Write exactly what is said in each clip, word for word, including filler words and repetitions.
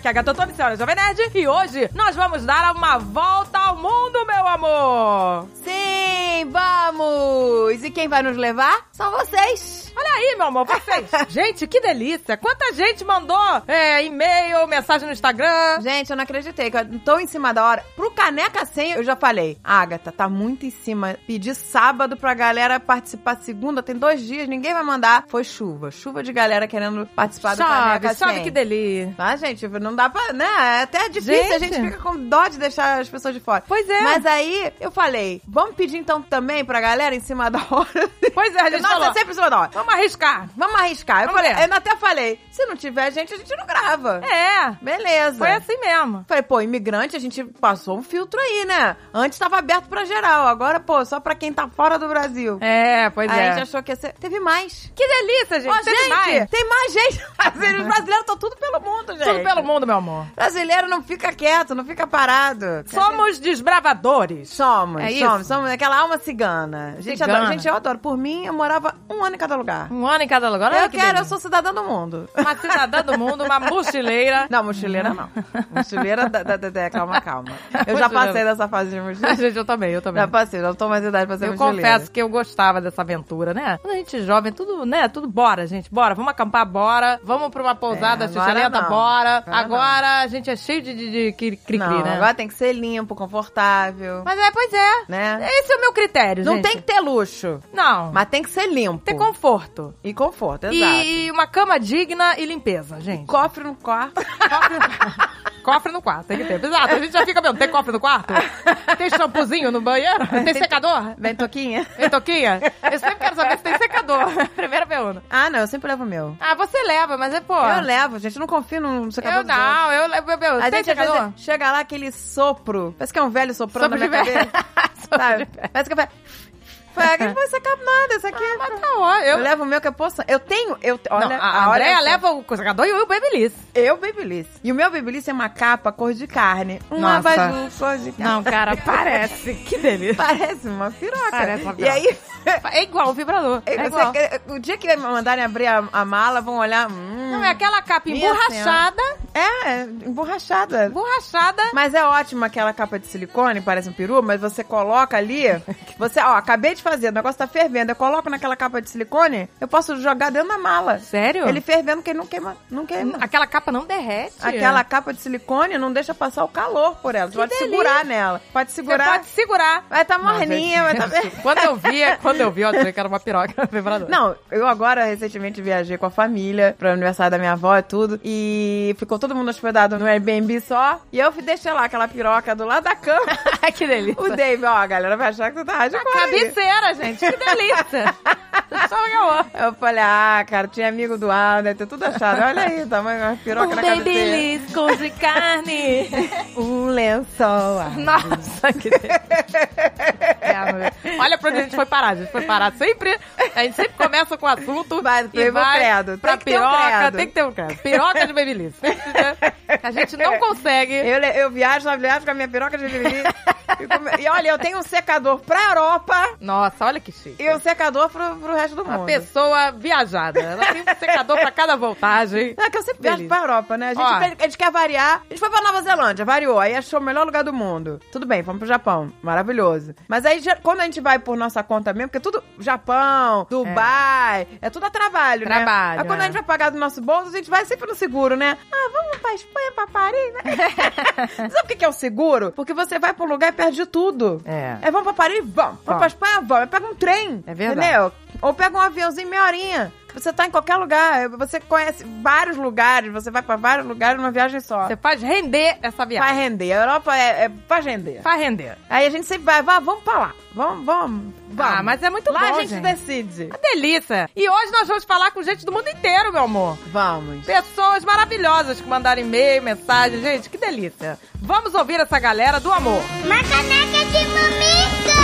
aqui é a Gatotone, senhora Jovem Nerd, e hoje nós vamos dar uma volta ao mundo, meu amor! Sim, vamos! E quem vai nos levar? São vocês! Olha aí, meu amor, vocês! Gente, que delícia! Quanta gente mandou é, e-mail, mensagem no Instagram. Gente, eu não acreditei, que eu tô em cima da hora. Pro Caneca Senha, eu já falei. Agatha, tá muito em cima. Pedi sábado pra galera participar segunda, tem dois dias, ninguém vai mandar. Foi chuva. Chuva de galera querendo participar do Chove, Caneca chove, Senha. que delícia. Ah, gente, não dá pra... né? É até difícil, Gente. a gente fica com dó de deixar as pessoas de fora. Pois é. Mas aí, eu falei, vamos pedir então também pra galera em cima da hora? Pois é, a gente Nossa, falou. é sempre em cima da hora. Vamos arriscar. Vamos arriscar. Eu, Vamos falei, ver. eu até falei, se não tiver gente, a gente não grava. É. Beleza. Foi assim mesmo. Falei, pô, imigrante, a gente passou um filtro aí, né? Antes tava aberto pra geral, agora, pô, só pra quem tá fora do Brasil. É, pois Aí é. a gente achou que ia ser... Teve mais. Que delícia, gente. Ô, Teve gente, mais. tem mais gente. Os brasileiros estão tudo pelo mundo, gente. Tudo pelo mundo, meu amor. Brasileiro não fica quieto, não fica parado. Somos desbravadores. Somos, É somos. isso? Somos aquela alma cigana. A gente, Cigana. adora, gente, eu adoro. Por mim, eu morava um ano em cada lugar. Um ano em cada lugar. Olha eu que quero, eu delícia. sou cidadã do mundo. Uma cidadã do mundo, uma mochileira. Não, mochileira não. Mochileira, da, da, da, da, calma, calma. Eu já passei dessa fase de mochileira. Gente, eu também, eu também. Já passei, já não tô mais idade pra ser Eu mochileira. confesso que eu gostava dessa aventura, né? Quando a gente é jovem, tudo, né? Tudo bora, gente. Bora. Vamos acampar, bora. Vamos pra uma pousada É, agora xixelenta, não. bora. Agora Agora a gente é cheio de, de, de cri-cri, Não, né? agora tem que ser limpo, confortável. Mas é, pois é. Né? Esse é o meu critério, Não gente. tem que ter luxo, Não. mas tem que ser limpo. Ter conforto. E conforto, exato. E uma cama digna e limpeza, gente. Cofre no quarto. Cofre no... cofre no quarto, tem que ter. Exato, a gente já fica vendo. Tem cofre no quarto? Tem shampoozinho no banheiro? Tem secador? Vem toquinha. Tem toquinha? Eu sempre quero saber se tem secador. Primeira pergunta. Ah, não, eu sempre levo o meu. Ah, você leva, mas é, pô... Eu levo, gente, eu não confio no secador Eu dos outros. não, eu levo, meu, A tem gente às secador? vezes chega lá, aquele sopro. Parece que é um velho soprando Sopro na minha de velho. cabeça. Sopro Sabe? de velho. Parece que vai... Foi, não vai secar nada, isso aqui. Ah, mas tá ó, eu... Eu levo o meu que é poção. Eu tenho... Eu, olha, Não, a olha Andréia só. leva o secador e o Babyliss. Eu Babyliss. E o meu Babyliss é uma capa cor de carne. Um Nossa. abajur cor de carne. Não, cara, parece. Que delícia. Parece uma piroca. Parece uma E piroca. aí... É igual o vibrador. É você igual. quer- o dia que mandarem abrir a, a mala, vão olhar... Hum, Não, é aquela capa Minha emborrachada. É, emborrachada. Emborrachada. Mas é ótimo aquela capa de silicone, parece um peru, mas você coloca ali, você, ó, acabei de fazer, o negócio tá fervendo, eu coloco naquela capa de silicone, eu posso jogar dentro da mala. Sério? Ele fervendo que ele não queima, não queima. Aquela capa não derrete. Aquela capa de silicone não deixa passar o calor por ela. Você Que pode delícia. segurar nela. Pode Você segurar. pode segurar. Vai tá Não, morninha, vai tá... gente, quando eu vi, quando eu vi, eu achei que era uma piroca vibrador. Não, eu agora recentemente viajei com a família pro aniversário da minha avó e tudo, e ficou todo mundo hospedado no Airbnb só, e eu deixei lá aquela piroca do lado da cama. Que delícia. O Dave, ó, a galera vai achar que tu tá A cabeceira, gente. Que delícia. Só legal. Eu falei, ah, cara, tinha amigo do ar, deve ter tudo achado. Olha aí, tamanho uma piroca Um na cabeceira. Babyliss com de carne. Um lençol. Nossa, que delícia. Olha pra onde a gente foi parar. A gente foi parar sempre... A gente sempre começa com o assunto Vai, e eu vou vai credo. pra Tem que ter um piroca. credo. Tem que ter um credo. Piroca de Babyliss. A gente não consegue... Eu, eu viajo, eu viajo com a minha piroca de vivi. e, come- e olha, eu tenho um secador pra Europa Nossa, olha que chique. e um secador pro, pro resto do Uma mundo. pessoa viajada. Ela tem um secador pra cada voltagem. Não, é que eu sempre viajo Feliz. pra Europa, né? A gente, Ó. a gente quer variar. A gente foi pra Nova Zelândia, variou. Aí achou o melhor lugar do mundo. Tudo bem, fomos pro Japão. Maravilhoso. Mas aí, já- quando a gente vai por nossa conta mesmo, porque tudo Japão, Dubai, é, tudo a trabalho, né? Trabalho, Aí quando é. a gente vai pagar do nosso bolso, a gente vai sempre no seguro, né? Ah, vamos pra Espanha, pra Paris, né? Sabe o que que é o seguro? Porque você vai pra um lugar e perde tudo. É. É, vamos pra Paris? Vamos. Vamos Vamos. pra Espanha? Vamos. Aí pega um trem. É verdade. Entendeu? Ou pega um aviãozinho meia horinha. Você tá em qualquer lugar. Você conhece vários lugares. Você vai pra vários lugares numa viagem só. Você faz render essa viagem. Vai render. A Europa é, é faz render. Faz render. Aí a gente sempre vai, vai, vamos pra lá. Vamos, vamos, vamos. Ah, mas é muito lá bom, a gente, gente. decide. Uma delícia. E hoje nós vamos falar com gente do mundo inteiro, meu amor. Vamos. Pessoas maravilhosas que mandaram e-mail, mensagem. Gente, que delícia. Vamos ouvir essa galera do amor. Uma caneca de mamica!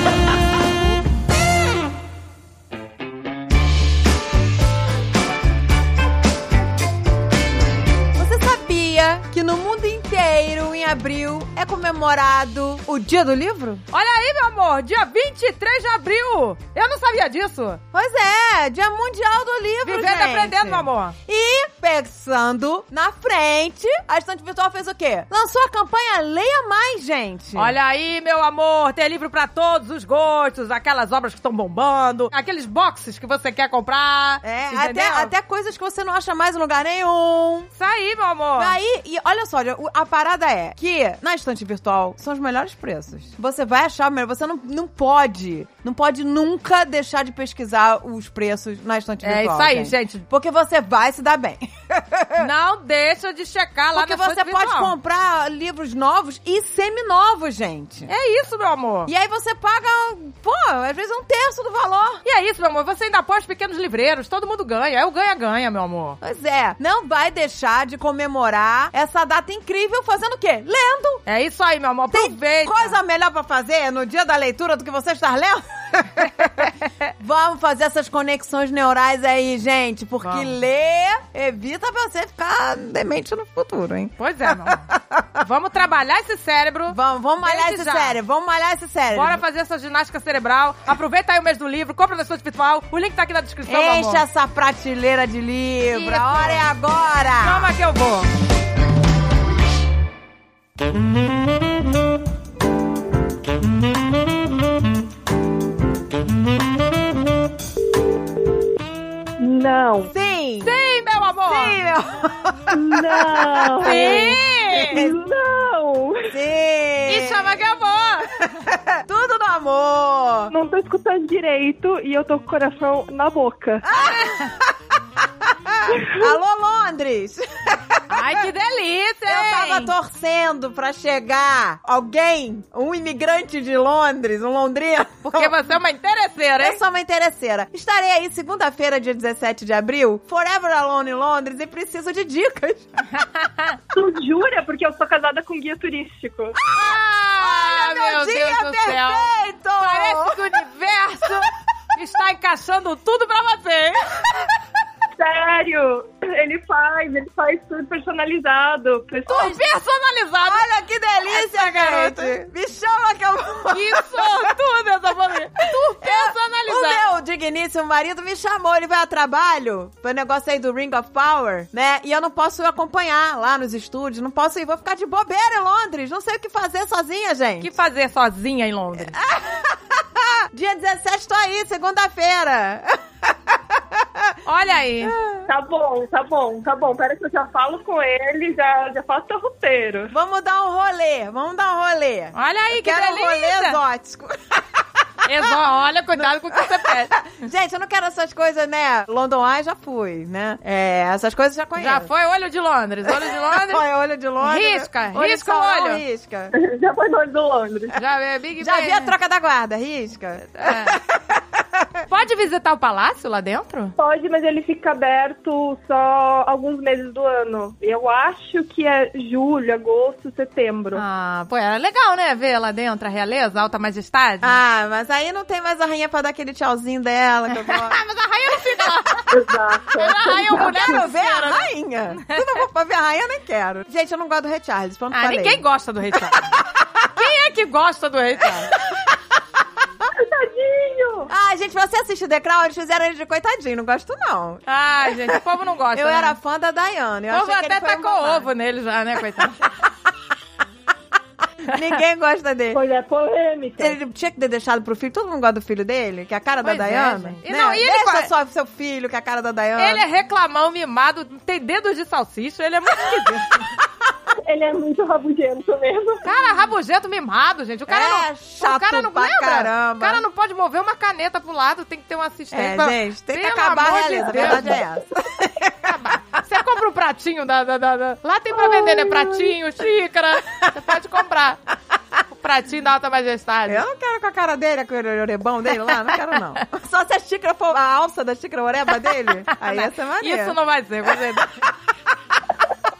Você sabia que no mundo inteiro, em abril, é comemorado o Dia do Livro? Olha aí, meu amor, dia vinte e três de abril. Eu não sabia disso. Pois é, Dia Mundial do Livro, Vivendo gente. e aprendendo, meu amor. E pensando na frente, a estante virtual fez o quê? Lançou a campanha Leia Mais, gente. Olha aí, meu amor, tem livro pra todos os gostos, aquelas obras que estão bombando, aqueles boxes que você quer comprar. É, até, entendeu? até coisas que você não acha mais em lugar nenhum. Isso aí, meu amor. Aí, e olha só, a parada é que na estante virtual são os melhores preços. Você vai achar o melhor, você não, não pode, não pode nunca deixar de pesquisar os preços na estante É virtual. isso aí, gente. gente. Porque você vai se dar bem. Não deixa de checar lá Porque na você estante pode virtual. comprar livros novos e semi-novos, gente. É isso, meu amor. E aí você paga, pô, às vezes um terço do valor. E é isso, meu amor. Você ainda apoia os pequenos livreiros. Todo mundo ganha. É o ganha-ganha, meu amor. Pois é, não vai deixar de comemorar essa data incrível fazendo o quê? Lendo. É isso aí, meu amor. Tem Aproveita. coisa melhor pra fazer no dia da leitura do que você estar lendo? Vamos fazer essas conexões neurais aí, gente, porque Vamos. ler evita você ficar demente no futuro, hein? Pois é, meu amor. Vamos trabalhar esse cérebro. Vamos, vamos malhar Desde esse já. cérebro, vamos malhar esse cérebro. Bora fazer essa ginástica cerebral. Aproveita aí o mês do livro. Compra na estante virtual. O link tá aqui na descrição, meu Enche amor. essa prateleira de livro, Isso. a hora é agora. Calma que eu vou. Não. Sim. Sim, meu amor. Sim, meu. Não. Sim. Não. Sim. E chama que eu vou. Tudo no amor. Não tô escutando direito e eu tô com o coração na boca. Alô, Londres. Ai, que delícia, Eu hein? tava torcendo pra chegar alguém, um imigrante de Londres, um londrino. Porque você é uma interesseira, Eu hein? sou uma interesseira. Estarei aí segunda-feira, dia dezessete de abril, Forever Alone em Londres, e preciso de dicas. Tu jura? Porque eu sou casada com guia turístico. Ah, Olha, meu, dia Deus do céu. perfeito! Parece que o universo está encaixando tudo pra você, hein? Sério? Ele faz, ele faz tudo personalizado. Pessoal, Tudo personalizado. Olha que delícia, Essa garota. gente! Me chama que eu vou... Que sortuda essa família. Tudo O personalizado. meu digníssimo marido me chamou, ele vai a trabalho, foi o negócio aí do Ring of Power, né? E eu não posso acompanhar lá nos estúdios, não posso ir, vou ficar de bobeira em Londres, não sei o que fazer sozinha, O gente. que fazer sozinha em Londres? Dia dezessete tô aí, segunda-feira. Olha aí. tá bom, tá bom, tá bom. Pera que eu já falo com ele, já, já faço teu roteiro. Vamos dar um rolê, vamos dar um rolê. Olha aí, Eu que quero um rolê delícia. exótico. Exó, olha, cuidado com o que você pede. Gente, eu não quero essas coisas, né? London Eye já fui, né? É, essas coisas já conheço. Já foi olho de Londres, olho de Londres. Foi olho de Londres. Risca, olho de risca o salão, olho. Risca. Já foi no olho do Londres. Já vê, Big Já Ben. vi a troca da guarda, risca. É. Pode visitar o palácio lá dentro? Pode, mas ele fica aberto só alguns meses do ano. Eu acho que é julho, agosto, setembro. Ah, pô, é legal, né? Ver lá dentro a realeza, a alta majestade. Ah, mas aí não tem mais a rainha pra dar aquele tchauzinho dela que eu gosto. Ah, mas a rainha não fica lá. Exato. A rainha é uma Eu mulher quero ver a grosseira, né? rainha. Se não for pra ver a rainha, eu nem quero. Gente, eu não gosto do Rei Charles, pronto, Ah, falei. ninguém gosta do Rei Charles. Quem é que gosta do Rei Charles? Tadinho! Ah, gente, você assiste The Crown, eles fizeram ele de coitadinho, não gosto não. Ah, gente, o povo não gosta, Eu né? era fã da Diana. Eu O povo achei que até ele foi um tacou babá. ovo nele já, né, coitado? Ninguém gosta dele. Pois é, polêmica. Ele tinha que ter deixado pro filho. Todo mundo gosta do filho dele, que é a cara Pois da é, Diana. gente. E né? não, e ele Deixa vai- só seu filho, que é a cara da Diana. Ele é reclamão, mimado, tem dedos de salsicha, ele é muito esquisito. Ele é muito rabugento mesmo. Cara, rabugento mimado, gente. O cara É não. chato o cara não pra lembra? caramba. O cara não pode mover uma caneta pro lado, tem que ter um assistente. É, pra- gente, tem que Pelo acabar a amor de realeza, a Deus. verdade é essa. Você compra um pratinho da, da, da, da- Lá tem pra vender, né? Pratinho, xícara. Você pode comprar. O pratinho da alta majestade. Eu não quero com a cara dele, com o orebão dele lá, não quero não. Só se a xícara for a alça da xícara oreba dele, aí ia ser maneiro. Isso não vai ser, você...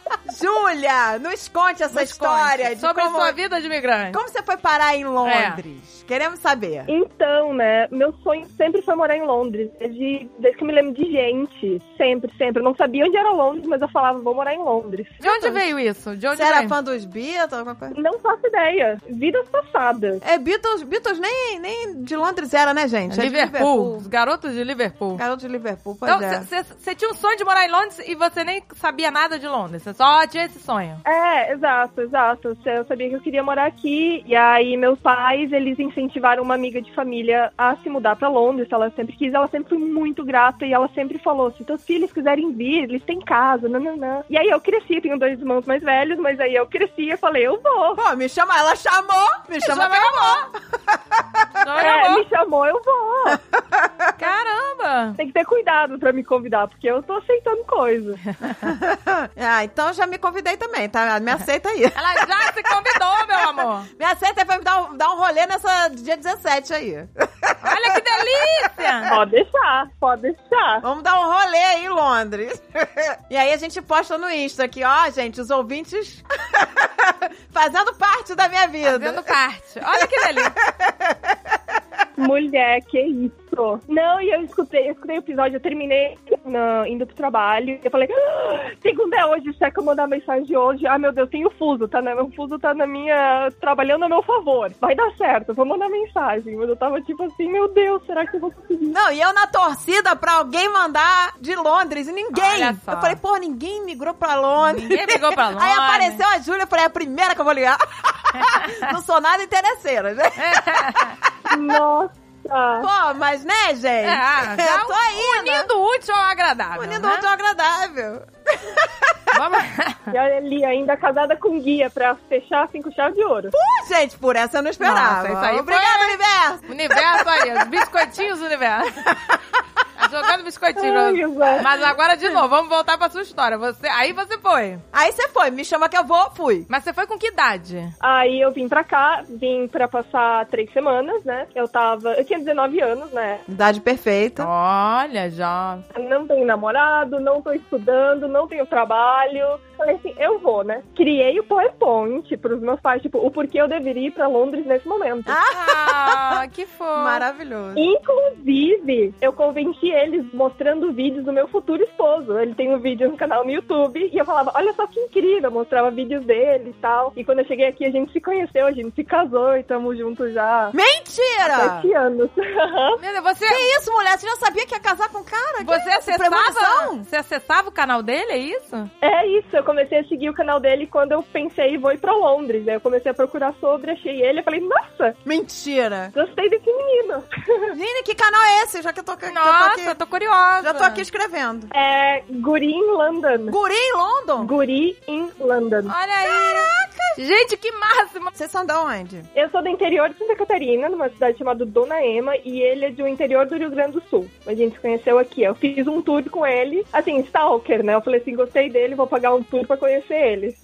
Júlia, nos conte essa Nos história conte de sobre como, sua vida de imigrante. como você foi parar em Londres. Queremos saber. Então, né, meu sonho sempre foi morar em Londres, desde, desde que eu me lembro de gente, sempre, sempre. Eu não sabia onde era Londres, mas eu falava, vou morar em Londres. De onde veio isso? De onde Você era veio? fã dos Beatles, alguma coisa? Não faço ideia. Vidas passadas. É, Beatles, Beatles nem, nem de Londres era, né, gente? É de Liverpool. Os garotos de Liverpool. Garoto de Liverpool, pois Então, é. você tinha um sonho de morar em Londres e você nem sabia nada de Londres. Você só tinha esse sonho. É, exato, exato. Eu sabia que eu queria morar aqui, e aí meus pais, eles incentivaram uma amiga de família a se mudar pra Londres, ela sempre quis, ela sempre foi muito grata, e ela sempre falou, se teus filhos quiserem vir, eles têm casa, nananã. E aí eu cresci, tenho dois irmãos mais velhos, mas aí eu cresci e falei, eu vou. Pô, me chama, ela chamou, me, me chama, chama, que eu vou. Não, É, não. me chamou, eu vou. Caramba! Tem que ter cuidado pra me convidar, porque eu tô aceitando coisa. Ah, então já me convidei também, tá? Me aceita aí. Ela já se convidou, meu amor. Me aceita aí pra me dar um, dar um rolê nessa dia dezessete aí. Olha que delícia! Pode deixar, pode deixar. Vamos dar um rolê aí em Londres. E aí a gente posta no Insta aqui, ó, gente, os ouvintes fazendo parte da minha vida. Fazendo parte. Olha que delícia. Mulher, que isso? Não, e eu escutei, eu escutei o episódio, eu terminei na, indo pro trabalho. Eu falei, ah, segunda é hoje, será que eu mandar mensagem hoje? Ah, meu Deus, tem o fuso, tá, né? O fuso tá na minha, trabalhando a meu favor. Vai dar certo, eu vou mandar mensagem. Mas eu tava tipo assim, meu Deus, será que eu vou conseguir? Não, e eu na torcida pra alguém mandar de Londres, e ninguém. Olha só. Eu falei, pô, ninguém migrou pra Londres. Ninguém migrou pra Londres. Aí apareceu a Júlia, eu falei, é a primeira que eu vou ligar. Não sou nada interesseira, né? Nossa. Pô, mas né, gente? É, ah, já eu tô aí, né? unindo o útil ao agradável. Unindo né? útil ao agradável. Vamos... E olha ali, ainda casada com guia pra fechar assim com chave de ouro. Pô, gente, por essa eu não esperava. Nossa, isso aí Obrigada, foi- universo. Universo aí, os biscoitinhos do universo. Tá jogando biscoitinho. Ai, exato. Mas agora, de novo, vamos voltar pra sua história. Você, aí você foi. Aí você foi, me chama que eu vou, fui. Mas você foi com que idade? Aí eu vim pra cá, vim pra passar três semanas, né? Eu tava, eu tinha dezenove anos, né? Idade perfeita. Olha, já. Não tenho namorado, não tô estudando, não tenho trabalho. Falei assim, eu vou, né? Criei o PowerPoint pros meus pais, tipo, o porquê eu deveria ir pra Londres nesse momento. Ah, que fofo. Maravilhoso. Inclusive, eu convenci eles mostrando vídeos do meu futuro esposo. Ele tem um vídeo no canal no YouTube e eu falava, olha só que incrível, eu mostrava vídeos dele e tal. E quando eu cheguei aqui, a gente se conheceu, a gente se casou e estamos juntos já há Mentira! sete anos. Meu Deus, você, Que isso, mulher? Você já sabia que ia casar com o cara? você Que isso? acessava? Premonição? Você acessava o canal dele, é isso? É isso, eu comecei a seguir o canal dele quando eu pensei, vou ir pra Londres. Aí eu comecei a procurar sobre, achei ele, eu falei, nossa, Mentira. gostei desse menino. Gente, que canal é esse? Já que eu tô, que eu tô Nossa, aqui. eu tô curiosa. Já tô aqui escrevendo. É Guri in London. Guri em London? Guri in London. Olha aí. Gente, que máximo. Vocês são de onde? Eu sou do interior de Santa Catarina, numa cidade chamada Dona Ema, e ele é do interior do Rio Grande do Sul. A gente se conheceu aqui. Eu fiz um tour com ele, assim, stalker, né? Eu falei assim, gostei dele, vou pagar um tour pra conhecer ele.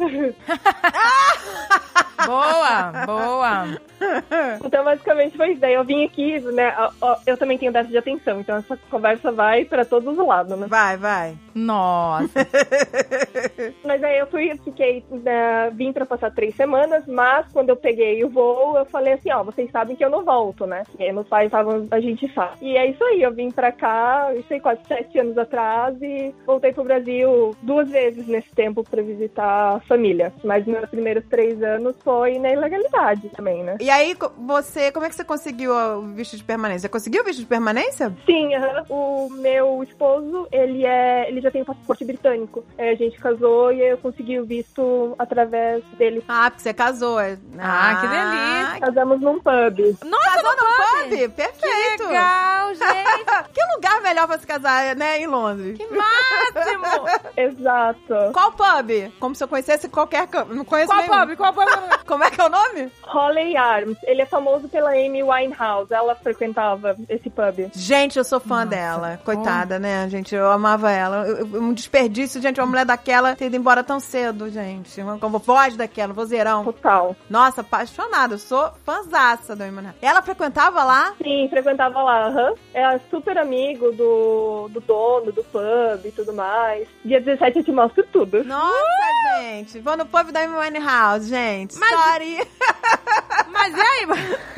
Boa, boa. Então, basicamente, foi isso. Daí eu vim aqui, né? ó, ó, Eu também tenho déficit de atenção, então essa conversa vai pra todos os lados, né? Vai, vai. Nossa. Mas aí eu fui, fiquei, né, vim pra passar três semanas, mas quando eu peguei o voo, eu falei assim, ó, vocês sabem que eu não volto, né? E aí meus pais estavam, a gente sabe. E é isso aí, eu vim pra cá, isso aí quase sete anos atrás, e voltei pro Brasil duas vezes nesse tempo pra visitar a família. Mas meus primeiros três anos foi na ilegalidade também, né? E aí, co- você, como é que você conseguiu o visto de permanência? Você conseguiu o visto de permanência? Sim, aham. O meu esposo, ele é, ele já tem um passaporte britânico. É, a gente casou e eu consegui o visto através dele. Ah, porque você casou. é- Ah, que delícia. Casamos num pub. Nossa, Casou não no pode. pub? Perfeito. Que legal, gente. Que lugar melhor pra se casar, né, em Londres? Que máximo. Exato. Qual pub? Como se eu conhecesse qualquer... cam- Não conheço Qual nenhum. pobre? Qual pobre? Como é que é o nome? Holly Arms. Ele é famoso pela Amy Winehouse. Ela frequentava esse pub. Gente, eu sou fã dela. Coitada, né, gente? Eu amava ela. Eu- eu- um desperdício, gente, uma mulher daquela ter ido embora tão cedo, gente. Uma uma voz daquela, vozeirão. Total. Nossa, apaixonada. Eu sou fãzaça da Amy. Ela frequentava lá? Sim, frequentava lá. Aham. É super amigo do, do dono do pub e tudo mais. Dia dezessete eu te mostro tudo. Nossa, gente. Vou no pub da Amy Winehouse, gente. Mas- Sorry. Mas e aí?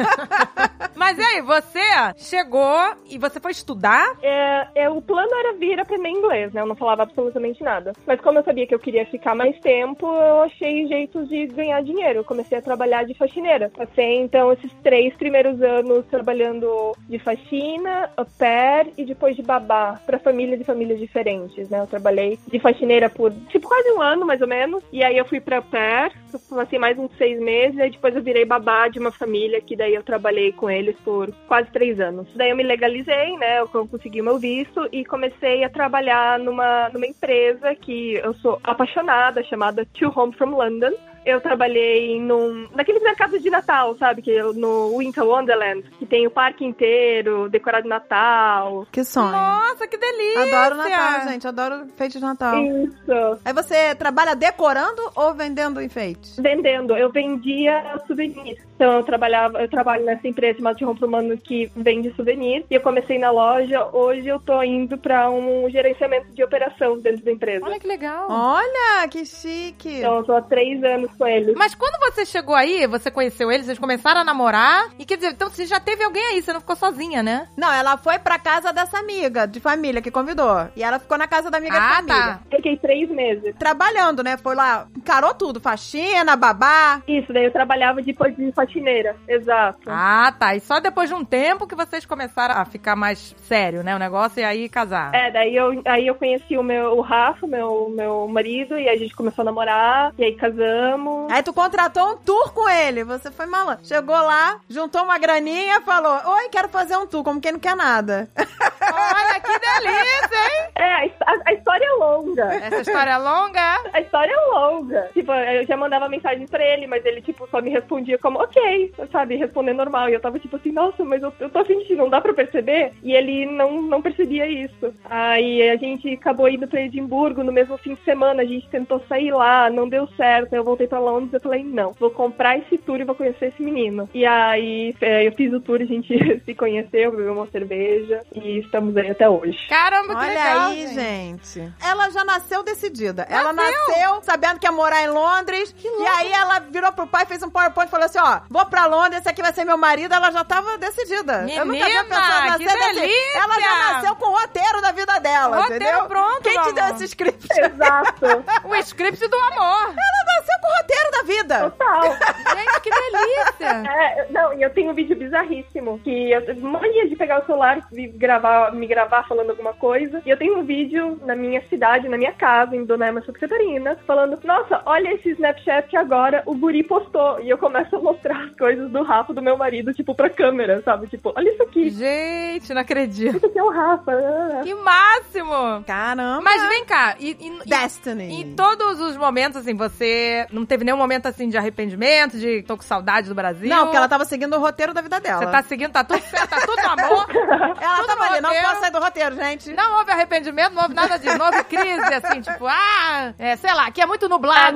Mas e aí, você chegou e você foi estudar? É, é, o plano era vir aprender inglês, né? Eu não falava absolutamente nada. Mas como eu sabia que eu queria ficar mais tempo, eu achei jeitos de ganhar dinheiro. Eu comecei a trabalhar de faxineira. Passei, então, esses três primeiros anos trabalhando de faxina, au pair e depois de babá para famílias e famílias diferentes, né? Eu trabalhei de faxineira por, tipo, quase um ano, mais ou menos. E aí eu fui pra au pair, passei mais uns seis meses, e aí depois eu virei babá de uma família, que daí eu trabalhei com eles por quase três anos. Daí eu me legalizei, né? Eu consegui o meu visto e comecei a trabalhar numa, numa empresa que eu sou apaixonada, chamada To Home from London. Eu trabalhei num, naqueles mercados de Natal, sabe? Que eu, no Winter Wonderland, que tem o parque inteiro, decorado de Natal. Que sonho. Nossa, que delícia! Adoro Natal, gente. Adoro enfeite de Natal. Isso. Aí você trabalha decorando ou vendendo enfeites? Vendendo. Eu vendia souvenirs. Então eu trabalhava, eu trabalho nessa empresa chamada de Rompromano que vende souvenirs. E eu comecei na loja. Hoje eu tô indo pra um gerenciamento de operação dentro da empresa. Olha que legal. Olha, que chique. Então eu tô há três anos com eles. Mas quando você chegou aí, você conheceu eles, vocês começaram a namorar. E quer dizer, então você já teve alguém aí, você não ficou sozinha, né? Não, ela foi pra casa dessa amiga de família que convidou. E ela ficou na casa da amiga de Ah, família. tá. Fiquei três meses. Trabalhando, né? Foi lá, encarou tudo. Faxina, babá. Isso, daí eu trabalhava depois de faxineira. Exato. Ah, tá. E só depois de um tempo que vocês começaram a ficar mais sério, né? O negócio e aí casar. É, daí eu, aí eu conheci o meu o Rafa, meu, meu marido, e a gente começou a namorar, e aí casamos. Aí tu contratou um tour com ele. Você foi malandro. Chegou lá, juntou uma graninha, falou: oi, quero fazer um tour, como quem não quer nada. Olha que delícia, hein? É, a, a- a história é longa. Essa história é longa. A história é longa. Tipo, eu já mandava mensagem pra ele, mas ele, tipo, só me respondia como, ok, sabe, responder normal. E eu tava, tipo assim, nossa, mas eu, eu tô afim de, não dá pra perceber? E ele não, não percebia isso. Aí a gente acabou indo pra Edimburgo no mesmo fim de semana, a gente tentou sair lá, não deu certo. Aí eu voltei pra Londres e eu falei, não, vou comprar esse tour e vou conhecer esse menino. E aí é, eu fiz o tour, a gente se conheceu, bebeu uma cerveja e estamos aí até hoje. Caramba, que Olha legal, aí, gente. Ela já nasceu decidida. Ela Nasceu? nasceu sabendo que ia morar em Londres. E aí ela virou pro pai, fez um PowerPoint e falou assim: ó, vou pra Londres, esse aqui vai ser meu marido. Ela já tava decidida. Eu nunca vi a pessoa Menina, nascer que desse- delícia! Ela já nasceu com o roteiro da vida dela, Roteiro entendeu? pronto, Quem meu te deu amor. esse script? Exato. O script do amor. Ela nasceu com o roteiro da vida. Total. Gente, que delícia. É, não, e eu tenho um vídeo bizarríssimo, que eu mania de pegar o celular e gravar, me gravar falando alguma coisa, e eu tenho um vídeo na minha cidade, na minha casa, em Dona Emma, Santa Catarina, falando, nossa, olha esse Snapchat que agora o guri postou, e eu começo a mostrar as coisas do Rafa, do meu marido, tipo, pra câmera, sabe? Tipo, olha isso aqui, Gente, não acredito. isso aqui é o Rafa. Que máximo. Caramba. Mas vem cá, e, e, e- Destiny. em todos os momentos, assim, você não teve nenhum momento, assim, de arrependimento, de tô com saudade do Brasil? Não, porque ela tava seguindo o roteiro da vida dela. Você tá seguindo, tá tudo certo, tá tudo amor. Ela tudo tava no ali, não roteiro. posso sair do roteiro, gente. Não houve arrependimento, não houve nada disso, não houve crise, assim, tipo, ah, é, sei lá, aqui é muito nublado,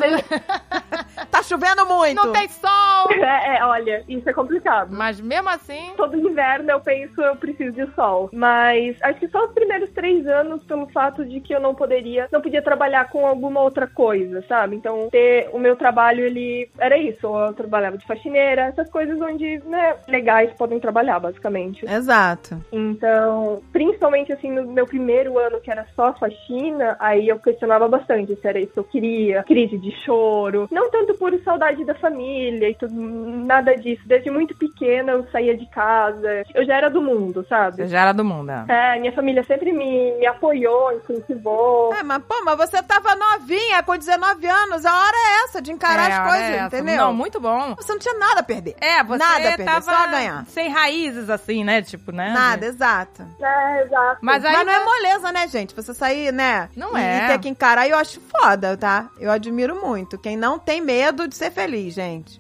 Tá chovendo muito. não tem sol. É, é, olha, isso é complicado. Mas mesmo assim, Todo inverno eu penso, eu preciso de sol. Mas acho que só os primeiros três anos, pelo fato de que eu não poderia, não podia trabalhar com alguma outra coisa, sabe? Então, ter o meu trabalho, ele era isso. Eu trabalhava de faxineira, essas coisas onde, né, legais podem trabalhar, basicamente. Exato. Então, principalmente assim, no meu primeiro ano, que era só faxina, aí eu questionava bastante se era isso que eu queria, crise de choro. Não tanto por saudade da família e tudo, nada disso. Desde muito pequena eu saía de casa. Eu já era do mundo, sabe? você já era do mundo, né? É, minha família sempre me, me apoiou, incentivou. É, mas pô, mas você tava novinha, com dezenove anos, a hora é essa, de encarar É, as olha coisas, essa. entendeu? Não, muito bom. Você não tinha nada a perder. É, você Nada a perder, tava só a ganhar. sem raízes, assim, né? Tipo, né? Nada, exato. É, exato. Mas aí Mas não é moleza, né, gente? Você sair, né? Não e, é. E ter que encarar, eu acho foda, tá? Eu admiro muito. Quem não tem medo de ser feliz, gente. É,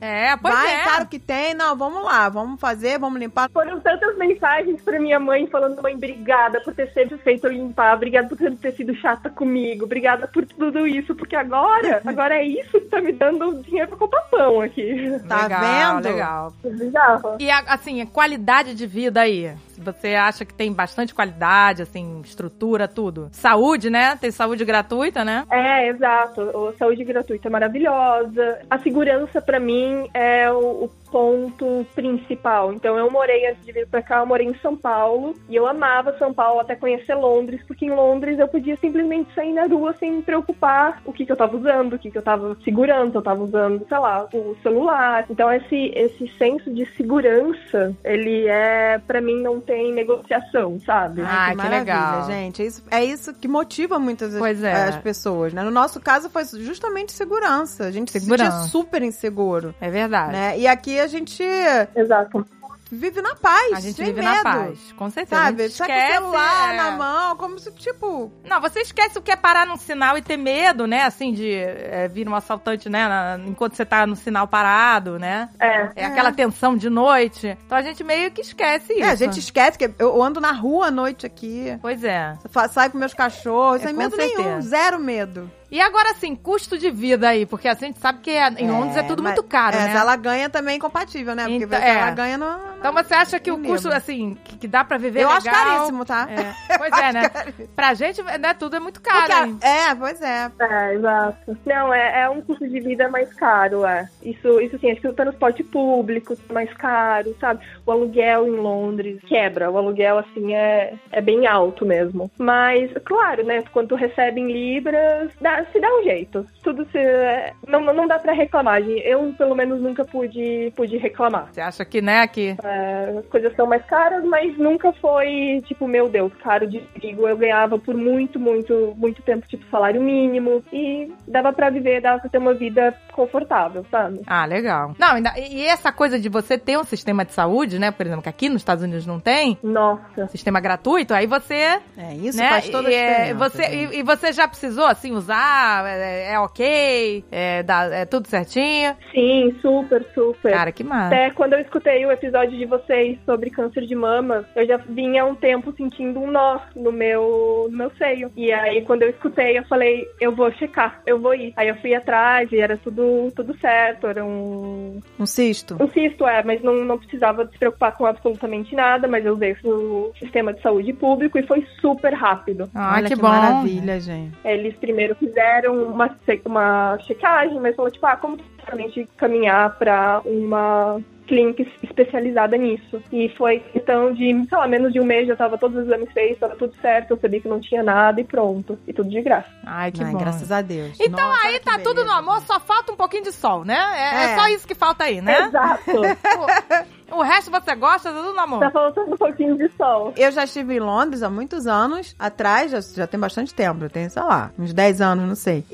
Pois vai, é. encara o que tem. Não, vamos lá, vamos fazer, vamos limpar. Foram tantas mensagens pra minha mãe falando, mãe, obrigada por ter sempre feito eu limpar, obrigada por ter sido chata comigo, obrigada por tudo isso, porque agora, agora é isso que tá me dando dinheiro pra comprar pão aqui. Tá legal, vendo? Legal. Bizarro. E, a- assim, a qualidade de vida aí? Você acha que tem bastante qualidade, assim, estrutura, tudo? Saúde, né? Tem saúde gratuita, né? É, exato. A saúde gratuita é maravilhosa. A segurança, pra mim, é o, o ponto principal. Então, eu morei, antes de vir pra cá, eu morei em São Paulo. E eu amava São Paulo até conhecer Londres, porque em Londres eu podia simplesmente sair na rua sem me preocupar o que, que eu tava usando, o que, que eu tava segurando, se eu tava usando, sei lá, o celular. Então, esse, esse senso de segurança, ele é, pra mim, não tem negociação, sabe? Ah, que maravilha, legal. gente. É isso, é isso que motiva muitas as, Pois é. as pessoas, né? No nosso caso foi justamente segurança. A gente Segurança. se sentia super inseguro, É verdade. né? E aqui a gente Exato. vive na paz, A gente sem vive medo. na paz, com certeza. Sabe? A gente Tá com o esquece, celular é. na mão, como se, tipo... Não, você esquece o que é parar num sinal e ter medo, né? Assim, de é, vir um assaltante, né? na- enquanto você tá no sinal parado, né? É. É aquela tensão de noite. Então a gente meio que esquece isso. É, a gente esquece que eu ando na rua à noite aqui, Pois é. fa- saio com meus cachorros, É, sem com medo certeza. nenhum, zero medo. E agora, assim, custo de vida aí, porque assim, a gente sabe que é- em Londres é tudo mas- muito caro, é, né? mas ela ganha também compatível, né? Porque Então, você- é. ela ganha no... no- Então você acha que no o custo, livro. assim, que, que dá pra viver Eu legal... acho caríssimo, tá? É. Pois é, né? Pra gente, né, tudo é muito caro, Porque- hein? é, pois é. É, exato. Não, é, é um custo de vida mais caro, é. Isso, isso sim, acho que o transporte público é mais caro, sabe? O aluguel em Londres quebra. O aluguel, assim, é, é bem alto mesmo. Mas, claro, né? Quando tu recebe em libras, dá, se dá um jeito. Tudo se... é, não, não dá pra reclamar. Eu, pelo menos, nunca pude, pude reclamar. Você acha que, né, que... É, as coisas são mais caras, mas nunca foi, tipo, meu Deus, caro de trigo. Eu ganhava por muito, muito, muito tempo, tipo, salário mínimo. E dava pra viver, dava pra ter uma vida confortável, sabe? Ah, legal. Não, ainda- e e essa coisa de você ter um sistema de saúde, né, por exemplo, que aqui nos Estados Unidos não tem, Nossa. sistema gratuito, aí você... É, isso né, faz toda a e, é, diferença. você, gente. e, e você já precisou, assim, usar? É, é ok? É, dá- é tudo certinho? Sim, super, super. Cara, que massa. Até quando eu escutei o episódio de vocês sobre câncer de mama, eu já vinha há um tempo sentindo um nó no meu, no meu seio. E aí, quando eu escutei, eu falei, eu vou checar, eu vou ir. Aí eu fui atrás e era tudo, tudo certo, era um... Um cisto. Um cisto, é, mas não, não precisava se preocupar com absolutamente nada, mas eu usei o sistema de saúde público e foi super rápido. Ah, Olha que, que bom. maravilha, gente. Eles primeiro fizeram uma, uma checagem, mas falou, tipo, ah, como realmente caminhar pra uma clínica especializada nisso. E foi questão de, sei lá, menos de um mês já tava todos os exames feitos, tava tudo certo, eu sabia que não tinha nada e pronto. E tudo de graça. Ai, que Ai, bom. graças a Deus. Então Nossa, aí olha que tá tudo beleza, no amor, gente. só falta um pouquinho de sol, né? É, é É. só isso que falta aí, né? Exato. O, o resto você gosta, tá tudo no amor. Tá faltando um pouquinho de sol. Eu já estive em Londres há muitos anos atrás, já, já tem bastante tempo, eu tenho, sei lá, uns dez anos, não sei.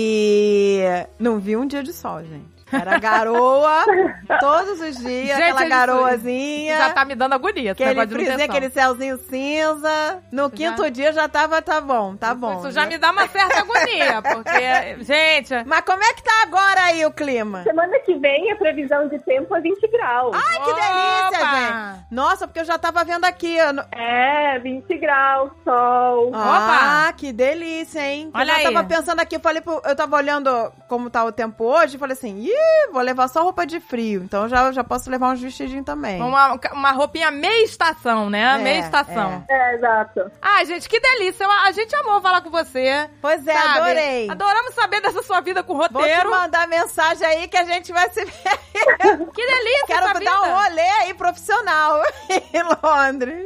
E não vi um dia de sol, gente. Era garoa todos os dias, Gente, aquela isso garoazinha. Já tá me dando agonia esse Aquele negócio de não ter friozinho, sol. aquele célzinho cinza. No quinto dia já tava, tá bom, tá bom. Isso já me dá uma certa agonia, porque, gente... Mas como é que tá agora aí o clima? Semana que vem a previsão de tempo é vinte graus. Ai, que delícia, Opa! gente. Nossa, porque eu já tava vendo aqui. eu não- É, vinte graus, sol. Ah, que delícia, hein? Olha eu aí. já tava pensando aqui, eu falei, pro- eu tava olhando como tá o tempo hoje, e falei assim, ih, vou levar só roupa de frio, então já, já posso levar uns vestidinhos também. Uma, uma roupinha meia estação, né? É, meia estação. É, exato. Ai, gente, que delícia. Eu- A gente amou falar com você. Pois é, sabe? adorei. Adoramos saber dessa sua vida com Vou te roteiro. mandar mensagem aí que a gente vai se ver. Que delícia Quero essa dar vida. um rolê aí profissional em Londres.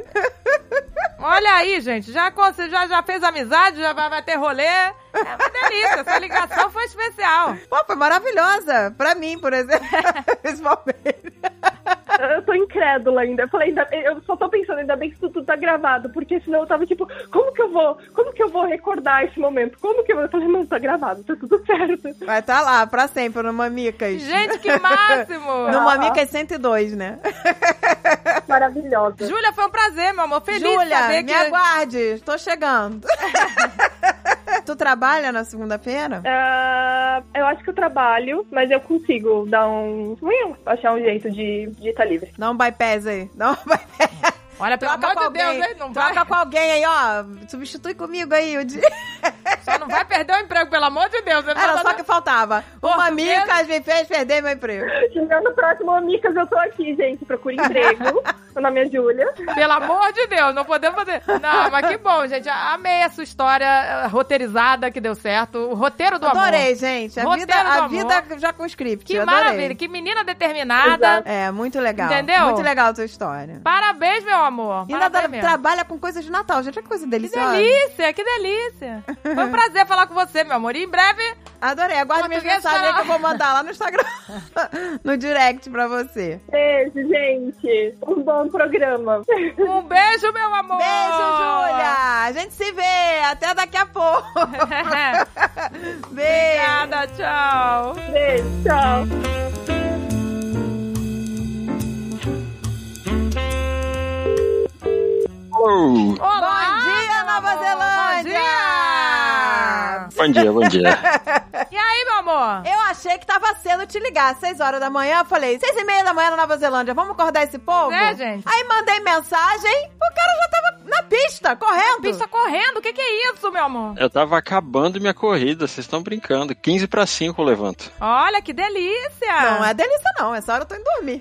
Olha aí, gente. Já, você já, já fez amizade, já vai, vai ter rolê. É uma delícia. Essa ligação foi especial. Pô, foi maravilhosa. Pra mim, por exemplo. Principalmente. Eu tô incrédula ainda. Eu falei, ainda, eu só tô pensando, ainda bem que isso tudo tá gravado, porque senão eu tava tipo, como que eu vou, como que eu vou recordar esse momento? Como que eu vou? Eu falei, não, tá gravado, tá tudo certo. Vai estar lá pra sempre no Mamicas. Gente, que máximo. No Mamicas cento e dois, né? Maravilhosa. Júlia, foi um prazer, meu amor. Feliz de Júlia, saber me que... aguarde. Tô chegando. tu trabalha na segunda-feira? Ah, eu acho que eu trabalho, mas eu consigo dar um... achar um jeito de de estar livre. Dá um bypass aí. Dá um bypass. Olha, pelo Troca amor com de Deus, alguém. hein? Não Troca vai... com alguém aí, ó. Substitui comigo aí o dia. Só não vai perder o emprego, pelo amor de Deus. Era só que faltava. Uma Português. Micas me fez perder meu emprego. Chegando no próximo Amicas, eu tô aqui, gente. Procure emprego. Meu nome é Júlia. Pelo amor de Deus, não podemos fazer. Não, mas que bom, gente. Amei a sua história eh, roteirizada que deu certo. O roteiro do amor. Adorei, gente. A, Roteiro vida, do a amor. vida já com script. Que Adorei. maravilha, que menina determinada. Exato. É, muito legal. Entendeu? Muito legal a tua história. Parabéns, meu amor. E ainda Parabéns tra- mesmo. trabalha com coisas de Natal. Gente, é coisa Que deliciosa. delícia, que delícia. Foi um prazer falar com você, meu amor. E em breve, Adorei. Aguarde minhas Português mensagens aí fala- que eu vou mandar lá no Instagram. No direct pra você. Beijo, gente. Um bom programa. um beijo, meu amor. Beijo, Júlia. A gente se vê. Até daqui a pouco. Beijo. Obrigada, tchau. Beijo, tchau. Oh, Olá, Bom dia, meu Nova amor. Zelândia. Bom dia. bom dia, bom dia. E aí, meu amor? Eu achei que tava cedo te ligar, seis horas da manhã. Eu falei, seis e meia da manhã na Nova Zelândia, vamos acordar esse povo? É, gente. Aí mandei mensagem, o cara já tava na pista, correndo. Pista correndo, o que que é isso, meu amor? Eu tava acabando minha corrida, vocês estão brincando. quinze para cinco eu levanto. Olha, que delícia. Não é delícia não, essa hora eu tô indo dormir.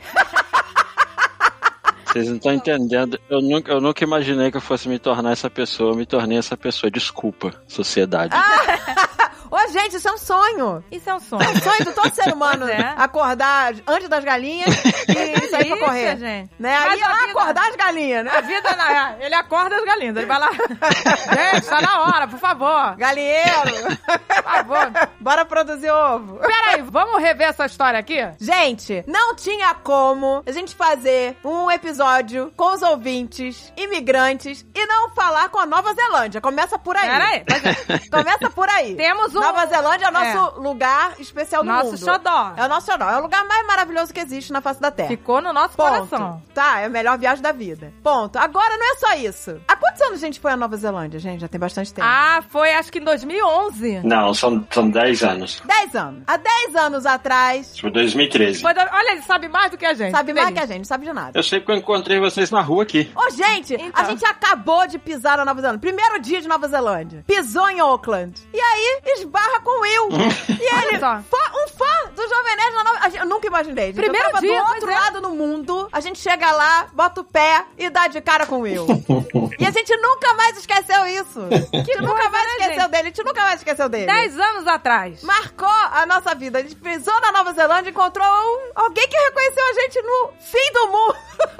Vocês não estão entendendo. Eu nunca, eu nunca imaginei que eu fosse me tornar essa pessoa. Eu me tornei essa pessoa. Desculpa, sociedade. Ô, gente, isso é um sonho. Isso é um sonho. É um sonho de todo ser humano Pois é. acordar antes das galinhas e sair pra correr. gente. Né? Mas Aí ia a lá vida- acordar as galinhas, né? A vida, na- ele acorda as galinhas, ele vai lá. Gente, tá na hora, por favor. Galinheiro. Por favor. Bora produzir ovo. Peraí, vamos rever essa história aqui? Gente, não tinha como a gente fazer um episódio com os ouvintes imigrantes e não falar com a Nova Zelândia. Começa por aí. Peraí, Começa por aí. temos um... Nova Zelândia é o nosso lugar especial do Nosso mundo. xodó. É o nosso xodó. É o lugar mais maravilhoso que existe na face da Terra. Ficou no nosso Ponto. coração. Tá, é a melhor viagem da vida. Ponto. Agora não é só isso. Há quantos anos a gente foi à Nova Zelândia, gente? Já tem bastante tempo. Ah, foi acho que em dois mil e onze. Não, são, são dez anos. Dez anos. Há dez anos atrás, Foi dois mil e treze. Foi da- Olha, ele sabe mais do que a gente. sabe mais que delícia. a gente, não sabe de nada. Eu sei porque eu encontrei vocês na rua aqui. Ô, gente, Então. a gente acabou de pisar na Nova Zelândia. Primeiro dia de Nova Zelândia. Pisou em Auckland. E aí, esbarra com o Will. E Olha ele, só. fã- um fã do Jovem Nerd na Nova... a gente- Eu nunca imaginei, gente. Primeiro eu tava dia, do pois outro é. lado do mundo. A gente chega lá, bota o pé e dá de cara com o Will. E a gente nunca mais esqueceu isso. A gente nunca coisa, mais né, esqueceu gente? dele. A gente nunca mais esqueceu dele. Dez anos atrás. Marcou a nossa vida. A gente pisou na Nova Zelândia e encontrou um- alguém que reconheceu a gente no fim do mundo.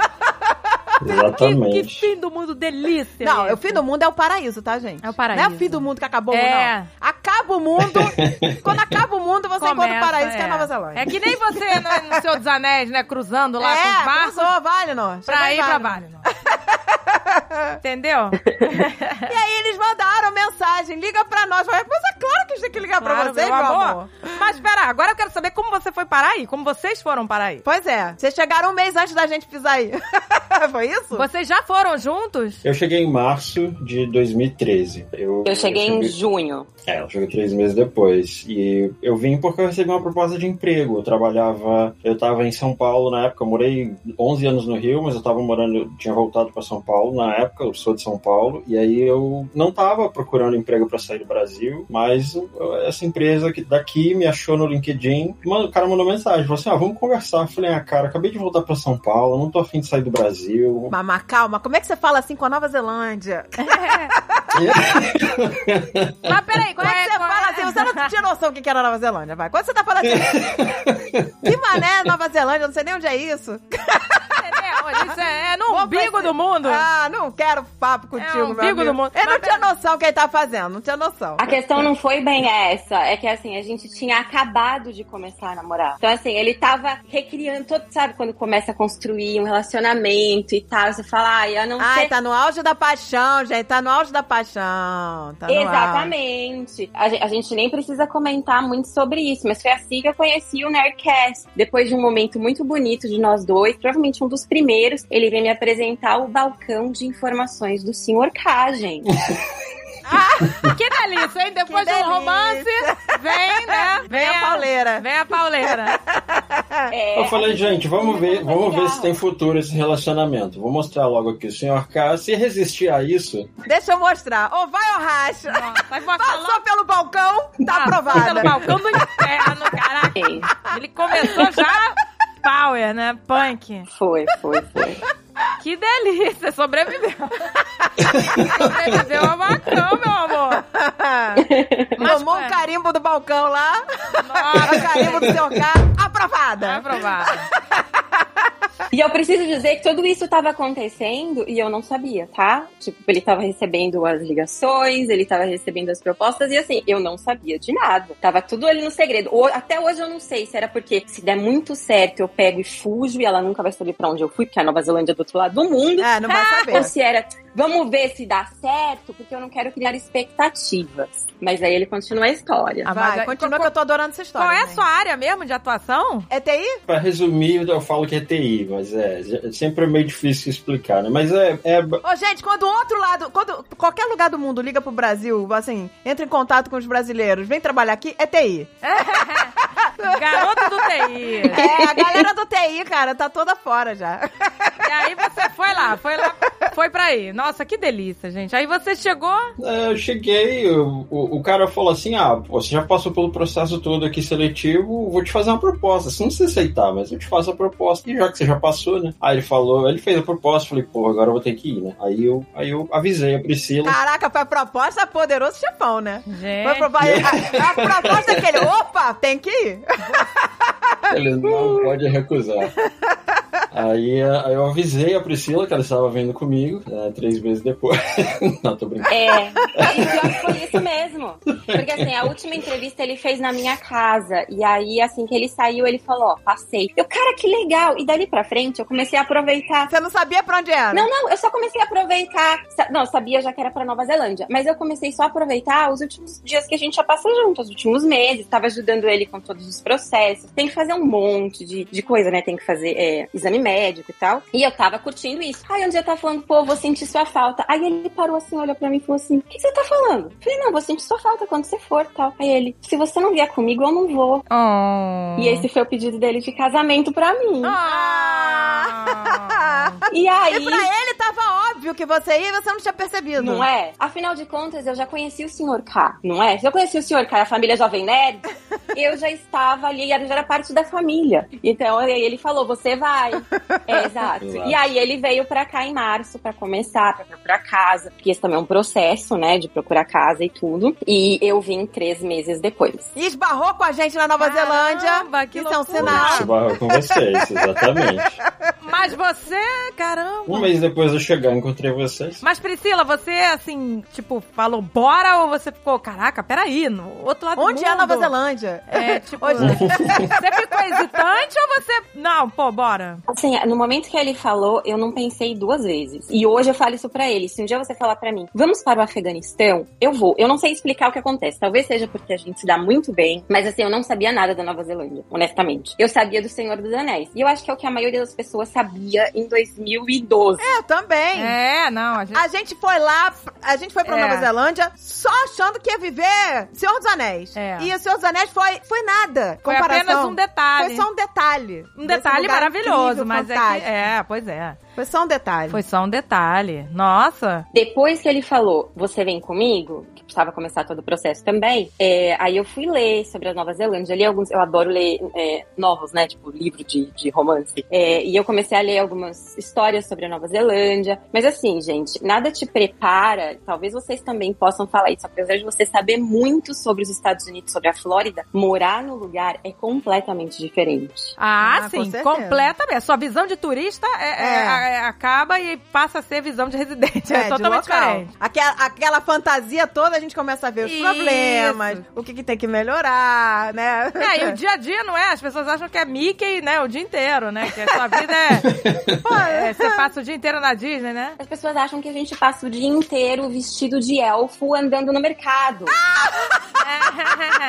Que, que fim do mundo delícia. Não, esse. o fim do mundo é o paraíso, tá, gente? É o paraíso. Não é o fim do mundo que acabou, É. não. Acaba o mundo. Quando acaba o mundo, você encontra o paraíso, que é a Nova Zelândia. É que nem você no, no Senhor dos Anéis, né? Cruzando lá com É, os barcos cruzou, Valinor. pra Chegou em ir pra Valinor. Valinor. Entendeu? E aí eles mandaram mensagem, liga pra nós. Mas é claro que a gente tem que ligar Claro, pra vocês, meu meu amor. amor. Mas pera, agora eu quero saber como você foi parar aí. Como vocês foram parar aí. Pois é, vocês chegaram um mês antes da gente pisar aí. Foi isso? Vocês já foram juntos? Eu cheguei em março de dois mil e treze. Eu, Eu cheguei em cheguei- junho. É, eu cheguei três meses depois. E eu vim porque eu recebi uma proposta de emprego. Eu trabalhava... Eu tava em São Paulo na época. Eu morei onze anos no Rio, mas eu tava morando... Tinha voltado pra São Paulo na época. Eu sou de São Paulo. E aí eu não tava procurando emprego pra sair do Brasil. Mas eu- essa empresa que daqui me achou no LinkedIn. Mano, o cara mandou mensagem. Falou assim, ah, vamos conversar. Eu falei, ah, cara, acabei de voltar pra São Paulo. Não tô afim de sair do Brasil. Mas, mas calma, como é que você fala assim com a Nova Zelândia? Mas peraí, Como é que você fala assim? Você não tinha noção do que era Nova Zelândia, vai. Quando você tá falando assim, que mané Nova Zelândia, eu não sei nem onde é isso. Entendeu? Isso é, é no Vou umbigo pra esse- do mundo. Ah, não quero papo contigo, É o meu umbigo amigo. do mundo. Ele não Mas tinha pera- noção do que ele tá fazendo, não tinha noção. A questão não foi bem essa, é que assim, a gente tinha acabado de começar a namorar. Então assim, ele tava recriando todo, sabe, quando começa a construir um relacionamento e tal, você fala, ai, a não Ai, ser... tá no auge da paixão, gente, tá no auge da paixão. Tá no auge. Exatamente. A gente, a gente nem precisa comentar muito sobre isso, mas foi assim que eu conheci o Nerdcast. Depois de um momento muito bonito de nós dois, provavelmente um dos primeiros, ele veio me apresentar o balcão de informações do senhor K, gente. Que delícia, hein? Depois Que de um delícia. romance, vem, né? Vem a pauleira. Vem a pauleira. É, Eu falei, gente, vamos ver, Muito vamos ver legal. se tem futuro esse relacionamento. Vou mostrar logo aqui. O senhor K, se resistir a isso, Deixa eu mostrar. Ou vai ou racha. Nossa, vai mostrar Passou logo. pelo balcão, tá Passou aprovada. pelo balcão do inferno, caraca. Sim, Ele começou já power, né? Punk. foi, foi, foi. Que delícia, sobreviveu. Sobreviveu ao balcão, meu amor. Mas, Tomou ué. um carimbo do balcão lá. Nossa, O carimbo do seu K, aprovada. aprovado. E eu preciso dizer que tudo isso estava acontecendo e eu não sabia, tá? Tipo, ele tava recebendo as ligações, ele tava recebendo as propostas e assim, eu não sabia de nada. Tava tudo ali no segredo. Ou, até hoje eu não sei se era porque se der muito certo eu pego e fujo e ela nunca vai saber pra onde eu fui, porque a Nova Zelândia é do outro lado do mundo. É, não vai saber. Ou se era, vamos ver se dá certo, porque eu não quero criar expectativas. Mas aí ele continua a história. Ah, Vai, mas- continua qual- que eu tô adorando essa história. Qual é a né? sua área mesmo de atuação? É T I? pra resumir, eu falo que é T I, mas é, é sempre meio difícil explicar, né? Mas é, é Ô, gente, quando o outro lado, quando qualquer lugar do mundo liga pro Brasil, assim, entra em contato com os brasileiros, vem trabalhar aqui, é T I. Garoto do T I. É, a galera do T I, cara, tá toda fora já. E aí você foi lá, foi lá, foi pra aí. Nossa, que delícia, gente. Aí você chegou... É, eu cheguei, o, o, o cara falou assim, ah, você já passou pelo processo todo aqui seletivo, vou te fazer uma proposta, se não se aceitar, mas eu te faço a proposta, e já que você já passou, né? Aí ele falou, ele fez a proposta, falei, pô, agora eu vou ter que ir, né? Aí eu, aí eu avisei a Priscila. Caraca, foi a proposta poderoso chefão, né? Foi Gente, a, propo- a, a proposta daquele, opa, tem que ir. Ele não pode recusar. Aí, aí eu avisei a Priscila que ela estava vindo comigo, né, três meses depois. Não, tô brincando. É, e pior que foi isso mesmo. Porque assim, a última entrevista ele fez na minha casa. E aí, assim que ele saiu, ele falou, ó, passei. Eu, cara, que legal. E dali pra frente, eu comecei a aproveitar. Você não sabia pra onde era? Não, não, eu só comecei a aproveitar. Sa- Não, eu sabia já que era pra Nova Zelândia. Mas eu comecei só a aproveitar os últimos dias que a gente já passou junto, os últimos meses. Tava ajudando ele com todos os processos. Tem que fazer um monte de, de coisa, né? Tem que fazer é, exame médico e tal. E eu tava curtindo isso. Aí um dia eu tava falando, pô, vou sentir sua falta. Aí ele parou assim, olhou pra mim e falou assim, o que você tá falando? Eu falei, não, vou sentir sua falta quando você for, tal. Aí ele, se você não vier comigo, eu não vou. Oh. E esse foi o pedido dele de casamento pra mim. Ah. E aí... E pra ele tava óbvio que você ia e você não tinha percebido. Não é? Afinal de contas, eu já conheci o senhor K, não é? Se eu conheci o senhor K e a família Jovem Nerd, eu já estava ali, eu já era parte da família. Então, aí ele falou, você vai. É, exato. Exato. E aí ele veio pra cá em março pra começar, pra procurar casa, porque esse também é um processo, né, de procurar casa e tudo. E eu vim três meses depois. E esbarrou com a gente na Nova Caramba, Zelândia. que Isso é um loucura. sinal. Se barrou com vocês, exatamente. Mas você, caramba. Um mês depois de eu chegar, encontrei vocês. Mas Priscila, você, assim, tipo, falou bora ou você ficou, caraca, peraí, no outro lado do Onde mundo? é a Nova Zelândia? É, tipo, Hoje- você ficou hesitante ou você... Não, pô, bora. Assim, no momento que ele falou, eu não pensei duas vezes. E hoje eu falo isso pra ele. Se um dia você falar pra mim, vamos para o Afeganistão, eu vou. Eu não sei explicar o que acontece. Talvez seja porque a gente se dá muito bem, mas assim, eu não sabia nada da Nova Zelândia, honestamente. Eu sabia do Senhor dos Anéis. E eu acho que é o que a maioria das pessoas sabia em dois mil e doze. Eu também. É, não, a gente... A gente foi lá, a gente foi pra É. Nova Zelândia só achando que ia viver Senhor dos Anéis. É. E o Senhor dos Anéis foi, foi nada. Foi comparação. apenas um detalhe. Foi só um detalhe. Um Desse detalhe lugar maravilhoso, incrível, mas é fantástico. que... É, pois é. Foi só um detalhe. Foi só um detalhe. Nossa. Depois que ele falou, você vem comigo, que precisava começar todo o processo também, é, aí eu fui ler sobre a Nova Zelândia. Eu li alguns, eu adoro ler é, novos, né? Tipo, livro de, de romance. É, e eu comecei a ler algumas histórias sobre a Nova Zelândia. Mas assim, gente, nada te prepara. Talvez vocês também possam falar isso. Apesar de você saber muito sobre os Estados Unidos, sobre a Flórida, morar no lugar é completamente diferente. Ah, Ah, com sim, certeza. completamente. Sua visão de turista é, é- É. é- acaba e passa a ser visão de residente. É, de totalmente local. diferente. Aquela, aquela fantasia toda, a gente começa a ver os Isso. problemas, o que, que tem que melhorar, né? É, e o dia a dia não é, as pessoas acham que é Mickey, né, o dia inteiro, né, que a sua vida é, pô, é, você passa o dia inteiro na Disney, né? As pessoas acham que a gente passa o dia inteiro vestido de elfo andando no mercado.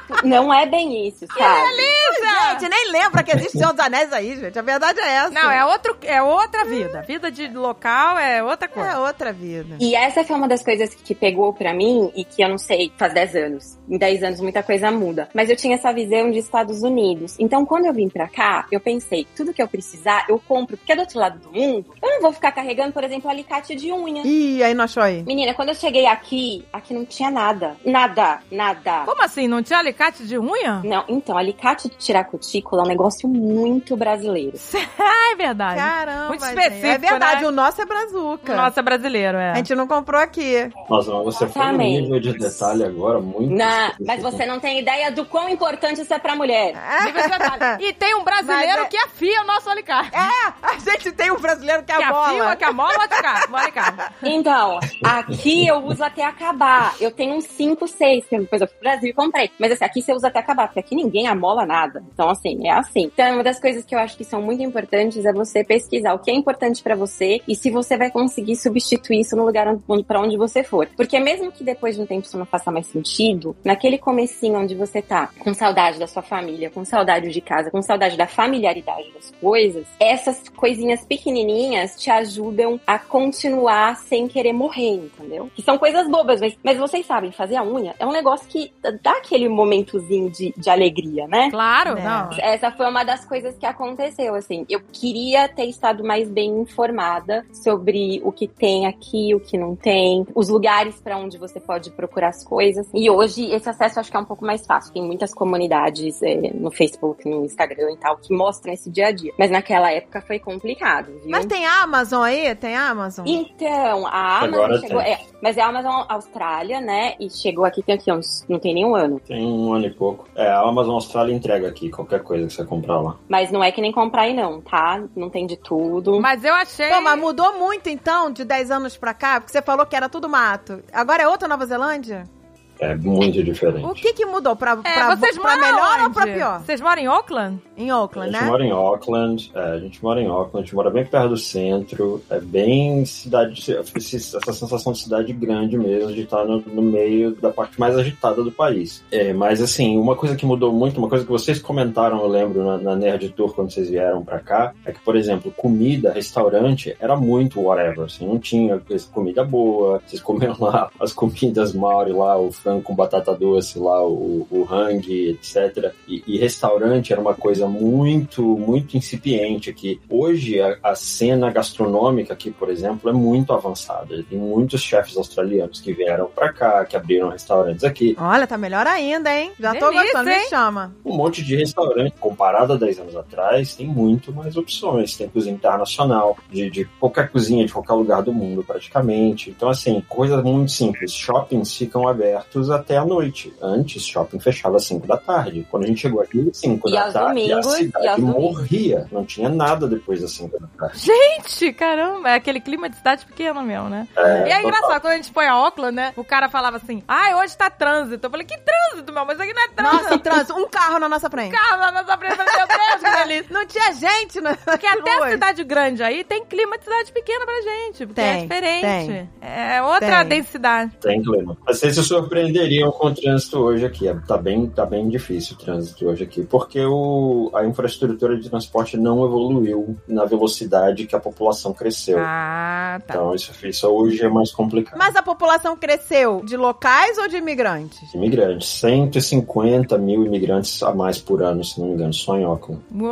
não é bem isso, sabe? Gente, nem lembra que existe Senhor dos Anéis aí, gente. A verdade é essa. Não, é, outro, é outra vida. Vida de local é outra coisa. É outra vida. E essa foi uma das coisas que pegou pra mim e que eu não sei, faz dez anos. Em dez anos muita coisa muda. Mas eu tinha essa visão de Estados Unidos. Então, quando eu vim pra cá, eu pensei, tudo que eu precisar, eu compro. Porque do outro lado do mundo, eu não vou ficar carregando, por exemplo, alicate de unha. Ih, aí não achou aí? Menina, quando eu cheguei aqui, aqui não tinha nada. Nada, nada. Como assim? Não tinha alicate de unha? Não, então, alicate de tirar cutícula é um negócio muito brasileiro. Ah, é verdade. Caramba, muito gente. específico, É verdade, né? o nosso é brazuca. O nosso é brasileiro, é. A gente não comprou aqui. Nossa, mas você foi num Exatamente. nível de detalhe agora muito... Não, mas você não tem ideia do quão importante isso é pra mulher. Nível de detalhe. E tem um brasileiro Mas é- que afia o nosso alicate. É, a gente tem um brasileiro que é Que a bola. afia, que a mola vai ficar. O alicate. Então, aqui eu uso até acabar. Eu tenho uns cinco, seis, que depois eu fui pro Brasil e comprei. Mas assim, aqui você usa até acabar, porque aqui ninguém amola nada. Então, assim, é assim. Então, uma das coisas que eu acho que são muito importantes é você pesquisar o que é importante pra você e se você vai conseguir substituir isso no lugar onde, pra onde você for. Porque mesmo que depois de um tempo isso não faça mais sentido, naquele comecinho onde você tá com saudade da sua família, com saudade de casa, com saudade da familiaridade das coisas, essas coisinhas pequenininhas te ajudam a continuar sem querer morrer, entendeu? Que são coisas bobas, mas, mas vocês sabem, fazer a unha é um negócio que dá aquele momentozinho de, de alegria, né? Claro, É. não. Essa foi uma das coisas que aconteceu, assim. Eu queria ter estado mais bem informada sobre o que tem aqui, o que não tem, os lugares pra onde você pode procurar as coisas. E hoje, esse acesso acho que é um pouco mais fácil. Tem muitas comunidades é, no Facebook, no Instagram e tal, que mostram esse dia a dia. Mas naquela época foi complicado, viu? Mas tem Amazon aí? Tem Amazon? Então, a Amazon Agora chegou... tem. É, mas é a Amazon Austrália, né? E chegou aqui, tem aqui uns... Não tem nenhum ano. Tem um ano e pouco. É, a Amazon Austrália entrega aqui qualquer coisa que você comprar lá. Mas não é que nem comprar aí não, tá? Não tem de tudo. Mas eu achei... Pô, mas mudou muito então, de dez anos pra cá? Porque você falou que era tudo mato. Agora é outra Nova Zelândia? É muito diferente. O que que mudou? Pra, É, pra, vocês pra moram melhor ou onde? pra pior? Vocês moram em Auckland? Em A Auckland, gente né? mora em Auckland, é, a gente mora em Auckland, a gente mora bem perto do centro, é bem cidade, essa sensação de cidade grande mesmo, de estar no, no meio da parte mais agitada do país. É, mas assim, uma coisa que mudou muito, uma coisa que vocês comentaram, eu lembro, na, na Nerd Tour quando vocês vieram pra cá, é que, por exemplo, comida, restaurante, era muito whatever, assim, não tinha comida boa, vocês comiam lá as comidas Maori lá, o frango com batata doce lá, o, o hang, etcétera. E, e restaurante era uma coisa muito, muito incipiente aqui. Hoje, a, a cena gastronômica aqui, por exemplo, é muito avançada. Tem muitos chefes australianos que vieram pra cá, que abriram restaurantes aqui. Olha, tá melhor ainda, hein? Já tô Delícia, gostando, me hein? chama. Um monte de restaurante, comparado a dez anos atrás, tem muito mais opções. Tem cozinha internacional, de, de qualquer cozinha, de qualquer lugar do mundo, praticamente. Então, assim, coisa muito simples. Shoppings ficam abertos até a noite. Antes, shopping fechava às cinco da tarde. Quando a gente chegou aqui, cinco E da aos tarde, domingos, a e cidade aos domingos. morria. Não tinha nada depois das cinco da tarde. Gente, caramba, é aquele clima de cidade pequena mesmo, né? É, e é total. engraçado, quando a gente foi a Auckland, né? O cara falava assim, ai, hoje tá trânsito. Eu falei, que trânsito, meu? Mas aqui não é trânsito. Nossa, trânsito. Um carro na nossa frente. Carro na nossa frente, eu falei, meu Deus, que delícia. Não tinha gente na Porque até ruas. a cidade grande aí tem clima de cidade pequena pra gente. Porque Tem, é diferente. tem. É outra Tem. densidade. Tem clima. Mas vocês se surpreenderiam com o trânsito hoje aqui. É, Tá bem, tá bem difícil o trânsito hoje aqui, porque o, a infraestrutura de transporte não evoluiu na velocidade que a população cresceu. Ah, tá. Então isso, isso hoje é mais complicado. Mas a população cresceu de locais ou de imigrantes? Imigrantes, cento e cinquenta mil imigrantes a mais por ano, se não me engano, só em Auckland. Uou!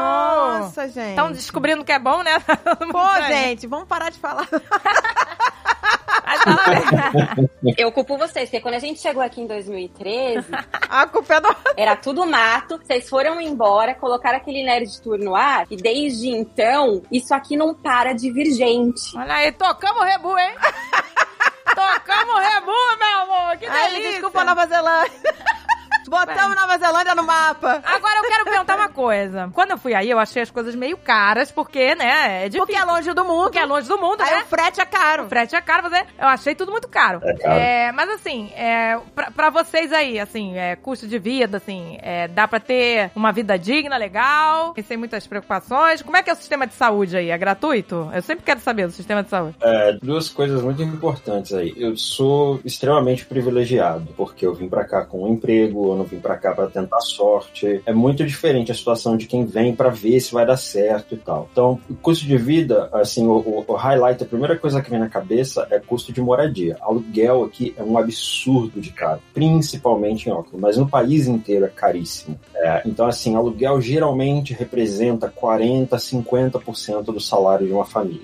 Nossa, gente. Estão descobrindo que é bom, né? Pô, gente, vamos parar de falar. Mas fala- Eu culpo vocês, porque quando a gente chegou aqui em dois mil e treze, A culpa é do... era tudo mato, vocês foram embora, colocaram aquele Nerd Tour no ar, e desde então, isso aqui não para de vir gente. Olha aí, tocamos o rebu, hein? Tocamos o rebu, meu amor! Que Ai, delícia! desculpa, Nova Zelândia. Botamos Nova Zelândia no mapa. Agora eu quero perguntar uma coisa. Quando eu fui aí, eu achei as coisas meio caras, porque, né, é difícil. Porque é longe do mundo. Porque é longe do mundo, Aí né? o frete é caro. O frete é caro, mas é- eu achei tudo muito caro. É caro. É, mas assim, é, pra, pra vocês aí, assim, é, custo de vida, assim, é, dá pra ter uma vida digna, legal, e sem muitas preocupações. Como é que é o sistema de saúde aí? É gratuito? Eu sempre quero saber do sistema de saúde. É, duas coisas muito importantes aí. Eu sou extremamente privilegiado, porque eu vim pra cá com um emprego, eu não não vim pra cá pra tentar sorte. É muito diferente a situação de quem vem pra ver se vai dar certo e tal. Então, o custo de vida, assim, o, o, o highlight, a primeira coisa que vem na cabeça é custo de moradia. Aluguel aqui é um absurdo de caro, principalmente em Auckland, mas no país inteiro é caríssimo. É, então, assim, aluguel geralmente representa quarenta, cinquenta por cento do salário de uma família.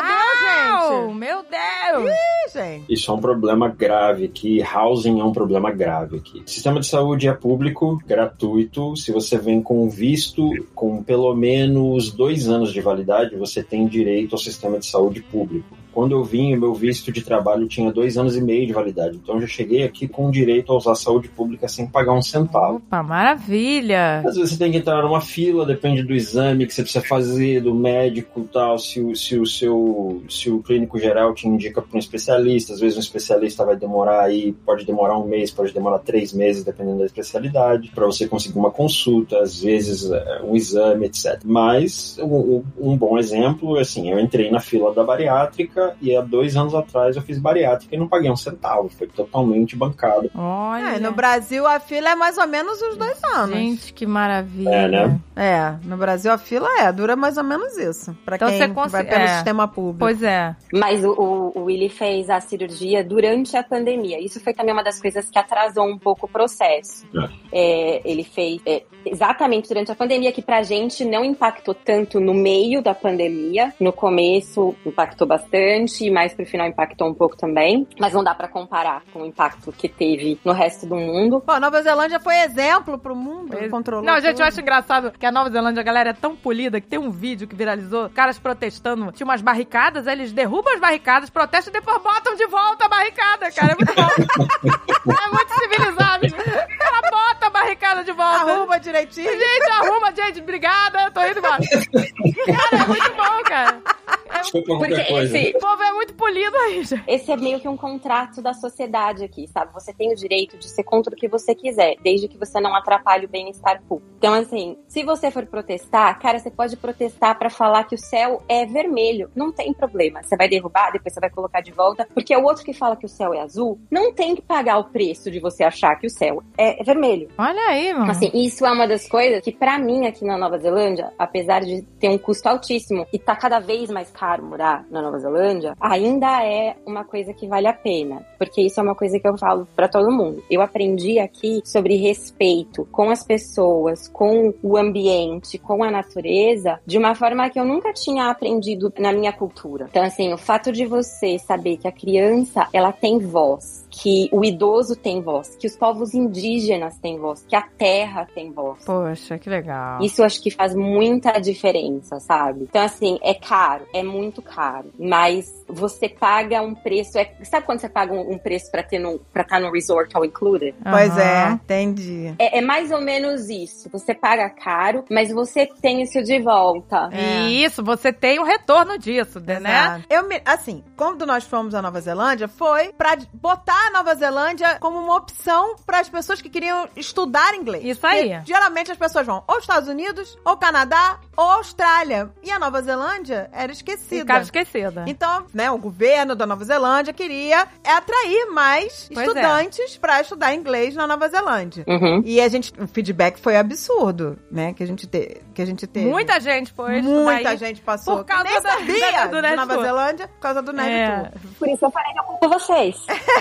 Uau, meu Deus! Ih, gente. Isso é um problema grave aqui. Housing é um problema grave aqui. O sistema de saúde é público, gratuito. Se você vem com visto com pelo menos dois anos de validade, você tem direito ao sistema de saúde público. Quando eu vim, o meu visto de trabalho tinha dois anos e meio de validade. Então, eu já cheguei aqui com direito a usar a saúde pública sem pagar um centavo. Opa, maravilha! Às vezes você tem que entrar numa fila, depende do exame que você precisa fazer, do médico e tal, se o, se o seu se o clínico geral te indica para um especialista. Às vezes um especialista vai demorar aí, pode demorar um mês, pode demorar três meses, dependendo da especialidade, para você conseguir uma consulta, às vezes um exame, etcétera. Mas um, um bom exemplo, assim, eu entrei na fila da bariátrica e há dois anos atrás eu fiz bariátrica e não paguei um centavo, foi totalmente bancado. Olha. É, no Brasil a fila é mais ou menos uns dois anos. Gente, que maravilha. É, né? É, no Brasil a fila é, dura mais ou menos isso. Pra Então quem você cons- vai pelo é. sistema público. Pois é. Mas o, o, o Willy fez a cirurgia durante a pandemia. Isso foi também uma das coisas que atrasou um pouco o processo. É, ele fez é, exatamente durante a pandemia, que pra gente não impactou tanto no meio da pandemia. No começo impactou bastante, e mais pro final impactou um pouco também. Mas não dá pra comparar com o impacto que teve no resto do mundo. Pô, Nova Zelândia foi exemplo pro mundo, Pois- controlou Não, gente, tudo. eu acho engraçado que a Nova Zelândia, a galera é tão polida que tem um vídeo que viralizou, caras protestando, tinha umas barricadas, aí eles derrubam as barricadas, protestam e depois botam de volta a barricada, cara, é muito bom. É muito civilizado. Ela bota a barricada de volta. Arruma direitinho. Gente, arruma, gente, obrigada, tô indo embora. Cara, é muito bom, cara. É, Desculpa Porque qualquer coisa. esse, o povo é muito polido aí, gente. esse é meio que um contrato da sociedade aqui, sabe? Você tem o direito de ser contra o que você quiser, desde que você não atrapalhe o bem-estar público. Então, assim, se você for protestar, cara, você pode protestar pra falar que o céu é vermelho. Não tem problema. Você vai derrubar, depois você vai colocar de volta. Porque o outro que fala que o céu é azul, não tem que pagar o preço de você achar que o céu é vermelho. Olha aí, mano. Assim, isso é uma das coisas que, pra mim, aqui na Nova Zelândia, apesar de ter um custo altíssimo e tá cada vez mais caro morar na Nova Zelândia, ainda é uma coisa que vale a pena. Porque isso é uma coisa que eu falo pra todo mundo. Eu aprendi aqui sobre respeito com as pessoas, com o ambiente, com a natureza, de uma forma que eu nunca tinha aprendido na minha cultura. Então, assim, o fato de você saber que a criança, ela tem voz, que o idoso tem voz, que os povos indígenas têm voz, que a terra tem voz. Poxa, que legal. Isso eu acho que faz muita diferença, sabe? Então, assim, é caro, é muito caro, mas você paga um preço, é, sabe quando você paga um, um preço pra ter no, pra estar no resort all included? Pois é, Aham. entendi. É, é mais ou menos isso. Você paga caro, mas você tem isso de volta. É. Isso, você tem um retorno disso, né? Exato. Eu me, assim, quando nós fomos à Nova Zelândia, foi pra botar a Nova Zelândia como uma opção para as pessoas que queriam estudar inglês. Isso aí. Porque, geralmente as pessoas vão ou Estados Unidos, ou Canadá, ou Austrália. E a Nova Zelândia era esquecida. Ficar esquecida. Então, né, o governo da Nova Zelândia queria atrair mais Pois estudantes pra estudar inglês na Nova Zelândia. Uhum. E a gente, o feedback foi absurdo, né, que a gente, te, que a gente teve. Muita gente foi Muita estudar aí. gente passou. por causa Nem da- sabia da- do de Nerd Nova Tour. Zelândia por causa do Nerd É. Tour. Por isso eu falei que eu culpo vocês.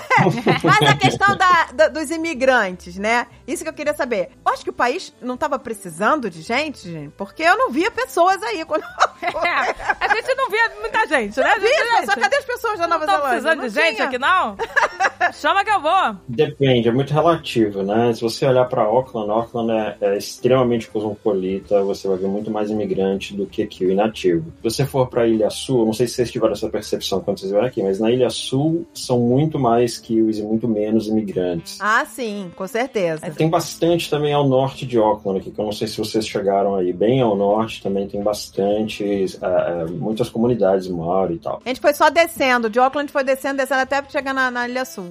Mas a questão da, da- dos imigrantes, né? Isso que eu queria saber. Eu acho que o país não tava precisando de gente, gente, porque eu não via pessoas aí. Quando... É, a gente não via muita gente, né? A gente, Via, gente, só cadê as pessoas da não Nova tá Zelândia? precisando Não de gente tinha. aqui, não? Chama que eu vou. Depende, é muito relativo, né? Se você olhar para Auckland, Auckland é, é extremamente cosmopolita, você vai ver muito mais imigrante do que aqui o inativo. Se você for para Ilha Sul, não sei se vocês tiveram essa percepção quando vocês vieram aqui, mas na Ilha Sul são muito mais kiwis e muito menos imigrantes. Ah, sim, com certeza. Tem bastante também ao norte de Auckland aqui, que eu não sei se vocês chegaram aí. Bem ao norte também tem bastante, uh, uh, muitas comunidades Maori e tal. A gente foi só descendo, de Auckland foi descendo, descendo até chegar na, na Ilha Sul.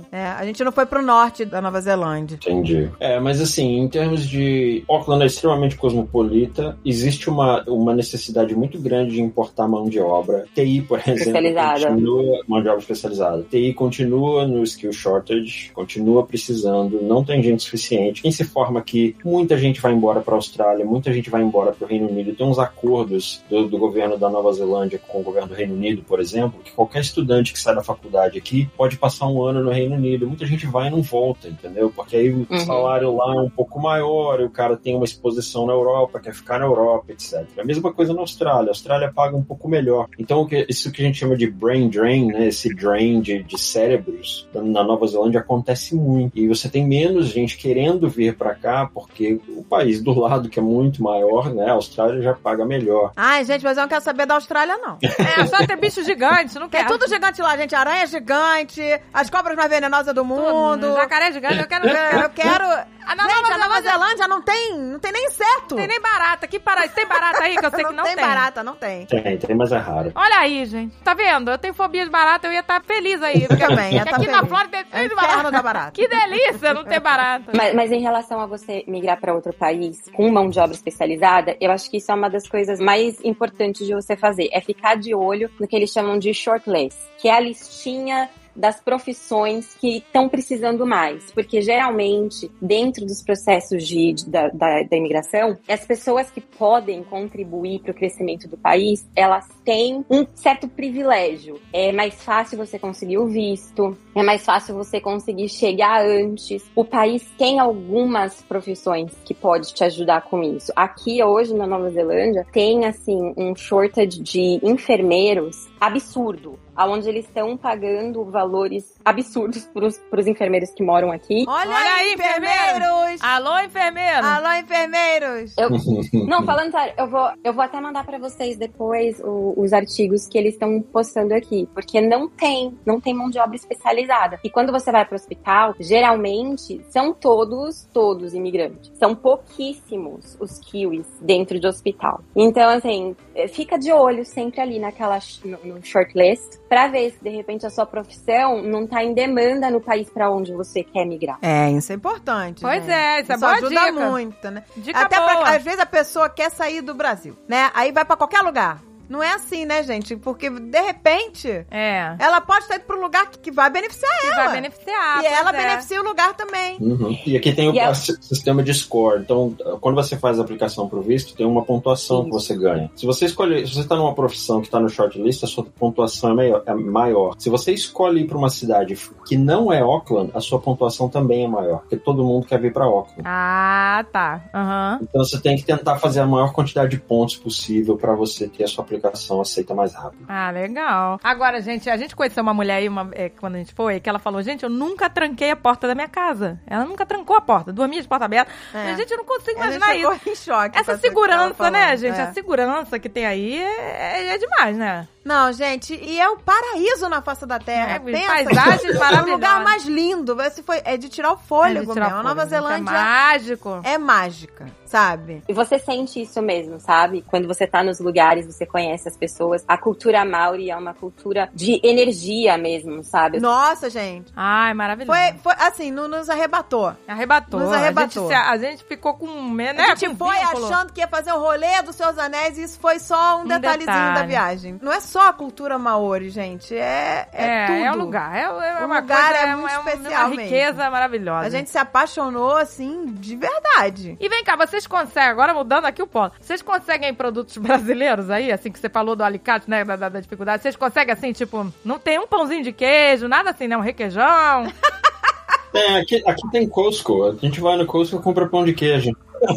Zelândia. É, a gente não foi pro norte da Nova Zelândia. Entendi. É, mas assim, em termos de... Auckland é extremamente cosmopolita. Existe uma, uma necessidade muito grande de importar mão de obra. T I, por exemplo, Especializada. continua... Mão de obra especializada. T I continua no skill shortage, continua precisando, não tem gente suficiente. Quem se forma aqui, muita gente vai embora pra Austrália, muita gente vai embora pro Reino Unido. Tem uns acordos do, do governo da Nova Zelândia com o governo do Reino Unido, por exemplo, que qualquer estudante que sai da faculdade aqui pode passar um ano no Reino Unido. Muita gente vai e não volta, entendeu? Porque aí o uhum. salário lá é um pouco maior, e o cara tem uma exposição na Europa, quer ficar na Europa, etcétera. A mesma coisa na Austrália. A Austrália paga um pouco melhor. Então, isso que a gente chama de brain drain, né? Esse drain de, de cérebros, na Nova Zelândia acontece muito. E você tem menos gente querendo vir pra cá, porque o país do lado, que é muito maior, né? A Austrália já paga melhor. Ai, gente, mas eu não quero saber da Austrália, não. É, só tem bicho gigante, não quer. É tudo gigante lá, gente. Aranha gigante, as cobras mais venenosas do mundo. Tudo. Jacaré gigante, eu quero... Eu quero... Ah, não, gente, não, a Nova Zelândia não tem, não tem nem inseto. Não tem nem barata. Que para... Tem barata aí que eu sei não que não tem. tem. Tem barata, não tem. Tem, tem, mas é raro. Olha aí, gente. Tá vendo? Eu tenho fobia de barata, eu ia estar feliz aí. Porque, também, ia porque tá aqui feliz. na Flórida tem é de barata. Da barata. Que delícia não ter barata. Mas, mas em relação a você migrar para outro país com mão de obra especializada, eu acho que isso é uma das coisas mais importantes de você fazer. É ficar de olho no que eles chamam de shortlist, que é a listinha das profissões que estão precisando mais. Porque, geralmente, dentro dos processos de, de, da, da, da imigração, as pessoas que podem contribuir para o crescimento do país, elas têm um certo privilégio. É mais fácil você conseguir o visto, é mais fácil você conseguir chegar antes. O país tem algumas profissões que pode te ajudar com isso. Aqui, hoje, na Nova Zelândia, tem, assim, um shortage de enfermeiros absurdo, onde eles estão pagando valores absurdos para os enfermeiros que moram aqui. Olha, Olha aí, enfermeiros! Alô, enfermeiro! Alô, enfermeiros! Eu, não, falando sério, eu vou, eu vou até mandar para vocês depois o, os artigos que eles estão postando aqui, porque não tem, não tem mão de obra especializada. E quando você vai para o hospital, geralmente são todos, todos imigrantes. São pouquíssimos os kiwis dentro do hospital. Então, assim, fica de olho sempre ali naquela, no, no shortlist, pra ver se de repente a sua profissão não tá em demanda no país pra onde você quer migrar. É, isso é importante. Pois né? é, isso é isso boa ajuda dica. muito, né? Dica Até boa. Pra, às vezes a pessoa quer sair do Brasil, né? Aí vai pra qualquer lugar. Não é assim, né, gente? Porque, de repente, é. ela pode estar indo para um lugar que, que vai beneficiar que ela. vai beneficiar. E ela é. beneficia o lugar também. Uhum. E aqui tem o yeah. sistema de score. Então, quando você faz a aplicação para o visto, tem uma pontuação Isso. que você ganha. Se você escolher, se você está numa profissão que está no shortlist, a sua pontuação é maior, é maior. Se você escolhe ir para uma cidade que não é Auckland, a sua pontuação também é maior. Porque todo mundo quer vir para Auckland. Ah, tá. Uhum. Então, você tem que tentar fazer a maior quantidade de pontos possível para você ter a sua aplicação aceita mais rápido. Ah, legal. Agora, gente, a gente conheceu uma mulher aí, uma, é, quando a gente foi, que ela falou, gente, eu nunca tranquei a porta da minha casa. Ela nunca trancou a porta, dormia de porta aberta. É. Mas, gente, eu não consigo imaginar isso. Em choque. Essa segurança, né, gente? É. A segurança que tem aí é, é demais, né? Não, gente, e é o paraíso na face da Terra. É, Pensa, paisagens maravilhosas. É o lugar mais lindo. Esse foi, é de tirar o fôlego, é tirar mesmo. A Nova Zelândia é mágico. É mágica, sabe? E você sente isso mesmo, sabe? Quando você tá nos lugares, você conhece as pessoas. A cultura Maori é uma cultura de energia mesmo, sabe? Nossa, gente. Ai, maravilhoso. Foi, foi assim, não nos arrebatou. Arrebatou. Nos arrebatou. A gente, a gente ficou com medo, né? A gente foi vínculo. achando que ia fazer o rolê dos Seus Anéis e isso foi só um, um detalhezinho detalhe. da viagem. Não é só a cultura Maori, gente. É, é, é tudo. É o lugar. É, é o uma lugar coisa, é muito é uma, especial uma riqueza mesmo. maravilhosa. A gente se apaixonou, assim, de verdade. E vem cá, vocês conseguem, agora mudando aqui o polo, vocês conseguem produtos brasileiros aí, assim, que você falou do alicate, né, da, da dificuldade, vocês conseguem, assim, tipo, não tem um pãozinho de queijo, nada assim, né, um requeijão? É, aqui, aqui tem Costco. A gente vai no Costco e compra pão de queijo.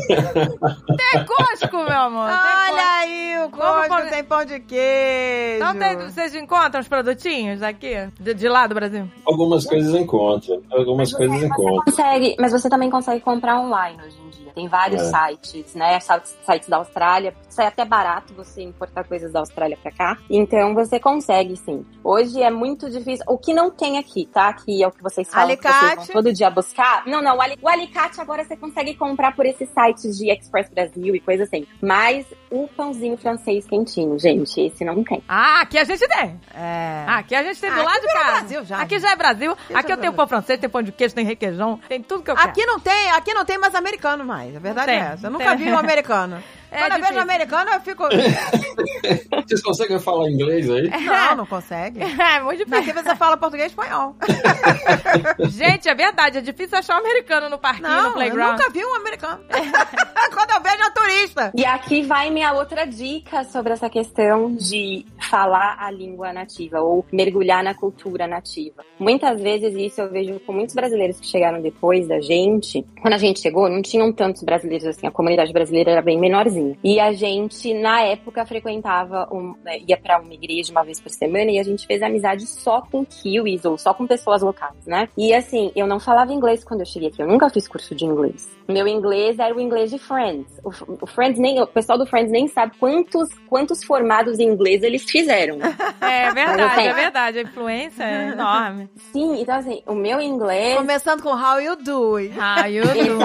Tem Costco, meu amor. Olha aí, o Costco pão... tem pão de queijo. Então tem, vocês encontram os produtinhos aqui, de, de lá do Brasil? Algumas coisas encontram. Algumas mas coisas encontram. Consegue, mas você também consegue comprar online hoje em dia. Tem vários É. sites, né? Sites da Austrália. Sai até barato você importar coisas da Austrália pra cá. Então você consegue, sim. Hoje é muito difícil. O que não tem aqui, tá? Que é o que vocês falam. Alicate. Que vocês vão todo dia buscar. Não, não. O, ali- o alicate agora você consegue comprar por esses sites de Express Brasil e coisa assim. Mas o pãozinho francês quentinho, gente, esse não tem. Ah, aqui a gente tem. É. Ah, aqui a gente tem do Ah, lado aqui de já é casa. Brasil já, aqui gente. já é Brasil. já Aqui é eu tenho Brasil. pão francês, tem pão de queijo, tem requeijão, tem tudo que eu quero. Aqui não tem, aqui não tem mais americano mais. A verdade Tem. é essa. Eu nunca Tem. vi um americano. É Quando eu vejo difícil. um americano, eu fico. Vocês conseguem falar inglês aí? Não, não consegue. É muito difícil. Aqui você fala português e espanhol. Gente, é verdade, é difícil achar um americano no parquinho, no Não, eu playground. nunca vi um americano. Quando eu vejo é um turista. E aqui vai minha outra dica sobre essa questão de falar a língua nativa ou mergulhar na cultura nativa. Muitas vezes isso eu vejo com muitos brasileiros que chegaram depois da gente. Quando a gente chegou, não tinham tantos brasileiros assim, a comunidade brasileira era bem menorzinha. E a gente, na época, frequentava, um, ia pra uma igreja uma vez por semana e a gente fez amizade só com kiwis ou só com pessoas locais, né? E assim, eu não falava inglês quando eu cheguei aqui, eu nunca fiz curso de inglês. Meu inglês era o inglês de Friends. O, o Friends nem, o pessoal do Friends nem sabe quantos, quantos formados em inglês eles fizeram. É Mas eu verdade, tenho- é verdade. A influência é enorme. Sim, então assim, o meu inglês... Começando com how you do it. Ah, you do.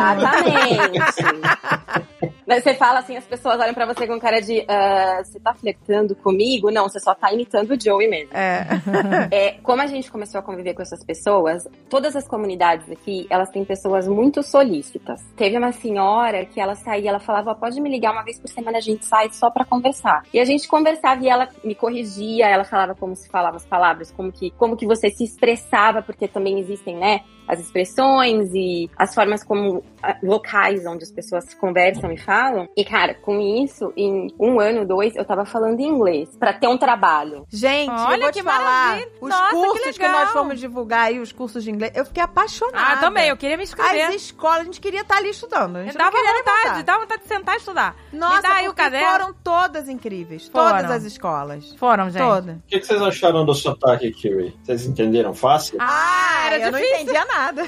Exatamente. Você fala assim, as pessoas olham pra você com cara de ah, você tá flertando comigo? Não, você só tá imitando o Joey mesmo. É. É, como a gente começou a conviver com essas pessoas, todas as comunidades aqui, elas têm pessoas muito solícitas. Teve uma senhora que ela saía, ela falava, pode me ligar uma vez por semana, a gente sai só pra conversar. E a gente conversava e ela me corrigia, ela falava como se falava as palavras, como que, como que você se expressava, porque também existem, né, as expressões e as formas como ah, locais onde as pessoas conversam e falam. E, cara, com isso, em um ano, dois, eu tava falando inglês pra ter um trabalho. Gente, Olha eu vou que te falar, maravilha. os Nossa, que cursos que, legal. nós fomos divulgar aí, os cursos de inglês, eu fiquei apaixonada. Ah, também, eu queria me inscrever. As escolas, a gente queria estar ali estudando. A gente Dava não queria vontade, levantar. dava vontade de sentar e estudar. Nossa, me dá aí o porque caderno. foram todas incríveis. Foram. Todas as escolas. Foram, gente. Todas. O que que vocês acharam do sotaque, Kiwi? Vocês entenderam fácil? Ah, era eu não difícil. entendia nada.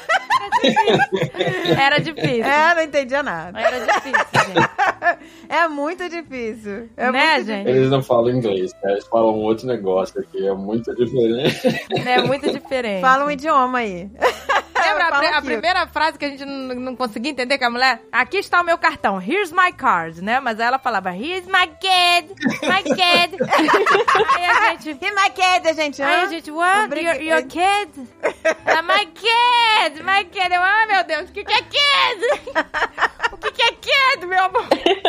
Era difícil. É, não entendia nada. Era difícil, gente. É muito difícil. É Né, muito gente? Eles não falam inglês, né? Eles falam um outro negócio aqui, é muito diferente. É muito diferente. Fala um idioma aí. Lembra a, Fala pri- a aqui. primeira frase que a gente não, não conseguia entender com a mulher? Aqui está o meu cartão. Here's my card, né? Mas aí ela falava, here's my kid, my kid. Aí a gente... E my kid, gente? Aí hã? a gente, what? Obriga- Your, your kid? Ela, my kid, my kid. Eu, ah, meu Deus, o que que é kid? O que que é kid, meu amor?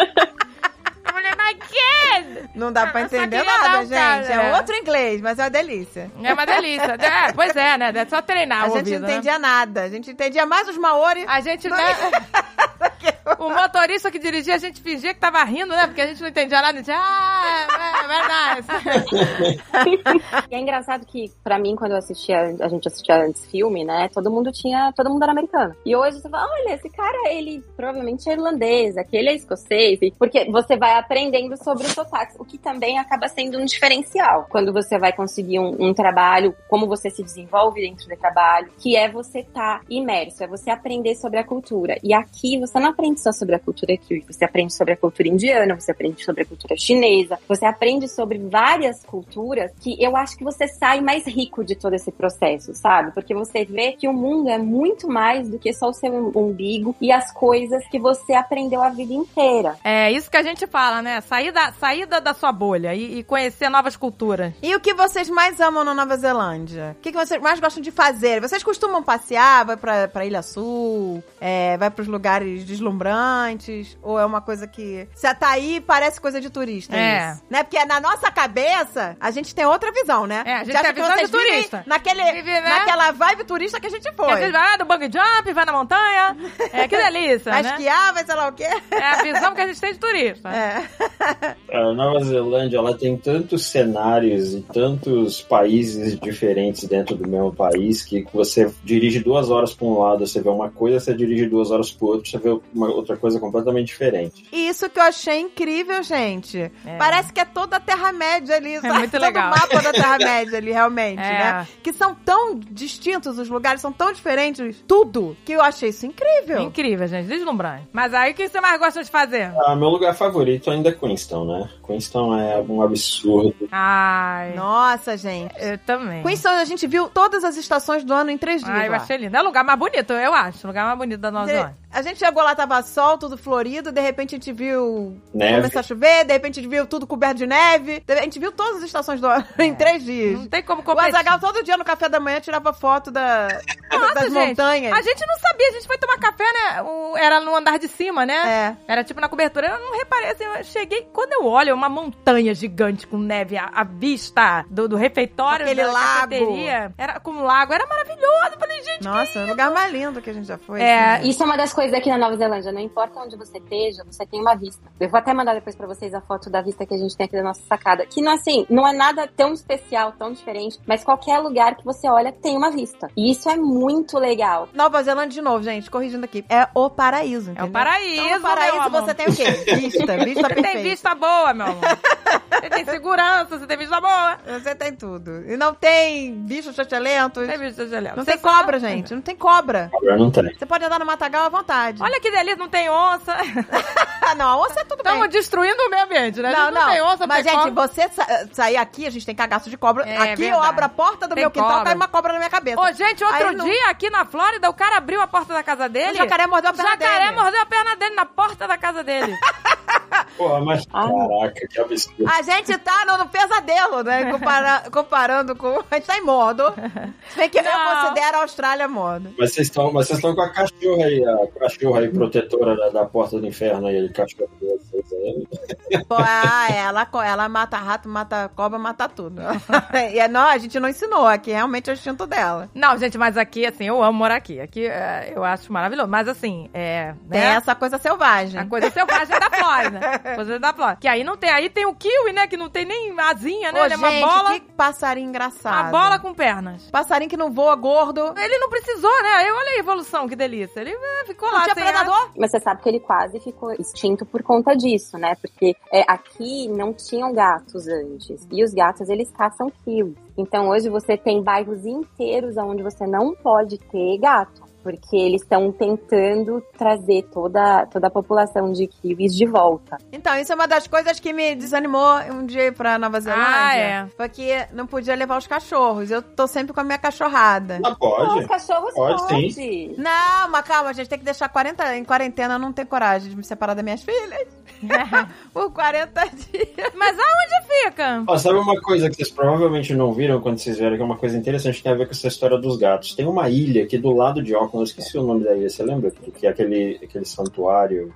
A mulher, my kid. Não dá pra Eu só entender queria dar nada, um gente. cara, É é. outro inglês, mas é uma delícia. É uma delícia. É, pois é, né? É só treinar A o gente ouvido, não né? entendia nada. A gente entendia mais os maori. A gente, do né? que- O motorista que dirigia, a gente fingia que tava rindo, né? Porque a gente não entendia nada. A gente, ah, é, é verdade. E é engraçado que, pra mim, quando eu assistia, a gente assistia antes filme, né? Todo mundo tinha, todo mundo era americano. E hoje você fala, olha, esse cara, ele provavelmente é irlandês, aquele é escocês. E- Porque você vai aprendendo sobre os sotaques, o que também acaba sendo um diferencial. Quando você vai conseguir um, um trabalho, como você se desenvolve dentro do trabalho, que é você estar imerso, é você aprender sobre a cultura. E aqui você não aprende só sobre a cultura kiwi, você aprende sobre a cultura indiana, você aprende sobre a cultura chinesa, você aprende sobre várias culturas que eu acho que você sai mais rico de todo esse processo, sabe? Porque você vê que o mundo é muito mais do que só o seu umbigo e as coisas que você aprendeu a vida inteira. É isso que a gente fala, né? Sair da, sair da, da sua bolha e, e conhecer novas culturas. E o que vocês mais amam na Nova Zelândia? O que, que vocês mais gostam de fazer? Vocês costumam passear? Vai pra, pra Ilha Sul? É, vai pros lugares deslumbrantes? Ou é uma coisa que... Você tá aí parece coisa de turista, É. isso? Né? Porque na nossa cabeça, a gente tem outra visão, né? É, a gente acha tem a visão que de vocês vivem turista. Naquele, Vive, né? Naquela vibe turista que a gente Que foi. a gente vai no bungee jump, vai na montanha. É, que delícia, Vai né? esquiar, vai sei lá o quê. É a visão que a gente tem de turista. É. A Nova Zelândia, ela tem tantos cenários e tantos países diferentes dentro do mesmo país que você dirige duas horas para um lado, você vê uma coisa, você dirige duas horas para o outro, você vê uma outra coisa completamente diferente. E isso que eu achei incrível, gente. É. Parece que é toda a Terra-média ali, sabe? muito legal. Todo o mapa da Terra-média ali, realmente, É. né? Que são tão distintos, os lugares são tão diferentes, tudo, que eu achei isso incrível. Incrível, gente. Deslumbrante. Mas aí, o que você mais gosta de fazer? Ah, meu lugar favorito ainda é Queenstown, né? Queenstown é um absurdo. Ai, Nossa, gente. eu também. Queenstown, a gente viu todas as estações do ano em três dias Ai, eu lá. achei lindo. É o lugar mais bonito, eu acho. O lugar mais bonito da Nova De- Zelândia. A gente chegou lá, tava sol, tudo florido, de repente a gente viu Neve. começar a chover, de repente a gente viu tudo coberto de neve, de- a gente viu todas as estações do ano em três dias. Não tem como O competir. Azaghal todo dia no café da manhã tirava foto da, Nossa, das gente, montanhas. A gente não sabia, a gente foi tomar café, né? O- era no andar de cima, né? É. Era tipo na cobertura. Eu não reparei, assim, eu cheguei. Quando eu olho, é uma montanha gigante com neve à, à vista do, do refeitório, Aquele da lago. cafeteria. Era como um lago, era maravilhoso. Eu falei, gente, Nossa, é o lugar mais lindo que a gente já foi. É, assim. Isso é uma das coisas aqui na Nova Zelândia. Não importa onde você esteja, você tem uma vista. Eu vou até mandar depois pra vocês a foto da vista que a gente tem aqui da nossa sacada. Que, não, assim, não é nada tão especial, tão diferente, mas qualquer lugar que você olha tem uma vista. E isso é muito legal. Nova Zelândia, de novo, gente, corrigindo aqui. É o paraíso, é entendeu? o paraíso, Então, no paraíso meu amor. você tem o quê? Vista, vista Você perfeita. tem vista boa, meu amor. Você tem segurança, você tem vista boa. Você tem tudo. E não tem bichos chachelentos. Tem vista excelente. Não Você tem só- cobra, gente. Não tem cobra. Agora não tem. Você pode andar no matagal à vontade. Olha que delícia, não tem onça. Ah, não, a onça é tudo bem. Estamos destruindo o meio ambiente, né? Não, não, não. tem onça, Mas, tem gente, cobra. você sa sair aqui, a gente tem cagaço de cobra. É, aqui eu verdade. abro a porta do Tem meu quintal, cobra. cai uma cobra na minha cabeça. Ô, gente, outro Aí não- dia aqui na Flórida, o cara abriu a porta da casa dele. O jacaré mordeu a O perna jacaré dele. mordeu a perna dele na porta da casa dele. Porra, mas Ah. caraca, que absurdo. A gente tá no, no pesadelo, né? Compara- comparando com... A gente tá em modo. Se bem que eu Não. considero a Austrália modo. Mas vocês estão, mas vocês estão com a cachorra aí, a cachorra aí protetora da, da porta do inferno aí, cachorro de vocês aí. Pô, ah, ela, co- ela mata rato, mata cobra, mata tudo. E é, não, a gente não ensinou. Aqui realmente é o instinto dela. Não, gente, mas aqui, assim, eu amo morar aqui. Aqui é, eu acho maravilhoso. Mas, assim, é... Tem né? essa coisa selvagem. A coisa selvagem da Flórida. Coisa da Flórida. Que aí não tem. Aí tem o kiwi, né? Que não tem nem asinha, né? Ô, Ele é uma gente, bola. que passarinho engraçado. Uma bola com pernas. Passarinho que não voa gordo. Ele não precisou, né? Aí, olha a evolução, que delícia. Ele é, ficou Não lá tinha sem predador? Mas você sabe que ele quase ficou extinto por conta disso, né? Porque é, aqui não tinham gatos antes. E os gatos, eles caçam kiwis. Então hoje você tem bairros inteiros onde você não pode ter gato. Porque eles estão tentando trazer toda, toda a população de kiwis de volta. Então, isso é uma das coisas que me desanimou um dia ir pra Nova Zelândia. Ah, é. Porque não podia levar os cachorros. Eu tô sempre com a minha cachorrada. Ah, Não, pode. os cachorros Pode, pode. sim. Não, mas calma, a gente tem que deixar quarenta, em quarentena. Eu não tenho coragem de me separar das minhas filhas. Por quarenta dias. Mas aonde fica? Ó, sabe uma coisa que vocês provavelmente não viram quando vocês vieram, que é uma coisa interessante, que tem a ver com essa história dos gatos. Tem uma ilha aqui do lado de Auckland, eu esqueci o nome da ilha, você lembra? Que é aquele, aquele santuário...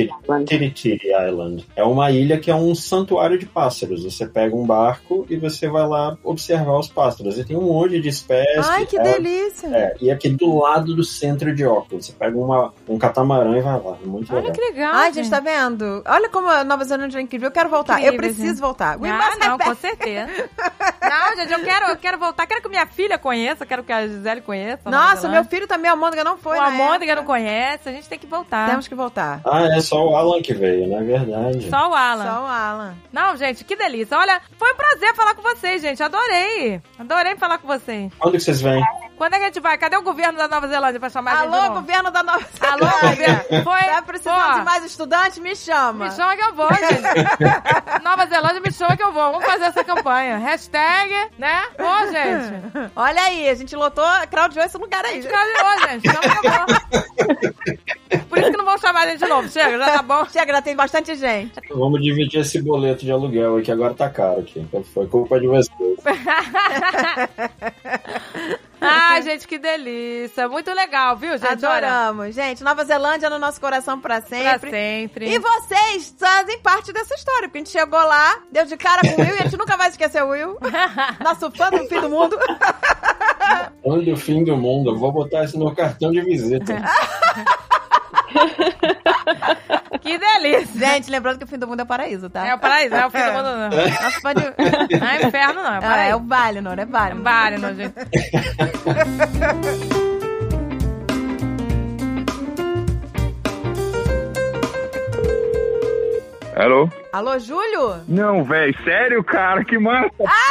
Tiritiri Island. É uma ilha que é um santuário de pássaros. Você pega um barco e você vai lá observar os pássaros. E tem um monte de espécies. Ai, que é, delícia. É, e aqui do lado do centro de Auckland. Você pega uma, um catamarã e vai lá. É muito Olha legal. que legal. Ai, gente, tá vendo? Olha como a Nova Zelândia é incrível. Eu quero voltar. Incrível, eu preciso gente. voltar. We Ah, must não, have com back. certeza. Não, gente, eu quero, eu quero voltar. Quero que minha filha conheça, quero que a Gisele conheça. a Nova Nossa, Zelândia. meu filho também, a Mônica, não foi, O né? Amônica não conhece, a gente tem que voltar. Temos que voltar. Ah, é só o Alan que veio, não é verdade? Só o Alan. Só o Alan. Não, gente, que delícia. Olha, foi um prazer falar com vocês, gente. Adorei. Adorei falar com vocês. Quando que vocês vêm? Quando é que a gente vai? Cadê o governo da Nova Zelândia pra chamar a gente de Alô, novo? governo da Nova Alô, Zelândia. governo. Foi. Tá precisando Pô, de mais estudantes? Me chama. Me chama que eu vou, gente. Nova Zelândia, me chama que eu vou. Vamos fazer essa campanha. Hashtag, né? Pô, gente. Olha aí, a gente lotou, crowdfunding esse lugar aí. Cadê, gente? Chama que eu vou. Por isso que não vão chamar a gente de novo. Chega, já tá bom. Chega, já tem bastante gente. Vamos dividir esse boleto de aluguel aqui, agora tá caro aqui. Foi culpa de vocês. Ai, gente, que delícia. Muito legal, viu, gente? Olha, Adoramos. Gente, Nova Zelândia no nosso coração pra sempre. pra sempre. E vocês fazem parte dessa história, porque a gente chegou lá, deu de cara com o Will e a gente nunca vai esquecer o Will. Nosso fã do fim do mundo. Quando o fim do mundo, eu vou botar isso no cartão de visita. Que delícia. Gente, lembrando que o fim do mundo é o paraíso, tá? É o paraíso, não é o fim do mundo, não. Nosso fã de... Não é inferno, não. É o Ah, é paraíso. o Valinor, é Valinor. Vale, não, gente. Alô? Alô, Júlio? Não, velho, sério, cara, que massa.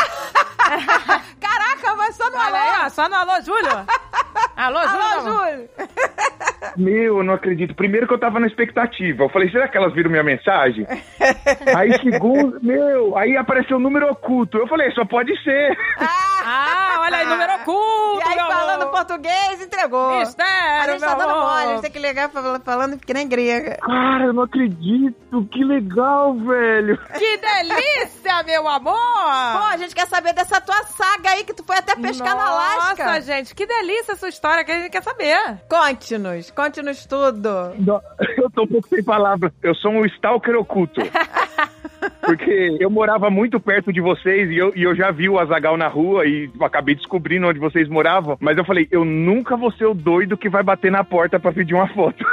Caraca, mas só no Olha aí, alô. ó, só no alô, Júlio. Alô, Júlio. Alô, Júlio. Meu, eu não acredito. Primeiro que eu tava na expectativa. Eu falei, será que elas viram minha mensagem? Aí, segundo, meu, aí apareceu o número oculto. Eu falei, só pode ser. Ah, olha aí, número oculto, E aí, meu falando amor. português, entregou. Mistério, A gente tá meu dando amor. mole, a gente tem que ligar fal- falando que nem grega. Cara, eu não acredito. Que legal, velho. Que delícia, meu amor. Pô, a gente quer saber dessa tua saga aí que tu foi até pescar no Alasca. Nossa, gente, que delícia a sua história que a gente quer saber. Conte-nos, conte-nos tudo. Não, eu tô um pouco sem palavras. Eu sou um stalker oculto. Porque eu morava muito perto de vocês e eu, e eu já vi o Azaghal na rua e acabei descobrindo onde vocês moravam. Mas eu falei, eu nunca vou ser o doido que vai bater na porta pra pedir uma foto.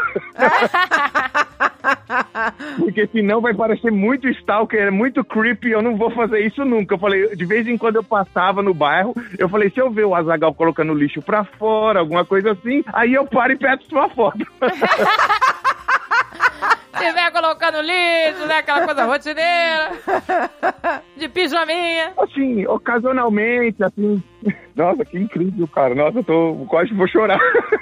Porque senão vai parecer muito stalker, muito creepy, eu não vou fazer isso nunca. Eu falei, de vez em quando eu passava no bairro, eu falei, se eu ver o Azaghal colocando lixo pra fora, alguma coisa assim, aí eu paro e peço sua foto. Se vier colocando lixo, né? Aquela coisa rotineira. De pijaminha. Assim, ocasionalmente, assim... Nossa, que incrível, cara. Nossa, eu tô quase vou chorar.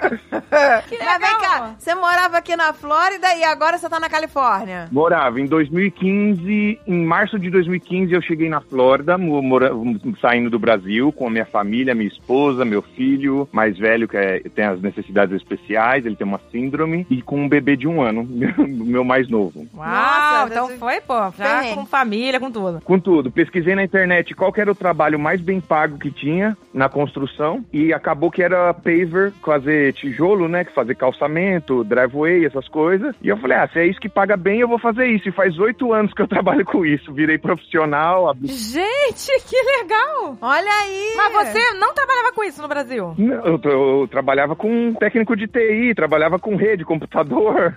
Que legal. Mas vem cá, você morava aqui na Flórida e agora você tá na Califórnia. Morava em dois mil e quinze, em março de dois mil e quinze eu cheguei na Flórida, mora, saindo do Brasil com a minha família, minha esposa, meu filho mais velho que é, tem as necessidades especiais, ele tem uma síndrome, e com um bebê de um ano, meu, meu mais novo. Uau, Nossa, então desse- foi, pô, já Bem. com família, com tudo. Com tudo, pesquisei na internet qual que era o trabalho mais bem pago que tinha na construção e acabou que era paver, fazer tijolo, né, fazer calçamento, driveway, essas coisas. E eu falei, ah, se é isso que paga bem, eu vou fazer isso. E faz oito anos que eu trabalho com isso. Virei profissional. Abri... Gente, que legal. Olha aí. Mas você não trabalhava com isso no Brasil? Não, Eu, eu trabalhava com técnico de T I, trabalhava com rede, computador,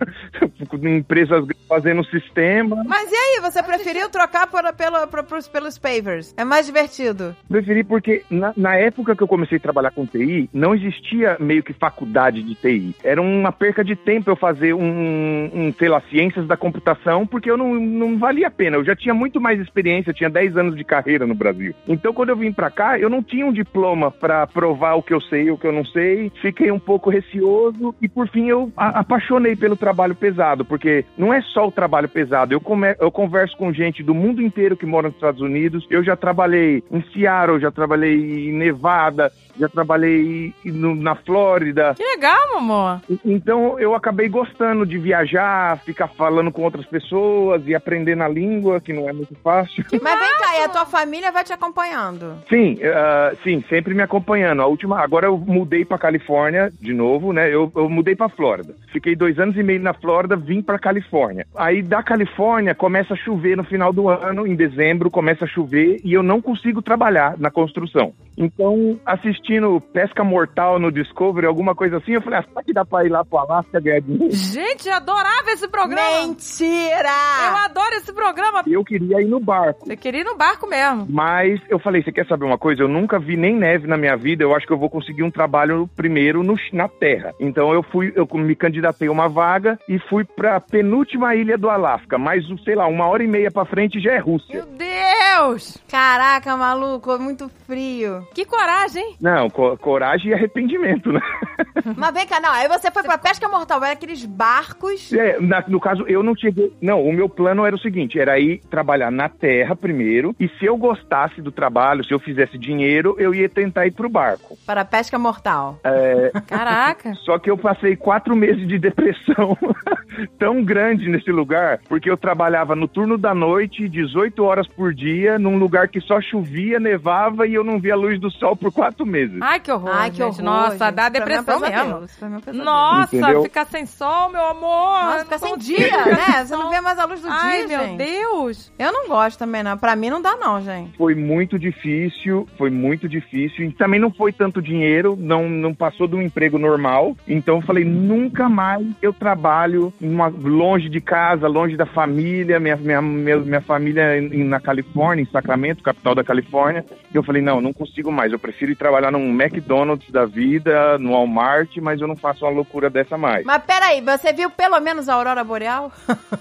em empresas fazendo sistema. Mas e aí, você preferiu trocar por, pelo, por, por- pelos pavers? É mais divertido. Preferi porque na, na época que eu comecei a trabalhar com T I, não existia meio que faculdade de T I. Era uma perca de tempo eu fazer um, um sei lá, ciências da computação, porque eu não, não valia a pena. Eu já tinha muito mais experiência, eu tinha dez anos de carreira no Brasil. Então, quando eu vim pra cá, eu não tinha um diploma pra provar o que eu sei e o que eu não sei. Fiquei um pouco receoso e, por fim, eu a, apaixonei pelo trabalho pesado, porque não é só o trabalho pesado. Eu, come, eu converso com gente do mundo inteiro que mora nos Estados Unidos. Eu já trabalhei em Seattle, já trabalhei em Nevada, já trabalhei no, na Flórida. Que legal, meu amor. Então eu acabei gostando de viajar, ficar falando com outras pessoas e aprendendo a língua, que não é muito fácil. Mas vem cá, e a tua família vai te acompanhando? Sim, uh, sim, sempre me acompanhando. A última, agora eu mudei pra Califórnia de novo, né? Eu, eu mudei pra Flórida. Fiquei dois anos e meio na Flórida, vim pra Califórnia. Aí da Califórnia começa a chover no final do ano, em dezembro começa a chover e eu não consigo trabalhar na construção. Então, assistindo Pesca Mortal no Discovery, alguma coisa assim, eu falei, ah, será que dá pra ir lá pro Alasca ganhar dinheiro? Gente, eu adorava esse programa. Mentira! Eu adoro esse programa. Eu queria ir no barco. Você queria ir no barco mesmo. Mas eu falei, você quer saber uma coisa? Eu nunca vi nem neve na minha vida, eu acho que eu vou conseguir um trabalho primeiro no, na terra. Então eu fui, eu me candidatei a uma vaga e fui pra penúltima ilha do Alasca, mas, sei lá, uma hora e meia pra frente já é Rússia. Meu Deus! Caraca, maluco, é muito frio. Que coragem, hein? Não, co- coragem e arrependimento, né? Mas vem cá, não, aí você foi pra pesca mortal, era aqueles barcos... É, na- no caso, eu não cheguei... Não, o meu plano era o seguinte, era ir trabalhar na terra primeiro, e se eu gostasse do trabalho, se eu fizesse dinheiro, eu ia tentar ir pro barco. Para pesca mortal. É, Caraca. só que eu passei quatro meses de depressão tão grande nesse lugar, porque eu trabalhava no turno da noite, dezoito horas por dia, num lugar que só chovia, nevava, e eu não via a luz do sol por quatro meses. Ai, que horror, Ai, que gente. horror, Nossa, gente. dá Isso pra mim é um depressão pesadelo, mesmo. isso pra mim é um pesadelo. Nossa, Entendeu? ficar sem sol, meu amor. Nossa, Eu fica não sem consigo dia, ficar né? sem Você não sol. vê mais a luz do Ai, dia, meu gente. Deus. Eu não gosto também, não. Pra mim não dá, não, gente. Foi muito difícil, foi muito difícil. E também não foi tanto dinheiro, não, não passou de um emprego normal. Então eu falei, nunca mais eu trabalho uma, longe de casa, longe da família, minha, minha, minha, minha família em, na Califórnia, em Sacramento, capital da Califórnia. E eu falei, não, não consigo mais. Eu prefiro ir trabalhar num McDonald's da vida, no Walmart, mas eu não faço uma loucura dessa mais. Mas peraí, você viu pelo menos a aurora boreal?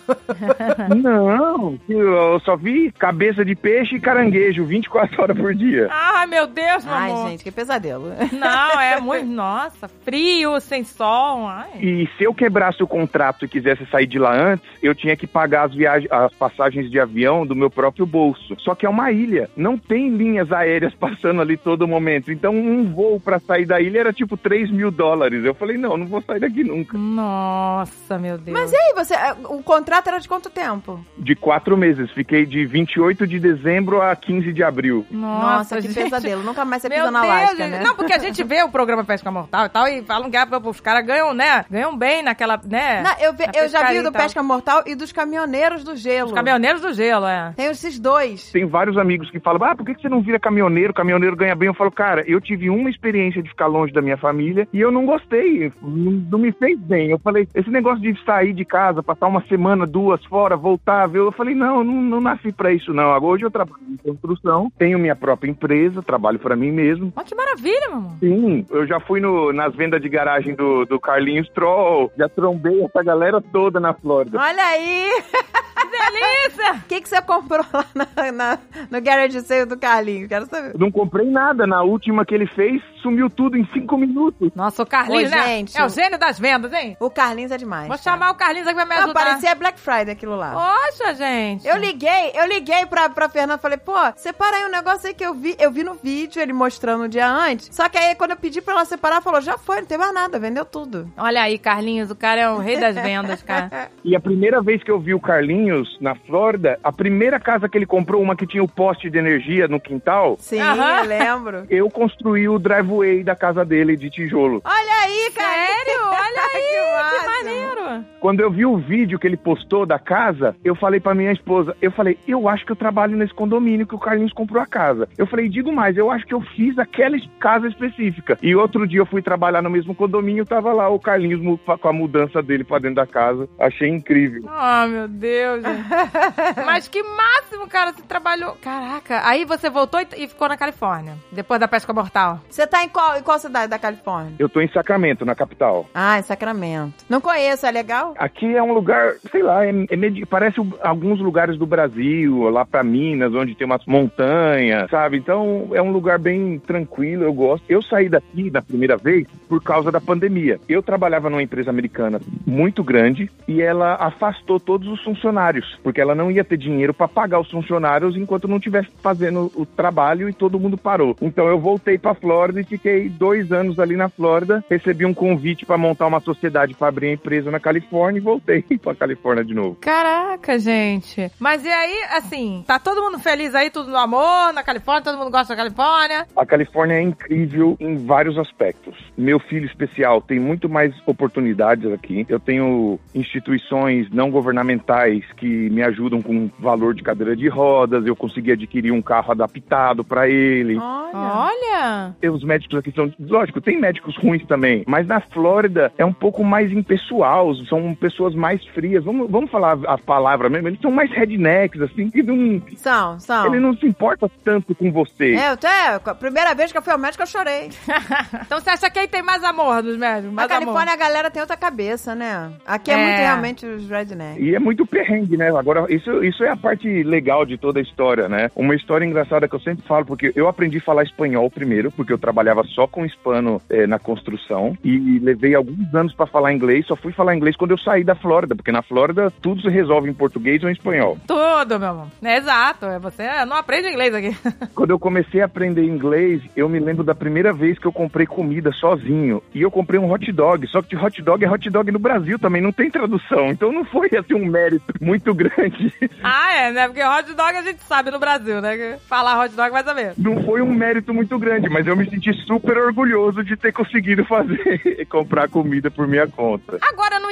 Não, eu só vi cabeça de peixe e caranguejo vinte e quatro horas por dia. Ai, meu Deus, meu Ai, amor. gente, que pesadelo. Não, é muito... Nossa, frio, sem sol. Ai. E se eu quebrasse o contrato e quisesse sair de lá antes, eu tinha que pagar as viagens, as passagens de avião do meu próprio bolso. Só que é uma ilha, não tem linhas aéreas passando ali todo momento. Então um voo pra sair da ilha era tipo três mil dólares. Eu falei, não, não vou sair daqui nunca. Nossa, meu Deus. Mas e aí, você, o contrato era de quanto tempo? De quatro meses. Fiquei de vinte e oito de dezembro a quinze de abril. Nossa, Nossa, que gente. pesadelo. Nunca mais você Meu pisa na Deus, Alasca, gente. né? Não, porque a gente vê o programa Pesca Mortal e tal, e falam que os caras ganham, né? Ganham bem naquela, né? Não, eu, ve- na eu já vi pescaria o do e tal. Pesca Mortal e dos caminhoneiros do gelo. Os caminhoneiros do gelo, é. Tem esses dois. Tem vários amigos que falam, ah, por que que você não vira caminhoneiro? Caminhoneiro ganha bem. Eu falo, cara, eu tive uma experiência de ficar longe da minha família e eu não gostei, não, não me fez bem. Eu falei, esse negócio de sair de casa, passar uma semana, duas fora, voltar, ver, eu falei, não, não, não nasci pra isso não. Agora hoje eu trabalho em construção, tenho minha própria empresa, trabalho pra mim mesmo. Ó, que maravilha, meu amor. Sim, eu já fui no, nas vendas de garagem do, do Carlinhos Troll, já trombei essa galera toda na Flórida. Olha aí! Que delícia! O que, que você comprou lá na, na- no garage sale do Carlinhos? Quero saber. Eu não comprei nada, na última que ele fez, sumiu tudo em cinco minutos. Nossa, o Carlinhos, Ô, né? gente, É o gênio das vendas, hein? O Carlinhos é demais. Vou cara. chamar o Carlinhos aqui pra me Não, ajudar. parecia Black Friday aquilo lá. Poxa, gente. Eu liguei, eu liguei pra, pra Fernanda e falei, pô, separa aí um negócio aí que eu vi. Eu vi no vídeo ele mostrando o dia antes. Só que aí quando eu pedi pra ela separar, ela falou, já foi, não tem mais nada, vendeu tudo. Olha aí, Carlinhos, o cara é o rei das vendas, cara. E a primeira vez que eu vi o Carlinhos na Flórida, a primeira casa que ele comprou, uma que tinha o poste de energia no quintal, Sim, Aham. eu lembro. eu construí o driveway da casa dele de tijolo. Olha aí, cara. Sério? Olha aí, que, máximo. maneiro. Quando eu vi o vídeo que ele postou da casa, eu falei pra minha esposa, eu falei, eu acho que eu trabalho nesse condomínio que o Carlinhos comprou a casa. Eu falei, digo mais, eu acho que eu fiz aquela casa específica. E outro dia eu fui trabalhar no mesmo condomínio, tava lá o Carlinhos mu- com a mudança dele pra dentro da casa. Achei incrível. Oh, meu Deus, gente. Mas que máximo, cara, você trabalhou. Caraca, aí você voltou e, e ficou na Califórnia, depois da pesca mortal. Você tá em qual, em qual cidade da Califórnia? Eu tô em Sacramento, na capital. Ah, em Sacramento. Não conheço, é legal? Aqui é um lugar, sei lá, é, é medi- parece o- alguns lugares do Brasil, lá pra Minas, onde tem umas montanhas, sabe? Então é um lugar bem tranquilo, eu gosto. Eu saí daqui na primeira vez por causa da pandemia. Eu trabalhava numa empresa americana muito grande e ela afastou todos os funcionários, porque ela não ia ter dinheiro pra pagar os funcionários enquanto não estivesse fazendo o trabalho e todo mundo parou. Então eu voltei pra Flórida e fiquei dois anos ali na Flórida, recebi um convite pra montar uma sociedade pra abrir a empresa na Califórnia e voltei pra Califórnia de novo. Caraca, gente. Mas e aí, assim, tá todo mundo feliz aí, tudo no amor, na Califórnia, todo mundo gosta da Califórnia? A Califórnia é incrível em vários aspectos. Meu filho especial tem muito mais oportunidades aqui. Eu tenho instituições não governamentais que me ajudam com valor de cadeira de rodas. Eu consegui adquirir um carro adaptado para ele. Olha. Olha. E os médicos aqui são... Lógico, tem médicos ruins também. Mas na Flórida é um pouco mais impessoal. São pessoas mais frias. Vamos, vamos falar a palavra mesmo. Eles são mais rednecks, assim, que não... São, são. Ele não se importa tanto com você. É, eu até, a primeira vez que eu fui ao médico, eu chorei. Então você acha que aí tem mais amor dos médicos? Na Mais Califórnia, amor. a galera tem outra cabeça, né? Aqui é, É. muito realmente os rednecks. E é muito perrengue, né? Agora, isso, isso é a parte legal de toda a história, né? Uma história engraçada que eu sempre falo, porque eu aprendi a falar espanhol primeiro, porque eu trabalhava só com hispano eh, na construção, e levei alguns anos pra falar inglês, só fui falar inglês quando eu saí da Flórida, porque na Flórida tudo se resolve em português ou em espanhol. Tudo, meu amor. É exato. É, você não aprende inglês aqui. Quando eu comecei a aprender inglês, eu me lembro da primeira vez que eu comprei comida sozinho, e eu comprei um hot dog, só que hot dog é hot dog no Brasil também, não tem tradução, então não foi assim um mérito muito grande. Ah, é, né? Porque hot dog a gente sabe no Brasil, né? Que falar hot dog vai saber. Não foi um mérito muito grande, mas eu me senti super orgulhoso de ter conseguido fazer, comprar comida por minha conta. Agora, eu não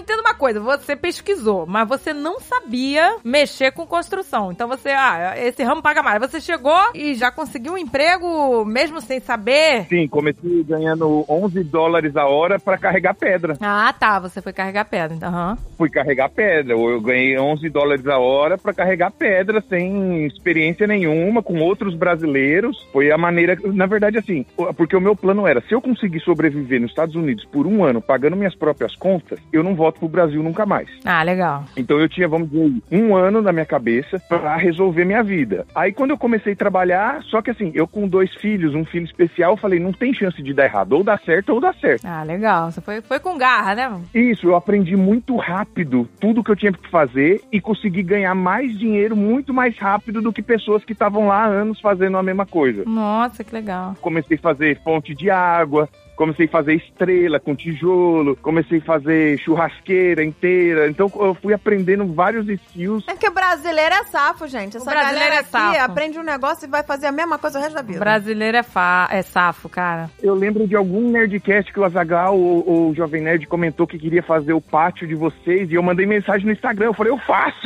entendo uma coisa, você pesquisou, mas você não sabia mexer com construção. Então você, ah, esse ramo paga mais. Você chegou e já conseguiu um emprego mesmo sem saber? Sim, comecei ganhando onze dólares a hora pra carregar pedra. Ah, tá, você foi carregar pedra, então. Uhum. Fui carregar pedra, eu ganhei onze dólares a hora pra carregar pedra, sem experiência nenhuma, com outros brasileiros. Foi a maneira, na verdade assim, porque o meu plano era, se eu conseguir sobreviver nos Estados Unidos por um ano, pagando minhas próprias contas, eu não volto pro Brasil nunca mais. Ah, legal. Então eu tinha, vamos dizer, um ano na minha cabeça pra resolver minha vida. Aí quando eu comecei a trabalhar, só que assim, eu com dois filhos, um filho especial, eu falei, não tem chance de dar errado, ou dá certo ou dá certo. Ah, legal. Você foi, foi com garra, né? Isso, eu aprendi muito rápido tudo que eu tinha que fazer e consegui ganhar mais dinheiro muito mais rápido do que pessoas que estavam lá há anos fazendo a mesma coisa. Nossa, que legal. Comecei a fazer fonte de água, comecei a fazer estrela com tijolo, comecei a fazer churrasqueira inteira. Então eu fui aprendendo vários skills. É que o brasileiro é safo, gente. Essa O brasileiro galera é aqui safo. aprende um negócio e vai fazer a mesma coisa o resto da vida. O brasileiro é, fa... é safo, cara. Eu lembro de algum Nerdcast que o Azaghal ou, ou o Jovem Nerd comentou que queria fazer o pátio de vocês e eu mandei mensagem no Instagram. Eu falei, eu faço.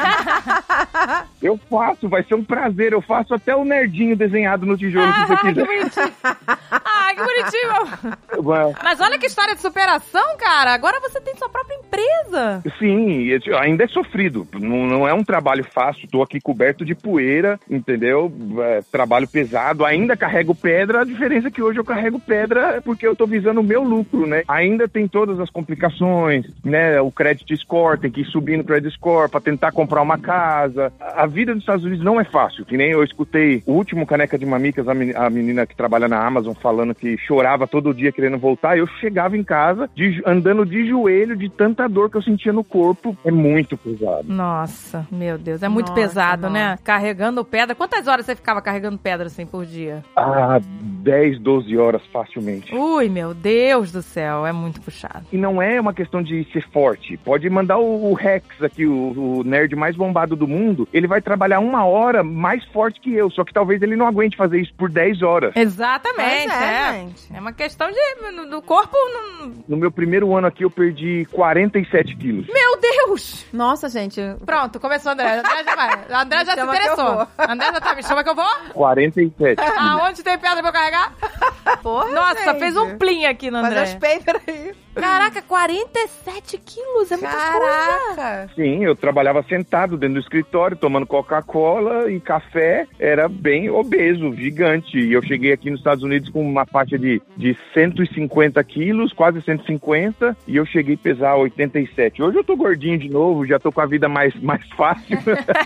Eu faço, vai ser um prazer. Eu faço até o nerdinho desenhado no tijolo, se você quiser. Que bonitinho. Ah, que bonitinho. Mas olha que história de superação, cara. Agora você tem sua própria empresa. Sim, ainda é sofrido. Não, não é um trabalho fácil. Tô aqui coberto de poeira, entendeu? É, trabalho pesado. Ainda carrego pedra. A diferença é que hoje eu carrego pedra porque eu tô visando o meu lucro, né? Ainda tem todas as complicações, né? O credit score, tem que ir subindo o credit score pra tentar comprar uma casa. A vida dos Estados Unidos não é fácil. Que nem eu escutei o último Caneca de Mamicas, a menina que trabalha na Amazon, falando que chorava todo dia querendo voltar. Eu chegava em casa de, andando de joelho de tanta dor que eu sentia no corpo. É muito pesado. Nossa, meu Deus, é muito Nossa, pesado, nossa. né? Carregando pedra. Quantas horas você ficava carregando pedra assim por dia? Ah, dez, doze horas facilmente. Ui, meu Deus do céu, é muito puxado. E não é uma questão de ser forte. Pode mandar o, o Rex aqui, o, o nerd mais bombado do mundo, ele vai trabalhar uma hora mais forte que eu, só que talvez ele não aguente fazer isso por dez horas. Exatamente, Pois é, é. gente. É uma questão de, do corpo... Não... No meu primeiro ano aqui, eu perdi quarenta e sete quilos. Meu Deus! Nossa, gente. Pronto, começou o André. André já vai. O André já se chama que eu interessou. vou. André já tá, me chama que eu vou? quarenta e sete. Aonde tem pedra pra eu carregar? Porra, Nossa, gente. fez um plim aqui no Fazer André. os papers aí. Caraca, quarenta e sete quilos, é muita coisa. Caraca. Sim, eu trabalhava sentado dentro do escritório, tomando Coca-Cola e café. Era bem obeso, gigante. E eu cheguei aqui nos Estados Unidos com uma faixa de, de cento e cinquenta quilos, quase cento e cinquenta, e eu cheguei a pesar oitenta e sete. Hoje eu tô gordinho de novo, já tô com a vida mais, mais fácil.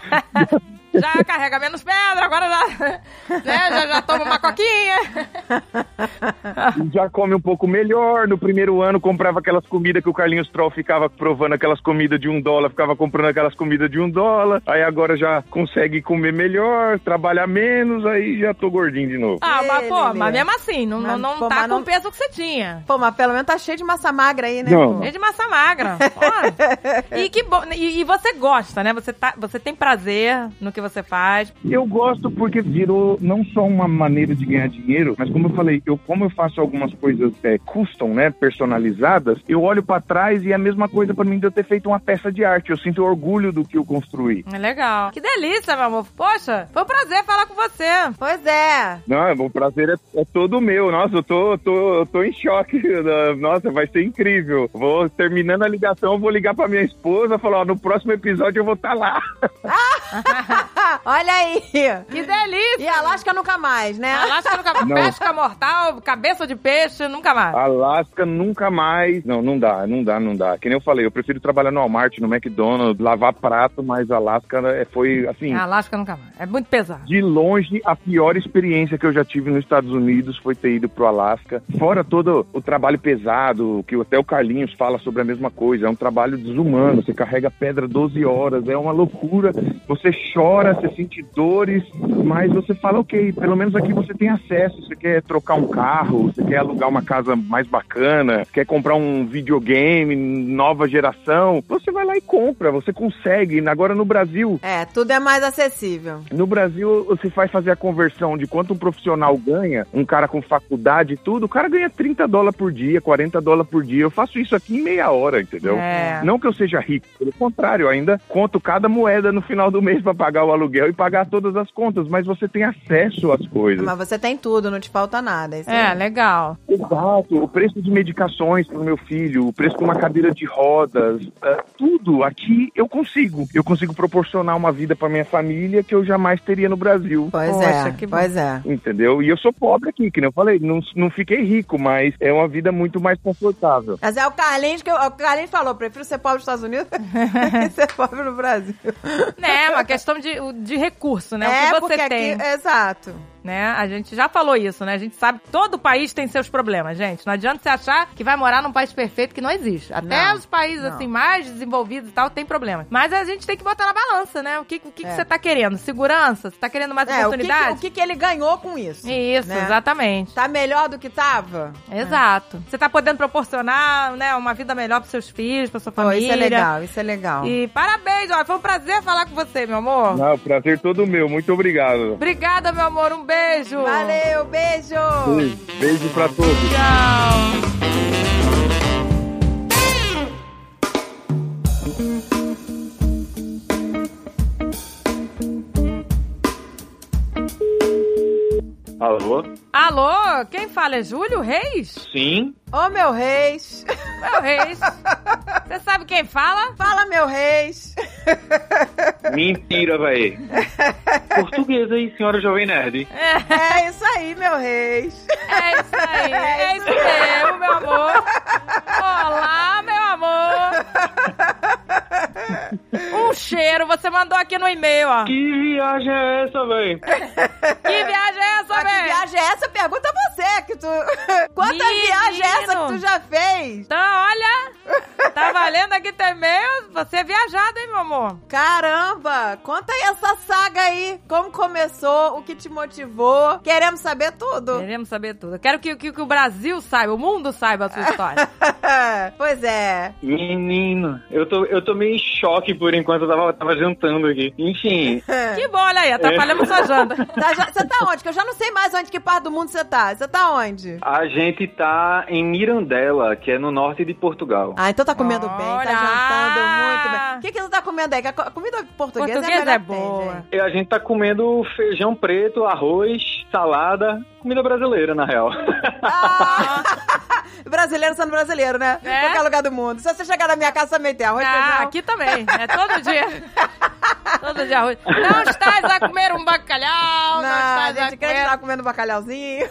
Já carrega menos pedra, agora já, né, já, já toma uma coquinha. Já come um pouco melhor. No primeiro ano comprava aquelas comidas que o Carlinhos Troll ficava provando, aquelas comidas de um dólar, ficava comprando aquelas comidas de um dólar. Aí agora já consegue comer melhor, trabalhar menos, aí já tô gordinho de novo. Ah, mas Ei, pô, Lelê. mas mesmo assim, não, Mas, não, não pô, tá mas com não- o peso que você tinha. Pô, mas pelo menos tá cheio de massa magra aí, né? Não. pô? É de massa magra. Ó. E que bom. E, e você gosta, né? Você, tá, você tem prazer no que você faz. Eu gosto porque virou não só uma maneira de ganhar dinheiro, mas como eu falei, eu, como eu faço algumas coisas é, custom, né, personalizadas, eu olho pra trás e é a mesma coisa pra mim de eu ter feito uma peça de arte. Eu sinto orgulho do que eu construí. É legal. Que delícia, meu amor. Poxa, foi um prazer falar com você. Pois é. Não, o prazer é, é todo meu. Nossa, eu tô, tô, tô em choque. Nossa, vai ser incrível. Vou, terminando a ligação, eu vou ligar pra minha esposa e falar, ó, no próximo episódio eu vou estar lá. Olha aí. Que delícia. E Alasca nunca mais, né? Alasca nunca mais. Não. Pesca mortal, cabeça de peixe, nunca mais. Alasca nunca mais. Não, não dá, não dá, não dá. Que nem eu falei, eu prefiro trabalhar no Walmart, no McDonald's, lavar prato, mas Alasca é, foi, assim, Alasca nunca mais. É muito pesado. de longe, a pior experiência que eu já tive nos Estados Unidos foi ter ido pro Alasca. Fora todo o trabalho pesado, que até o Carlinhos fala sobre a mesma coisa. É um trabalho desumano. Você carrega pedra doze horas, é uma loucura. Você chora, você sente dores, mas você fala, ok, pelo menos aqui você tem acesso. Você quer trocar um carro, você quer alugar uma casa mais bacana, quer comprar um videogame, nova geração, você vai lá e compra, você consegue. Agora no Brasil... É, tudo é mais acessível. No Brasil, você vai fazer a conversão de quanto um profissional ganha, um cara com faculdade e tudo, o cara ganha trinta dólares por dia, quarenta dólares por dia. Eu faço isso aqui em meia hora, entendeu? É. Não que eu seja rico, pelo contrário, eu ainda conto cada moeda no final do mês pra pagar o aluguel e pagar todas as contas, mas você tem acesso às coisas. Mas você tem tudo, não te falta nada. Isso É, aí. legal. Exato, o preço de medicações pro meu filho, o preço de uma cadeira de rodas, uh, tudo aqui eu consigo. Eu consigo proporcionar uma vida pra minha família que eu jamais teria no Brasil. Pois Poxa, é, que bom. pois é. Entendeu? E eu sou pobre aqui, que nem eu falei, não, não fiquei rico, mas é uma vida muito mais confortável. Mas é o Carlinhos que eu, o Carlinhos falou, prefiro ser pobre nos Estados Unidos que ser pobre no Brasil. É, uma questão de, de recurso, né? É, o que você porque tem. aqui, exato. Né? A gente já falou isso, né? A gente sabe que todo país tem seus problemas, gente. Não adianta você achar que vai morar num país perfeito que não existe. Até Não, os países, não. assim, mais desenvolvidos e tal, tem problemas. Mas a gente tem que botar na balança, né? O que, o que, É. que você tá querendo? Segurança? Você tá querendo mais É, o que, que, oportunidade? o que, que ele ganhou com isso? Isso, né? exatamente. Tá melhor do que tava? Exato. Você tá podendo proporcionar, né, uma vida melhor pros seus filhos, pra sua Pô, família. isso é legal, isso é legal. E parabéns, ó. Foi um prazer falar com você, meu amor. Não, o prazer todo meu, muito obrigado. Obrigada, meu amor. Um beijo. Valeu, beijo! Beijo pra todos. Tchau. Alô? Alô, quem fala é Júlio Reis? Sim? Ô, meu reis! Meu Reis. Você sabe quem fala? Fala, meu reis! Mentira, véi. Português aí, senhora Jovem Nerd. É isso aí, meu reis! É isso aí, é isso mesmo, meu amor. Olá, meu amor. Um cheiro, você mandou aqui no e-mail, ó. Que viagem é essa, véi? Que viagem é essa, Mas que velho? viagem é essa? Pergunta você, que tu... Quanta Menino. viagem é essa que tu já fez? Então, olha, tá valendo aqui teu e-mail. Você é viajado, hein, meu amor? Caramba! Conta aí essa saga aí. Como começou, o que te motivou. Queremos saber tudo. Queremos saber tudo. Eu quero que, que, que o Brasil saiba, o mundo saiba a sua história. Pois é. Menino, eu tô, eu tô meio em choque por enquanto, eu tava, tava jantando aqui. Enfim, Que bom, olha aí, atrapalhamos sua janta. Tá, já- Você tá onde? Que eu já não sei mais onde, que parte do mundo você tá. Você tá onde? a gente tá em Mirandela, que é no norte de Portugal. Ah, então tá comendo bem, Olha! tá jantando muito bem. O que que você tá comendo aí? Que a co- comida portuguesa Portuguesa é, é melhor que tem, boa. gente. E a gente tá comendo feijão preto, arroz, salada, comida brasileira, na real. Ah! Brasileiro sendo brasileiro, né? É? Em qualquer lugar do mundo. Se você chegar na minha casa, também tem arroz, Ah, feijão. aqui também. É todo dia. Todo dia arroz. Não estás a comer um bacalhau. Não, Não, a estás a gente quer comer... estar comendo bacalhauzinho.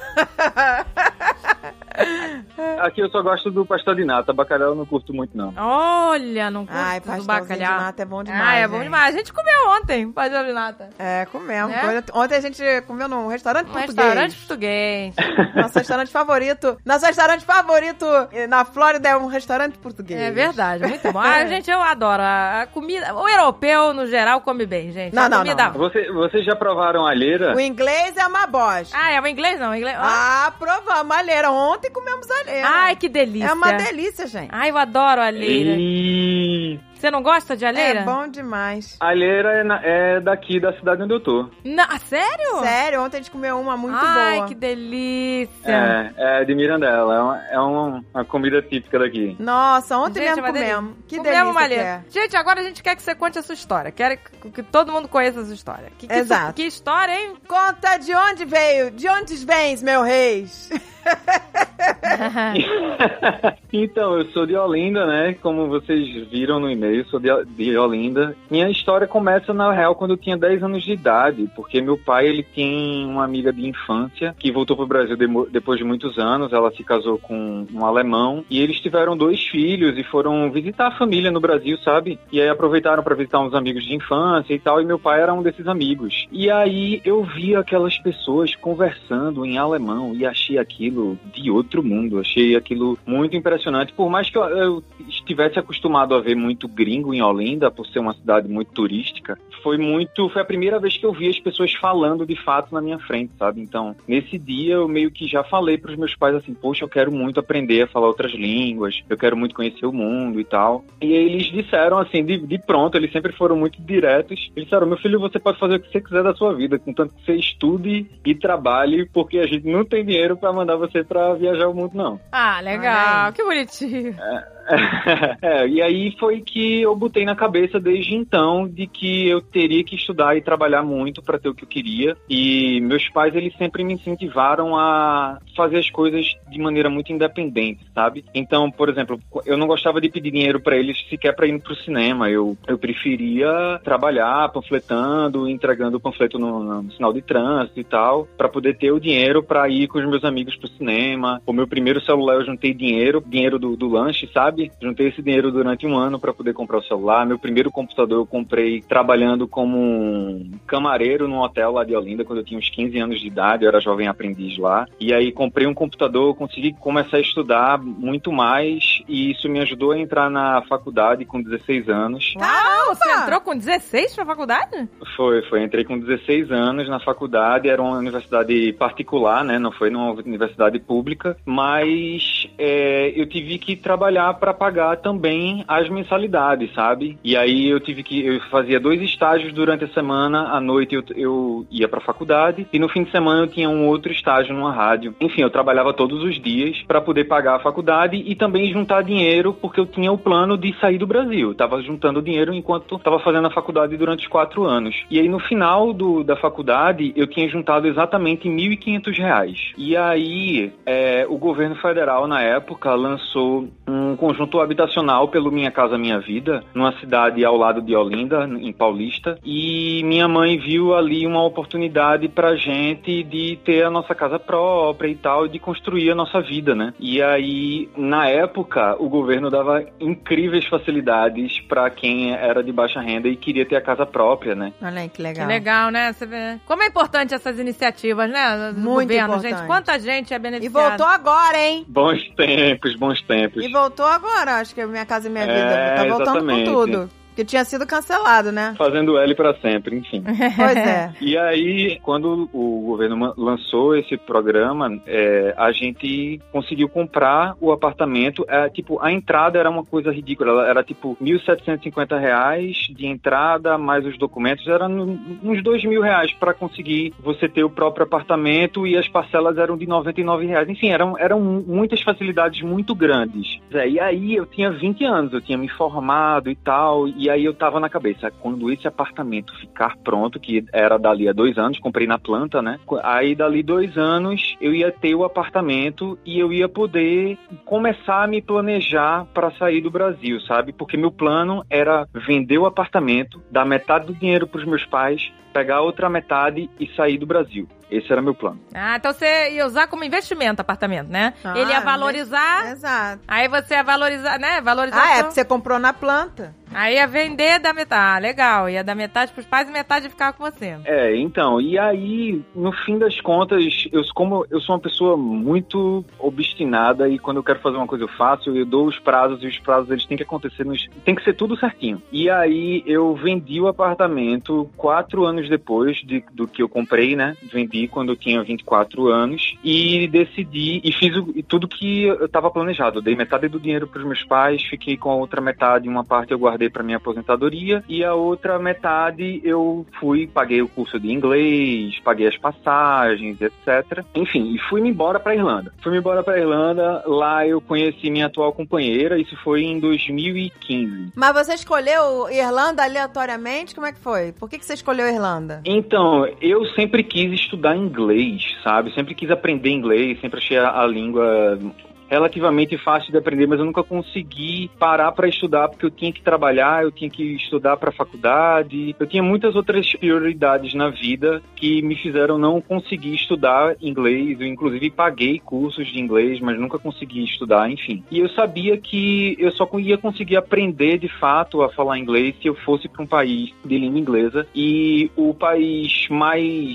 Aqui eu só gosto do pastel de nata, bacalhau eu não curto muito, não. Olha, não curto Ai, do pastelzinho bacalhau. de nata é bom demais, Ah, é bom gente. demais. A gente comeu ontem pastel de nata. É, comemos. É? Foi- Ontem a gente comeu num restaurante Um português. restaurante português. Nosso restaurante favorito. Nosso restaurante favorito eh, na Flórida é um restaurante português. É verdade, muito bom. Ah, gente, eu adoro. A, a comida... O europeu, no geral, come bem, gente. Não, a não, comida... não, Você, vocês já provaram alheira? O inglês é uma bosta. Ah, é o inglês não? O inglês... Ah. Ah, provamos alheira. Ontem comemos alheira. Ai, que delícia. É uma delícia, gente. Ai, eu adoro alheira. E... Você não gosta de alheira? É bom demais. alheira é, na- é daqui da cidade onde eu tô. Não, sério? Sério, ontem a gente comeu uma muito Ai, boa. que delícia. É, é de Mirandela, é, uma, é uma, uma comida típica daqui. Nossa, ontem Gente, mesmo é uma delícia. comemos. Que Comemos delícia uma que alheira. é. Gente, agora a gente quer que você conte a sua história. Quero que, que todo mundo conheça a sua história. Que, que, Exato. Que história, hein? Conta de onde veio, de onde vens, meu reis? Então, eu sou de Olinda, né? Como vocês viram no e-mail, sou de, de Olinda. Minha história começa, na real, quando eu tinha dez anos de idade, porque meu pai, ele tem uma amiga de infância que voltou pro Brasil demo- depois de muitos anos. Ela se casou com um alemão e eles tiveram dois filhos e foram visitar a família no Brasil, sabe? E aí aproveitaram para visitar uns amigos de infância e tal, e meu pai era um desses amigos. E aí eu vi aquelas pessoas conversando em alemão e achei aquilo de outro mundo, achei aquilo muito impressionante. impressionante. Por mais que eu, eu estivesse acostumado a ver muito gringo em Olinda, por ser uma cidade muito turística, foi muito, foi a primeira vez que eu vi as pessoas falando de fato na minha frente, sabe? Então, nesse dia eu meio que já falei pros meus pais assim, poxa, eu quero muito aprender a falar outras línguas, eu quero muito conhecer o mundo e tal. E aí eles disseram assim, de, de pronto, eles sempre foram muito diretos. Eles disseram, meu filho, você pode fazer o que você quiser da sua vida, contanto que você estude e trabalhe, porque a gente não tem dinheiro pra mandar você pra viajar o mundo, não. Ah, legal, que bonitinho. É. É, e aí foi que eu botei na cabeça desde então de que eu teria que estudar e trabalhar muito para ter o que eu queria. E meus pais, eles sempre me incentivaram a fazer as coisas de maneira muito independente, sabe? Então, por exemplo, eu não gostava de pedir dinheiro para eles sequer para ir pro cinema. Eu, eu preferia trabalhar panfletando, entregando o panfleto no, no sinal de trânsito e tal, para poder ter o dinheiro para ir com os meus amigos pro cinema. O meu primeiro celular eu juntei dinheiro, dinheiro do, do lanche, sabe? Juntei esse dinheiro durante um ano para poder comprar o celular. Meu primeiro computador eu comprei trabalhando como um camareiro num hotel lá de Olinda, quando eu tinha uns quinze anos de idade, eu era jovem aprendiz lá. E aí comprei um computador, consegui começar a estudar muito mais e isso me ajudou a entrar na faculdade com dezesseis anos. Uau, você entrou com dezesseis pra faculdade? Foi, foi. Entrei com dezesseis anos na faculdade, era uma universidade particular, né? Não foi numa universidade pública, mas é, eu tive que trabalhar para pagar também as mensalidades, sabe? E aí eu tive que, eu fazia dois estágios durante a semana, à noite eu, eu ia pra faculdade e no fim de semana eu tinha um outro estágio numa rádio. Enfim, eu trabalhava todos os dias para poder pagar a faculdade e também juntar dinheiro, porque eu tinha o plano de sair do Brasil. Eu tava juntando dinheiro enquanto estava fazendo a faculdade durante os quatro anos. E aí no final do, da faculdade eu tinha juntado exatamente mil e quinhentos reais. E aí é, o governo federal na época lançou um conjunto habitacional pelo Minha Casa Minha Vida, numa cidade ao lado de Olinda, em Paulista, e minha mãe viu ali uma oportunidade pra gente de ter a nossa casa própria e tal, e de construir a nossa vida, né? E aí, na época, o governo dava incríveis facilidades pra quem era de baixa renda e queria ter a casa própria, né? Olha aí, que legal. Que legal, né? Você vê. Como é importante essas iniciativas, né? Do Muito governo, importante. gente. Quanta gente é E beneficiada. voltou agora, hein? Bons tempos, bons tempos. E voltou agora, acho que é Minha Casa e Minha Vida. É, Tá voltando exatamente. com tudo. Que tinha sido cancelado, né? Fazendo L pra sempre, enfim. Pois é. E aí, quando o governo lançou esse programa, é, a gente conseguiu comprar o apartamento. É, tipo, a entrada era uma coisa ridícula. Ela era tipo mil setecentos e cinquenta reais de entrada, mais os documentos. Era uns dois mil reais para conseguir você ter o próprio apartamento e as parcelas eram de noventa e nove reais. Enfim, eram, eram muitas facilidades muito grandes. É, e aí eu tinha vinte anos, eu tinha me formado e tal, e E aí eu tava na cabeça, quando esse apartamento ficar pronto, que era dali a dois anos, comprei na planta, né? Aí dali dois anos eu ia ter o apartamento e eu ia poder começar a me planejar para sair do Brasil, sabe? Porque meu plano era vender o apartamento, dar metade do dinheiro pros meus pais, pegar a outra metade e sair do Brasil. Esse era meu plano. Ah, então você ia usar como investimento o apartamento, né? Ah, Ele ia valorizar. mas- Exato. Aí você ia valorizar, né? Valorizar. Ah, é, porque você comprou na planta. Aí ia vender da metade. Ah, legal. Ia dar metade pros pais e metade ficar com você. É, então, e aí, no fim das contas, eu, como eu sou uma pessoa muito obstinada e quando eu quero fazer uma coisa eu faço, eu dou os prazos e os prazos eles têm que acontecer, nos, tem que ser tudo certinho. E aí eu vendi o apartamento quatro anos depois de, do que eu comprei, né? Vendi quando eu tinha vinte e quatro anos e decidi, e fiz o, e tudo que eu estava planejado. Eu dei metade do dinheiro para os meus pais, fiquei com a outra metade, uma parte eu guardei para minha aposentadoria e a outra metade eu fui, paguei o curso de inglês, paguei as passagens, etcétera. Enfim, e fui-me embora para Irlanda. Fui-me embora para Irlanda, lá eu conheci minha atual companheira, isso foi em dois mil e quinze. Mas você escolheu Irlanda aleatoriamente? Como é que foi? Por que, que você escolheu Irlanda? Então, eu sempre quis estudar inglês, sabe? Sempre quis aprender inglês, sempre achei a, a língua relativamente fácil de aprender, mas eu nunca consegui parar para estudar porque eu tinha que trabalhar, eu tinha que estudar para faculdade, eu tinha muitas outras prioridades na vida que me fizeram não conseguir estudar inglês. Eu inclusive paguei cursos de inglês, mas nunca consegui estudar, enfim. E eu sabia que eu só ia conseguir aprender de fato a falar inglês se eu fosse para um país de língua inglesa, e o país mais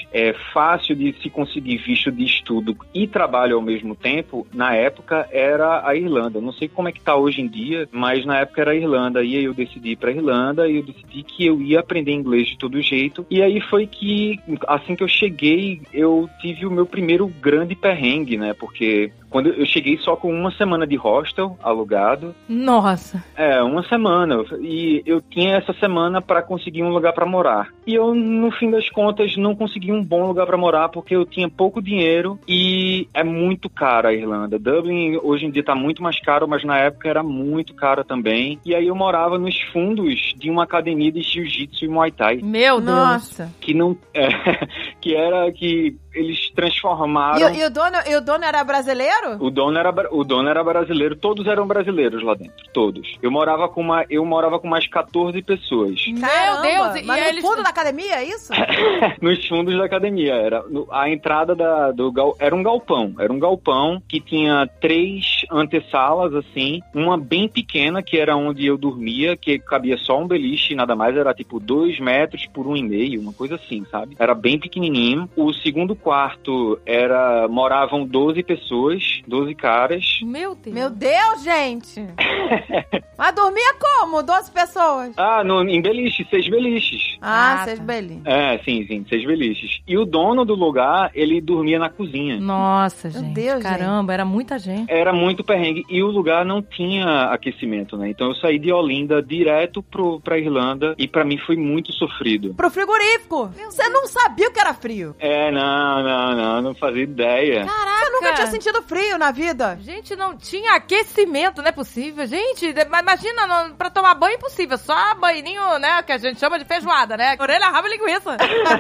é, fácil de se conseguir visto de estudo e trabalho ao mesmo tempo, na época era a Irlanda. Não sei como é que tá hoje em dia, mas na época era a Irlanda. E aí eu decidi ir pra Irlanda e eu decidi que eu ia aprender inglês de todo jeito. E aí foi que, assim que eu cheguei, eu tive o meu primeiro grande perrengue, né? Porque quando eu cheguei só com uma semana de hostel alugado. Nossa. É, uma semana. E eu tinha essa semana pra conseguir um lugar pra morar. E eu, no fim das contas, não consegui um bom lugar pra morar porque eu tinha pouco dinheiro e é muito caro a Irlanda. Dublin hoje em dia tá muito mais caro, mas na época era muito caro também. E aí eu morava nos fundos de uma academia de jiu-jitsu e muay thai. Meu Deus. Nossa. Que não... É, que era que eles transformaram... E, e, o dono, e o dono era brasileiro? O dono era, o dono era brasileiro, todos eram brasileiros lá dentro, todos. Eu morava com, uma, eu morava com mais catorze pessoas. Caramba, Meu Deus, mas e no eles... fundo da academia, é isso? Nos fundos da academia. Era, no, a entrada da, do gal, era um galpão. Era um galpão que tinha três antessalas, assim. Uma bem pequena, que era onde eu dormia, que cabia só um beliche e nada mais. Era tipo dois metros por um e meio, uma coisa assim, sabe? Era bem pequenininho. O segundo quarto era... Moravam doze pessoas, doze caras. Meu Deus. Meu Deus, gente. Mas dormia como? doze pessoas? Ah, no, em beliche, seis beliches. Ah, Ah, seis tá. belinhos. É, sim, sim, seis beliches. E o dono do lugar, ele dormia na cozinha. Nossa, Meu gente. Deus, Caramba, era muita gente. Era muito perrengue. E o lugar não tinha aquecimento, né? Então eu saí de Olinda direto pro, pra Irlanda e pra mim foi muito sofrido. Pro frigorífico. Você não sabia o que era frio. É, não, não, não, não fazia ideia. Caraca. Você nunca tinha sentido frio na vida. Gente, não tinha aquecimento, não é possível. Gente, de- mas imagina, não, pra tomar banho impossível. Só banhinho, né, que a gente chama de feijoada, né? Orelha, rabo e linguiça.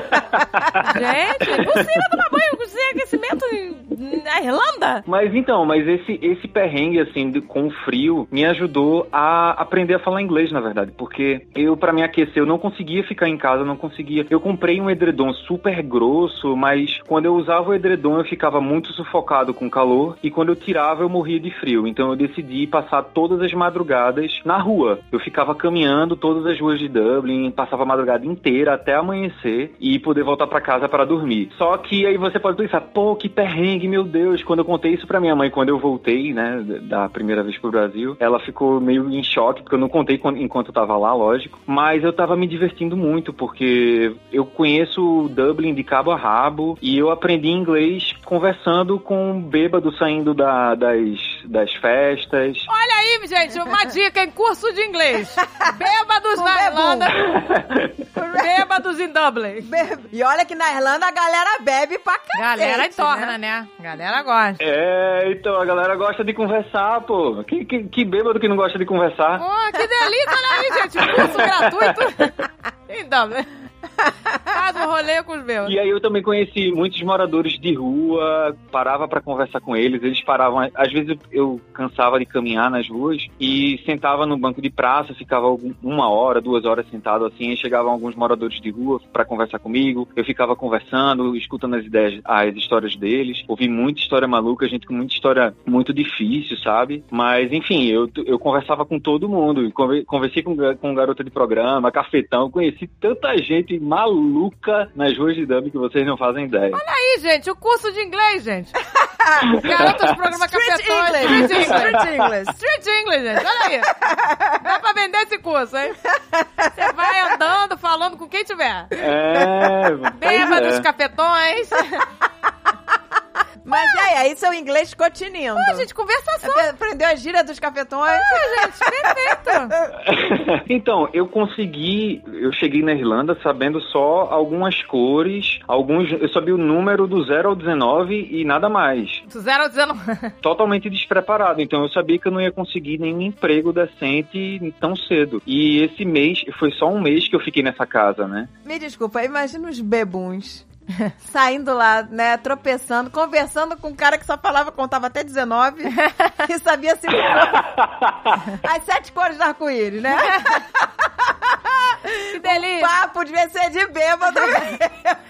Gente, é impossível tomar banho sem aquecimento em- na Irlanda. Mas então, mas esse, esse perrengue, assim, de- com o frio, me ajudou a aprender a falar inglês, na verdade. Porque eu, pra me aquecer, eu não conseguia ficar em casa, eu não conseguia. Eu comprei um edredom super grosso, mas quando eu usava o edredom, eu ficava muito sufocado com calor. E quando eu tirava, eu morria de frio. Então eu decidi passar todas as madrugadas na rua. Eu ficava caminhando todas as ruas de Dublin, passava a madrugada inteira até amanhecer e poder voltar pra casa para dormir. Só que aí você pode pensar, pô, que perrengue, meu Deus. Quando eu contei isso pra minha mãe, quando eu voltei, né, da primeira vez pro Brasil, ela ficou meio em choque, porque eu não contei enquanto eu tava lá, lógico. Mas eu tava me divertindo muito, porque eu conheço Dublin de cabo a rabo e eu aprendi inglês conversando com bêbado saindo da, das, das festas. Olha aí, gente, uma dica em curso de inglês. Bêbados Com na bebum. Irlanda. Bêbados em Dublin. Bebe. E olha que na Irlanda a galera bebe pra cacete, Galera entorna, né? né? Galera gosta. É, então a galera gosta de conversar, pô. Que, que, que bêbado que não gosta de conversar? Oh, que delícia, olha aí, gente. Curso gratuito. Em Dublin. Faz um rolê com os meus. E aí eu também conheci muitos moradores de rua, parava pra conversar com eles, eles paravam, às vezes eu, eu cansava de caminhar nas ruas e sentava no banco de praça, ficava algum- uma hora, duas horas sentado assim, e chegavam alguns moradores de rua pra conversar comigo, eu ficava conversando, escutando as ideias, as histórias deles, ouvi muita história maluca, gente com muita história muito difícil, sabe? Mas enfim, eu, eu conversava com todo mundo, conver- conversei com, ga- com garota de programa, cafetão, conheci tanta gente maluca nas ruas de Dublin que vocês não fazem ideia. Olha aí, gente, o curso de inglês, gente. Garotas do programa Street Cafetão. English. Street English. Street English. Street English, gente, olha aí. Dá pra vender esse curso, hein? Você vai andando, falando com quem tiver. É, pois Bêbados, é. cafetões. Mas e aí, aí seu inglês ficou tinindo. Pô, gente, conversação. Aprendeu a gíria dos cafetões. Gente, perfeito. Então, eu consegui, eu cheguei na Irlanda sabendo só algumas cores, alguns, eu sabia o número do zero ao dezenove e nada mais. Do zero ao dezenove. Totalmente despreparado, então eu sabia que eu não ia conseguir nenhum emprego decente tão cedo. E esse mês, foi só um mês que eu fiquei nessa casa, né? Me desculpa, imagina os bebuns saindo lá, né, tropeçando, conversando com um cara que só falava, contava até dezenove e sabia cinco cores. As sete cores do arco-íris, né? Que delícia. O papo devia ser de bêbado.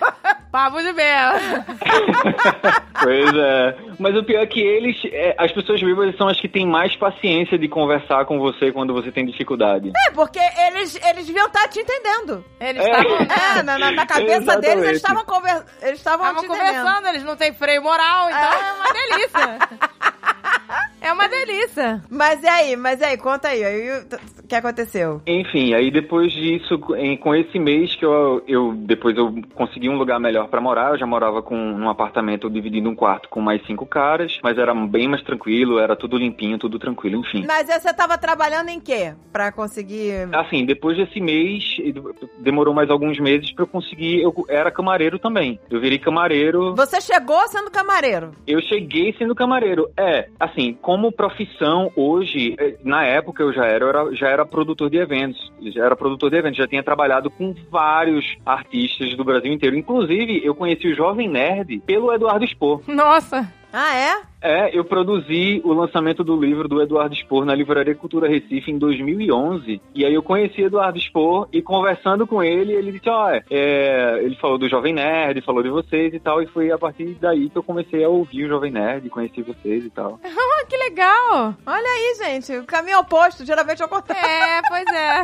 Papo de mel. Pois é. Mas o pior é que eles, é, as pessoas bêbadas são as que têm mais paciência de conversar com você quando você tem dificuldade. É, porque eles, eles deviam estar te entendendo. Eles estavam... É, na, na, na cabeça Exatamente. deles, eles estavam conver... eles estavam Estavam te entendendo. conversando, eles não têm freio moral, então é, é uma delícia. É uma delícia. Mas e aí, mas e aí, conta aí, aí o que aconteceu? Enfim, aí depois disso, em, com esse mês que eu, eu depois eu consegui um lugar melhor pra morar, eu já morava com num apartamento dividindo um quarto com mais cinco caras, mas era bem mais tranquilo, era tudo limpinho, tudo tranquilo, enfim. Mas você tava trabalhando em quê? Pra conseguir... Assim, depois desse mês, demorou mais alguns meses pra eu conseguir, eu era camareiro também. Eu virei camareiro. Você chegou sendo camareiro? Eu cheguei sendo camareiro. É, assim, como profissão, hoje, na época eu já era, eu era, já era produtor de eventos. Já era produtor de eventos, já tinha trabalhado com vários artistas do Brasil inteiro. Inclusive, eu conheci o Jovem Nerd pelo Eduardo Spor. Nossa! Ah, é? É, eu produzi o lançamento do livro do Eduardo Spor na Livraria Cultura Recife em dois mil e onze. E aí eu conheci Eduardo Spor e conversando com ele, ele disse, ó, oh, é, ele falou do Jovem Nerd, falou de vocês e tal, e foi a partir daí que eu comecei a ouvir o Jovem Nerd, conheci vocês e tal. Ah, que legal! Olha aí, gente, o caminho oposto, geralmente é o contrário. É, pois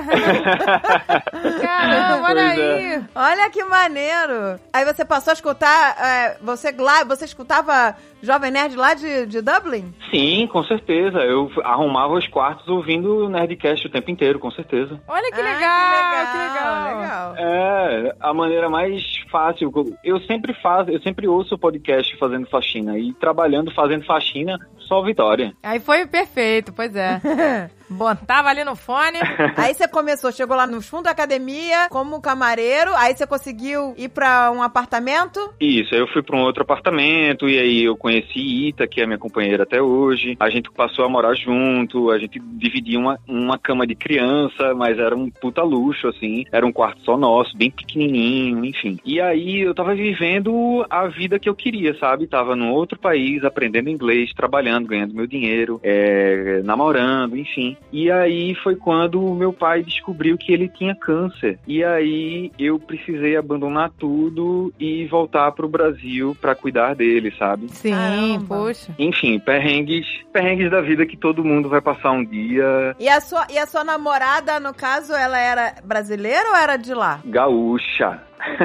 é. Caramba, olha Pois aí. é. Olha que maneiro. Aí você passou a escutar, é, você lá, você escutava Jovem Nerd lá de, de Dublin? Sim, com certeza. Eu arrumava os quartos ouvindo o Nerdcast o tempo inteiro, com certeza. Olha que Ah, legal, que que legal. legal. É, a maneira mais fácil. Eu sempre faço, eu sempre ouço o podcast fazendo faxina. E trabalhando, fazendo faxina, só vitória. Aí foi perfeito, pois é. Bom, tava ali no fone. Aí você começou, chegou lá no fundo da academia como camareiro, aí você conseguiu ir pra um apartamento? Isso, aí eu fui pra um outro apartamento e aí eu conheci Ita, que é minha companheira até hoje. A gente passou a morar junto, a gente dividia uma, uma cama de criança, mas era um puta luxo, assim. Era um quarto só nosso, bem pequenininho, enfim. E aí eu tava vivendo a vida que eu queria, sabe? Tava num outro país, aprendendo inglês, trabalhando, ganhando meu dinheiro, é, namorando, enfim. E aí foi quando o meu pai descobriu que ele tinha câncer. E aí eu precisei abandonar tudo e voltar pro Brasil pra cuidar dele, sabe? Sim, Caramba. poxa. Enfim, perrengues, perrengues da vida que todo mundo vai passar um dia. E a sua, e a sua namorada, no caso, ela era brasileira ou era de lá? Gaúcha.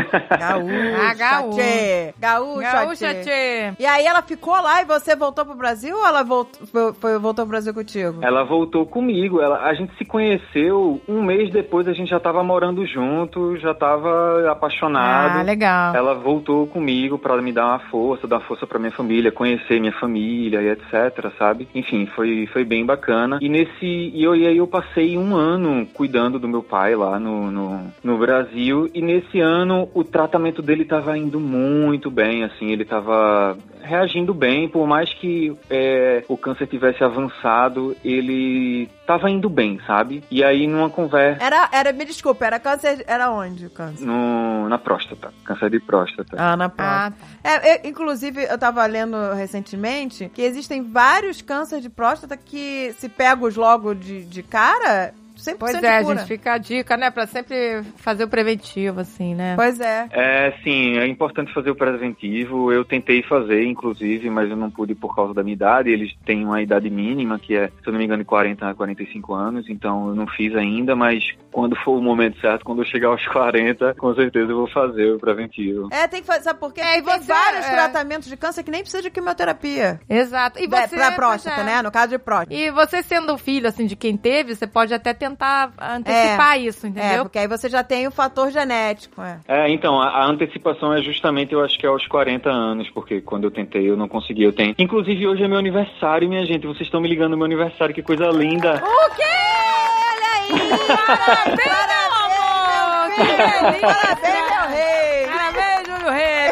Gaúcha, Ah, gaúcha. tchê. Gaúcha, Gaúcha, tchê. tchê. E aí ela ficou lá e você voltou pro Brasil ou ela voltou, foi, foi- voltou pro Brasil contigo? Ela voltou comigo. Ela, a gente se conheceu um mês depois, a gente já tava morando junto, já tava apaixonado. Ah, legal. Ela voltou comigo pra me dar uma força, dar força pra minha família, conhecer minha família e etc, sabe? Enfim, foi, foi bem bacana. E nesse e eu, e aí eu passei um ano cuidando do meu pai lá no, no, no Brasil. E nesse ano o tratamento dele tava indo muito bem, assim, ele tava reagindo bem, por mais que é, o câncer tivesse avançado, ele tava indo bem, sabe? E aí numa conversa Era, era, me desculpa, era câncer, era onde o câncer? no, na próstata, câncer de próstata. Ah, na Ah, próstata. É, eu- inclusive, eu tava lendo recentemente que existem vários cânceres de próstata que, se pegos logo de, de cara, cem por cento pois é, de cura. gente, fica a dica, né? Pra sempre fazer o preventivo, assim, né? Pois é. É, sim, é importante fazer o preventivo. Eu tentei fazer, inclusive, mas eu não pude por causa da minha idade. Eles têm uma idade mínima, que é, se eu não me engano, de quarenta a quarenta e cinco anos, então eu não fiz ainda, mas quando for o momento certo, quando eu chegar aos quarenta, com certeza eu vou fazer o preventivo. É, tem que fazer, sabe por quê? É, e Tem você- vários é. tratamentos de câncer que nem precisa de quimioterapia. Exato. E É, você, pra próstata, pois é. né? No caso de próstata. E você sendo filho, assim, de quem teve, você pode até tentar antecipar isso, É, entendeu? porque aí você já tem o fator genético, é. É, então, a, a antecipação é justamente, eu acho que é aos quarenta anos, porque quando eu tentei eu não consegui, eu tenho. Inclusive, hoje é meu aniversário, minha gente, vocês estão me ligando no meu aniversário, que coisa linda. O quê? Olha aí! Parabéns, meu amor! Que delícia! Parabéns, meu rei! Parabéns, meu rei!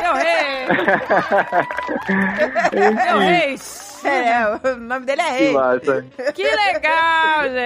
Meu rei! Meu rei! É, o nome dele é Que rei. massa. Que legal, gente!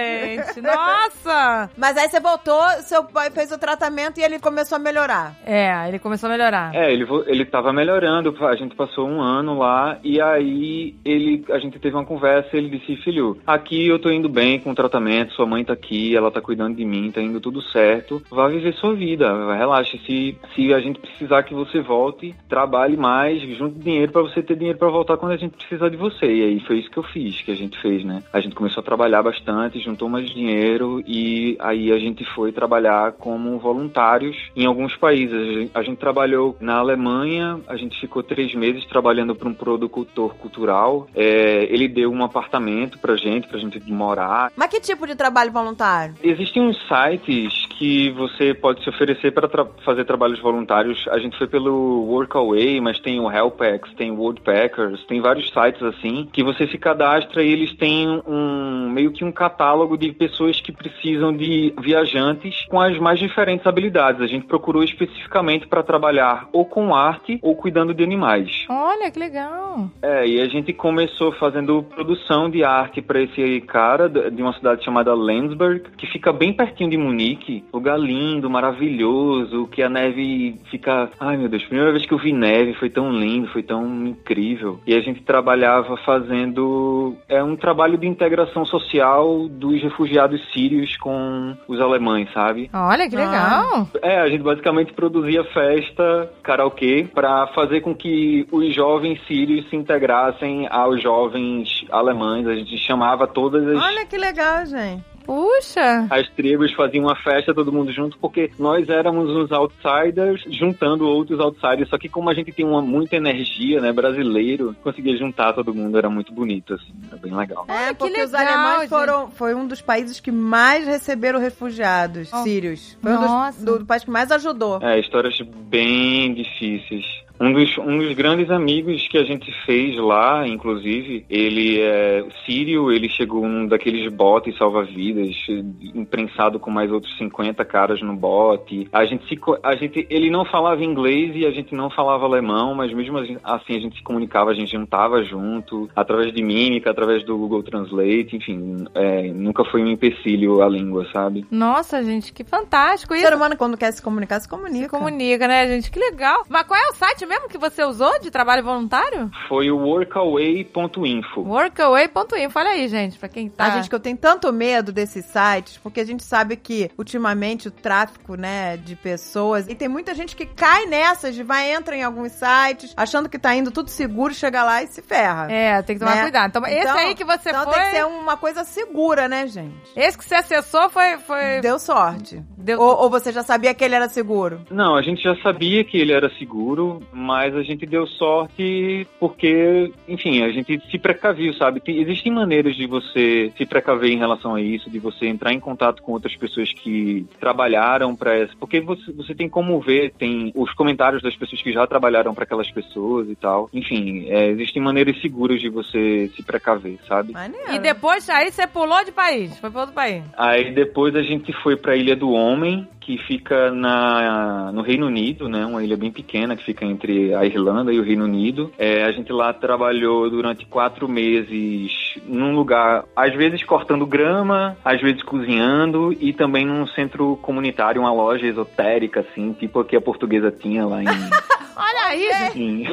gente. Nossa! Mas aí você voltou, seu pai fez o tratamento e ele começou a melhorar. É, ele começou a melhorar. É, ele, vo- ele tava melhorando, a gente passou um ano lá, e aí ele, a gente teve uma conversa, ele disse, filho, aqui eu tô indo bem com o tratamento, sua mãe tá aqui, ela tá cuidando de mim, tá indo tudo certo, vá viver sua vida, relaxe, se, se a gente precisar que você volte, trabalhe mais, junte dinheiro pra você ter dinheiro pra voltar quando a gente precisar de você, e aí foi isso que eu fiz, que a gente fez, né? A gente começou a trabalhar bastante, juntou mais dinheiro, e aí a gente foi trabalhar como voluntários em alguns países. A gente, a gente trabalhou na Alemanha, a gente ficou três meses trabalhando para um produtor cultural. É, ele deu um apartamento pra gente, pra gente morar. Mas que tipo de trabalho voluntário? Existem uns sites que você pode se oferecer para tra- fazer trabalhos voluntários. A gente foi pelo Workaway, mas tem o Helpex, tem o Woodpeckers, tem vários sites assim, que você se cadastra e eles têm um meio que um catálogo de pessoas que precisam de viajantes com as mais diferentes habilidades. A gente procurou especificamente para trabalhar ou com arte ou cuidando de animais. Olha, que legal. É, e a gente começou fazendo produção de arte para esse cara de uma cidade chamada Landsberg, que fica bem pertinho de Munique. Lugar lindo, maravilhoso, que a neve fica... Ai, meu Deus, primeira vez que eu vi neve, foi tão lindo, foi tão incrível. E a gente trabalhava fazendo... É um trabalho de integração social dos refugiados sírios com os alemães, sabe? Olha, que legal. É, a gente basicamente produzia festa, karaokê, para fazer com que os jovens sírios se integrassem aos jovens alemães. A gente chamava todas as... Olha que legal, gente. Puxa! As tribos faziam uma festa, todo mundo junto, porque nós éramos uns outsiders juntando outros outsiders, só que como a gente tem uma muita energia, né, brasileiro, conseguia juntar todo mundo, era muito bonito, assim, era bem legal. É, Olha, que porque os legal, alemães gente. foram, foi um dos países que mais receberam refugiados Oh. sírios. Foi um Nossa. dos, do, do país que mais ajudou. É, histórias bem difíceis. Um dos, um dos grandes amigos que a gente fez lá, inclusive, ele é sírio, ele chegou num daqueles botes salva-vidas, imprensado com mais outros cinquenta caras no bote. A gente se, a gente, ele não falava inglês e a gente não falava alemão, mas mesmo assim a gente se comunicava, a gente juntava junto, através de mímica, através do Google Translate, enfim, é, nunca foi um empecilho a língua, sabe? Nossa, gente, que fantástico O isso. ser humano, quando quer se comunicar, se comunica. Se comunica, né, gente? Que legal. Mas qual é o site mesmo que você usou de trabalho voluntário? Foi o workaway ponto info. workaway ponto info. Olha aí, gente, pra quem tá... A gente, que eu tenho tanto medo desses sites, porque a gente sabe que, ultimamente, o tráfico, né, de pessoas, e tem muita gente que cai nessas, de vai, entra em alguns sites, achando que tá indo tudo seguro, chega lá e se ferra. É, tem que tomar né? cuidado. Então, esse Então- aí que você então foi... tem que ser uma coisa segura, né, gente? Esse que você acessou foi... foi... Deu sorte. Deu... Ou, ou você já sabia que ele era seguro? Não, a gente já sabia que ele era seguro, mas a gente deu sorte porque, enfim, a gente se precaviu, sabe? Tem, existem maneiras de você se precaver em relação a isso, de você entrar em contato com outras pessoas que trabalharam para essa, porque você, você tem como ver, tem os comentários das pessoas que já trabalharam para aquelas pessoas e tal. Enfim, é, existem maneiras seguras de você se precaver, sabe? Maneiro. E depois, aí você pulou de país, foi pra outro país. Aí depois a gente foi para a Ilha do Homem, que fica na, no Reino Unido, né? Uma ilha bem pequena que fica entre a Irlanda e o Reino Unido. É, a gente lá trabalhou durante quatro meses num lugar, às vezes cortando grama, às vezes cozinhando e também num centro comunitário, uma loja esotérica, assim, tipo a que a portuguesa tinha lá em... Olha aí, gente. em...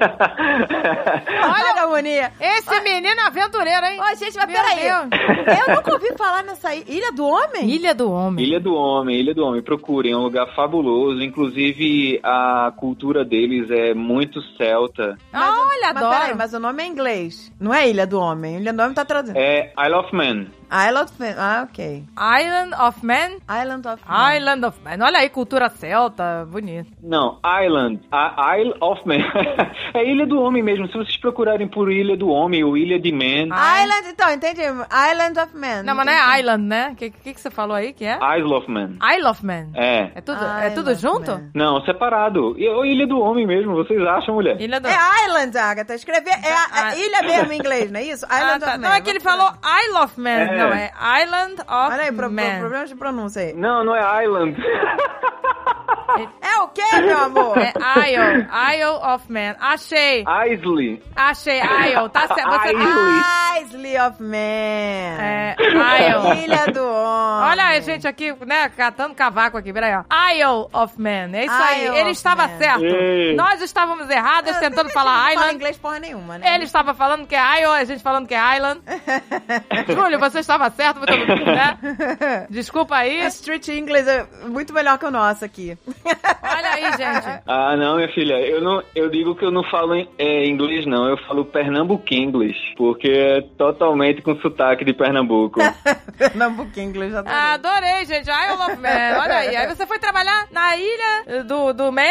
Olha a harmonia. Esse menino aventureiro, hein? Ó, gente, mas Meu peraí. Deus. Eu nunca ouvi falar nessa ilha. Ilha do Homem? Ilha do Homem. Ilha do Homem, Ilha do Homem, procurem, é um lugar fabuloso, inclusive a cultura deles é muito celta. Ah, olha, Mas adoro. peraí, mas o nome é inglês. Não é Ilha do Homem. Ilha do Homem tá traduzindo. É Isle of Man. Island of Man. Ah, ok. Island of Man. Island of Man. Island of Man. Olha aí, cultura celta, bonito. Não, Island, a Isle of Man. É Ilha do Homem mesmo. Se vocês procurarem por Ilha do Homem ou Ilha de Man, Island, então, entendi. Island of Man. Não, mas não é Island, né? O que, que, que você falou aí que é? Isle of Man. Isle of Man. É. É tudo, Isle é tudo of junto? Man. Não, separado. E- Ou Ilha do Homem mesmo, vocês acham, mulher? Ilha do... É Island, Agatha. Escrever é, a- Ah. é ilha mesmo em inglês, não é isso? Ah, Island tá. of Man. Não, é que ele falou Isle of Man. É. Não, é Island of Olha aí, pro, pro, Man. problema de pronúncia aí. Não, não é Island. É o quê, meu amor? É Isle. Isle of Man. Achei. Isley. Achei. Isle. Tá certo. Você Isle. tá... Isley of Man. É, Isle. Ilha do Olha a gente aqui, né, catando cavaco aqui, peraí, ó. Isle of Man, é isso aí. Isle Ele of estava Man. certo. Ei. Nós estávamos erradas tentando falar Não fala Island. inglês porra nenhuma, né? Ele estava falando que é Isle, a gente falando que é Island. Júlio, você estava certo, muito né? Desculpa aí. A Street English é muito melhor que o nosso aqui. Olha aí, gente. Ah, não, minha filha, eu não, eu digo que eu não falo em, é, inglês, não, eu falo Pernambuco English, porque é totalmente com sotaque de Pernambuco. Pernambuco English, adorei. Ah, adorei, gente. I love man. Olha aí. Aí você foi trabalhar na ilha do, do man.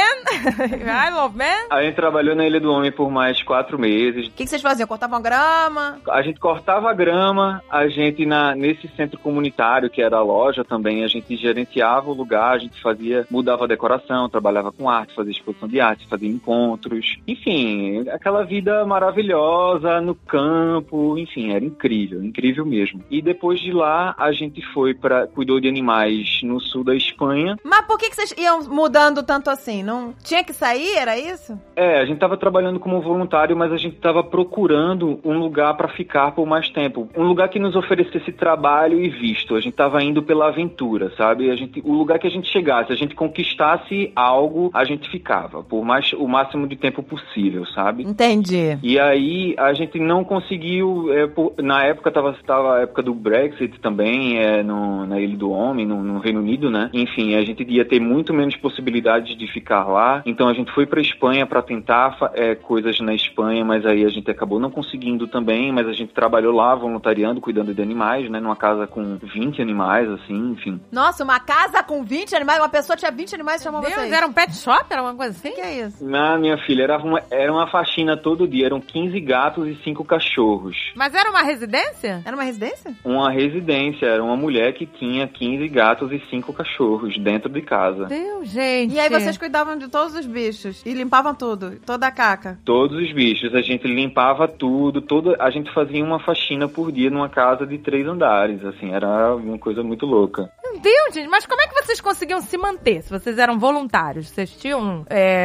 I love man. A gente trabalhou na Ilha do Homem por mais quatro meses. O que, que vocês faziam? Cortavam grama? A gente cortava a grama, a gente na, nesse centro comunitário, que era a loja também, a gente gerenciava o lugar, a gente fazia, mudava a decoração, trabalhava com arte, fazia exposição de arte, fazia encontros. Enfim, aquela vida maravilhosa no campo, enfim, era incrível, incrível mesmo. E depois de lá, a gente foi para cuidou de animais no sul da Espanha. Mas por que, que vocês iam mudando tanto assim? Não tinha que sair, era isso? É, a gente tava trabalhando como voluntário, mas a gente tava procurando um lugar para ficar por mais tempo. Um lugar que nos oferecesse trabalho e visto. A gente tava indo pela aventura, sabe? A gente, o lugar que a gente chegasse, a gente conquistasse algo, a gente ficava. Por mais, o máximo de tempo possível, sabe? Entendi. E aí, a gente não conseguiu... É, por, na época, tava, tava a época do Brexit também, é, no, na Ilha do Homem, no, no Reino Unido, né? Enfim, a gente ia ter muito menos possibilidades de ficar lá. Então, a gente foi pra Espanha pra tentar é, coisas na Espanha, mas aí a gente acabou não conseguindo também, mas a gente trabalhou lá, voluntariando, cuidando de animais, né? Numa casa com vinte animais, assim, enfim. Nossa, uma casa com vinte animais? Uma pessoa tinha vinte animais e chamou Deus, vocês? era um pet shop? Era uma coisa assim? O que é isso? Na minha filha, era uma, era uma faxina todo dia, eram quinze gatos e cinco cachorros. Mas era uma residência? Era uma residência? Uma residência, era uma mulher que tinha quinze gatos e cinco cachorros dentro de casa. Deus, gente. E aí vocês cuidavam de todos os bichos e limpavam tudo, toda a caca? Todos os bichos, a gente limpava tudo, todo, a gente fazia uma faxina por dia numa casa de três andares, assim, era uma coisa muito louca. Meu Deus, gente, mas como é que vocês conseguiam se manter? Se vocês eram voluntários, vocês tinham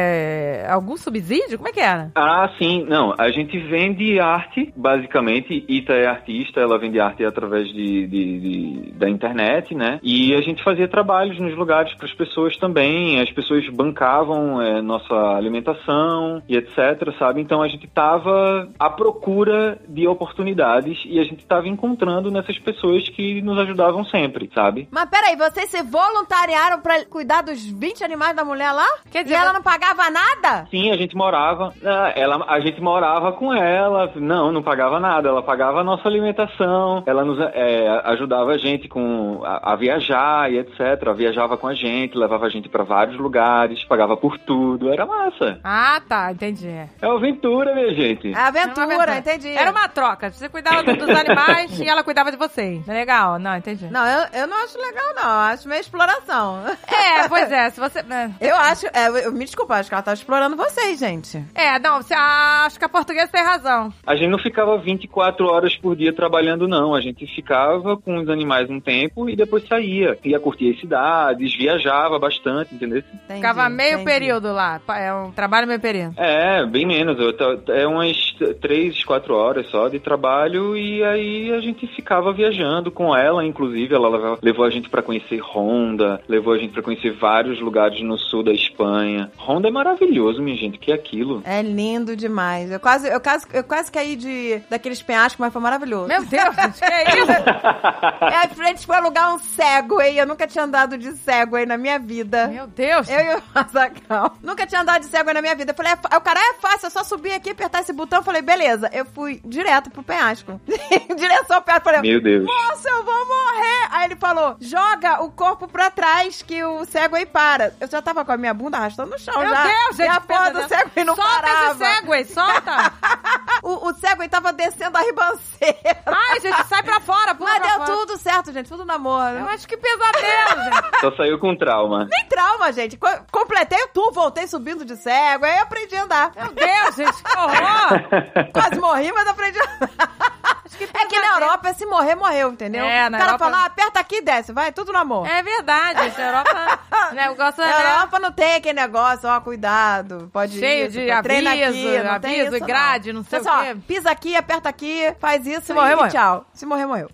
é, algum subsídio? Como é que era? Ah, sim, não, a gente vende arte, basicamente, Ita é artista, ela vende arte através de, de, de, da internet, né, e a gente fazia trabalhos nos lugares para as pessoas também, as pessoas bancavam é, nossa alimentação e etc, sabe, então a gente tava à procura de oportunidades e a gente tava encontrando nessas pessoas que nos ajudavam sempre, sabe? Mas peraí, vocês se voluntariaram pra cuidar dos vinte animais da mulher lá? Quer dizer, e ela não pagava nada? Sim, a gente morava, ela, a gente morava com ela, não, não pagava nada, ela pagava a nossa alimentação, ela nos é, ajudava a gente com, a, a viajar e etcétera, viajava com a gente, levava a gente pra vários lugares, pagava por tudo, era massa. Ah, tá, entendi. É aventura, minha gente. É aventura, Era uma aventura. entendi. Era uma troca. Você cuidava dos animais e ela cuidava de vocês. É legal? Não, entendi. Não, eu, eu não acho legal, não. Eu acho meio exploração. É, pois é, se você... é. Eu acho... É, eu, me desculpa, acho que ela tá explorando vocês, gente. É, não, você, acho que a portuguesa tem razão. A gente não ficava vinte e quatro horas por dia trabalhando, não. A gente ficava com os animais um tempo e depois saía. Ia curtir as cidades, viajava bastante, entendeu? Entendi, Ficava meio entendi. período lá. É um trabalho meio período. É, bem menos. Eu t- É umas três, quatro horas só de trabalho e aí a gente ficava viajando com ela, inclusive. Ela levou, levou a gente pra conhecer Ronda, levou a gente pra conhecer vários lugares no sul da Espanha. Ronda é maravilhoso, minha gente, que é aquilo. É lindo demais. Eu quase, eu quase, eu quase caí de, daqueles penhascos, mas foi maravilhoso. Meu Deus, gente, que é isso? É, a gente foi alugar um Segway. Eu nunca tinha andado de Segway na minha vida. Meu Deus. Eu e o Azaghal. Nunca tinha andado de Segway na minha vida. Eu falei, é, o cara é fácil, é só subir aqui, apertar esse botão. Eu falei, beleza. Eu fui direto pro penhasco. Em direção ao penhasco. Falei, Meu Deus. nossa, eu vou morrer. Aí ele falou, joga o corpo pra trás que o Segway para. Eu já tava com a minha bunda arrastando no chão Meu já. Deus, gente. E a porra do Segway não solta parava. esse Segway, solta. o, o Segway tava descendo a ribanceira. Ai, gente, sai pra fora, pula Mas pra deu fora. tudo certo, gente. Tudo namoro. Eu acho que pesadelo, gente. Só saiu com trauma. Nem trauma, gente. Co- completei o tour, voltei subindo de cego, aí aprendi a andar. Meu Deus, gente, que horror. Quase morri, mas aprendi a andar. Acho que tem É que na prazer. Europa, se morrer, morreu, entendeu? É, o na cara Europa- fala, ah, aperta aqui e desce, vai, tudo no amor. É verdade, gente. A Europa. né, eu gosto, Na né, Europa não tem aquele negócio, ó, cuidado, pode cheio isso, de treina aviso, aqui, não tem aviso isso, e grade, não sei Então, o assim, quê. ó, pisa aqui, aperta aqui, faz isso Se e, morrer, e morreu. tchau. Se morrer, morreu.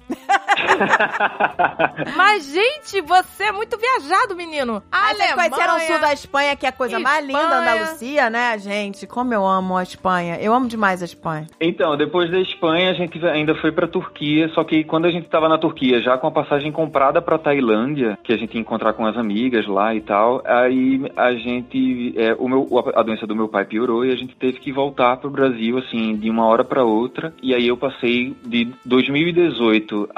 Mas, gente, você é muito viajado, menino. Aí vocês Alemanha. conheceram o sul da Espanha, que é a coisa mais linda, Espanha. Andalucia, né, gente? Como eu amo a Espanha. Eu amo demais a Espanha. Então, depois da Espanha, a gente ainda foi pra Turquia, só que quando a gente tava na Turquia, já com a passagem comprada pra Tailândia, que a gente ia encontrar com as amigas lá e tal, aí a gente, é, o meu, a doença do meu pai piorou e a gente teve que voltar pro Brasil, assim, de uma hora pra outra, e aí eu passei de dois mil e dezoito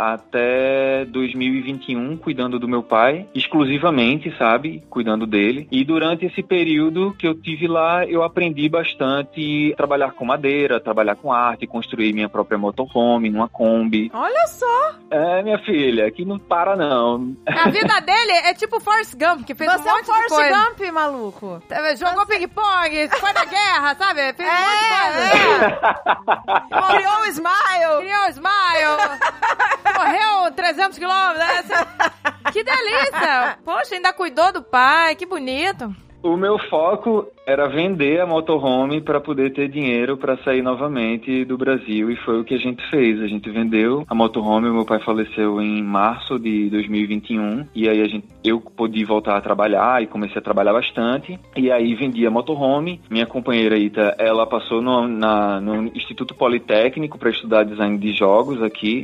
até dois mil e vinte e um cuidando do meu pai, exclusivamente, sabe, cuidando dele, e durante esse período que eu tive lá, eu aprendi bastante a trabalhar com madeira, trabalhar com arte, construir minha própria motorhome, numa Kombi. Olha só! É, minha filha, aqui não para não. A vida dele é tipo Forrest Gump, que fez Você um é o monte de Forrest coisa. Gump, maluco. Jogou ping-pong, foi na guerra, sabe? Fez um É, monte de coisa. Criou o Smile. Criou o Smile. Correu trezentos quilômetros. Né? Assim, que delícia. Poxa, ainda cuidou do pai, que bonito. O meu foco era vender a motorhome para poder ter dinheiro para sair novamente do Brasil, e foi o que a gente fez. A gente vendeu a motorhome, meu pai faleceu em março de dois mil e vinte e um, e aí a gente, eu pude voltar a trabalhar e comecei a trabalhar bastante, e aí vendi a motorhome. Minha companheira Ita, ela passou no, na, no Instituto Politécnico para estudar design de jogos aqui,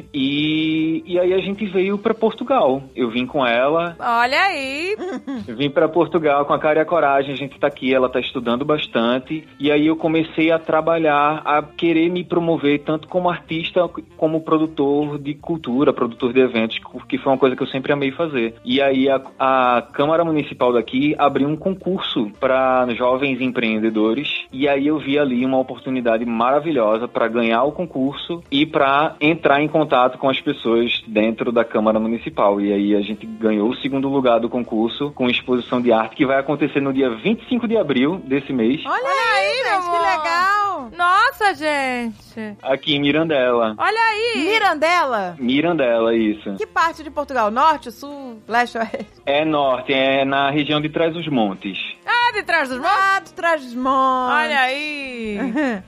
e, e aí a gente veio para Portugal. Eu vim com ela. Olha aí. Eu vim para Portugal com a cara e a coragem, a gente tá aqui, ela tá estudando bastante, e aí eu comecei a trabalhar, a querer me promover tanto como artista como produtor de cultura, produtor de eventos, que foi uma coisa que eu sempre amei fazer. E aí a, a Câmara Municipal daqui abriu um concurso para jovens empreendedores, e aí eu vi ali uma oportunidade maravilhosa para ganhar o concurso e para entrar em contato com as pessoas dentro da Câmara Municipal. E aí a gente ganhou o segundo lugar do concurso com exposição de arte que vai acontecer no dia vinte e cinco de abril desse mês, Olha, aí, meu gente, que amor. legal. Nossa, gente. aqui em Mirandela. Olha aí. Mirandela? Mirandela, isso. Que parte de Portugal? Norte, sul, leste, oeste? É norte, é na região de Trás-os-Montes. Ah, de trás dos montes. Ah, do Trás-os-Montes. Olha aí.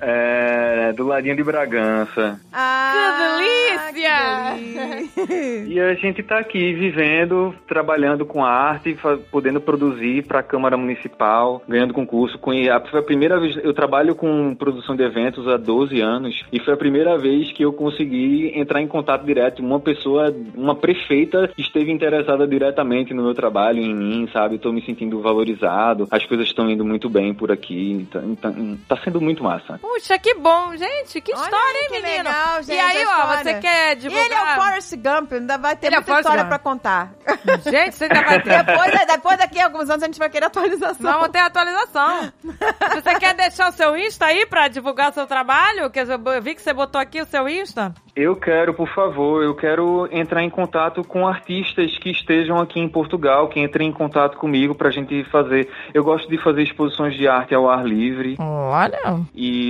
É, do ladinho de Bragança. Ah, Que delícia. que delícia. E a gente tá aqui vivendo, trabalhando com arte, fa- podendo produzir para a Câmara Municipal, ganhando concurso. Com, a, foi a primeira vez, eu trabalho com produção de eventos há doze anos, e foi a primeira vez que eu consegui entrar em contato direto. Uma pessoa, uma prefeita esteve interessada diretamente no meu trabalho, em mim, sabe? Estou me sentindo valorizado, as coisas estão indo muito bem por aqui, tá, tá, tá sendo muito massa. Puxa, que bom, gente. Que Olha história, aí, hein, que menino? legal, gente, e aí, a ó, história. você quer E divulgar... ele é o Forrest Gump, ainda vai ter Ele é muita Forrest história Gump. pra contar. Gente, você ainda vai ter... Depois, depois daqui a alguns anos a gente vai querer atualização. Vamos ter atualização. Você quer deixar o seu Insta aí pra divulgar o seu trabalho? Que eu vi que você botou aqui o seu Insta. Eu quero, por favor, eu quero entrar em contato com artistas que estejam aqui em Portugal, que entrem em contato comigo pra gente fazer... Eu gosto de fazer exposições de arte ao ar livre. Olha.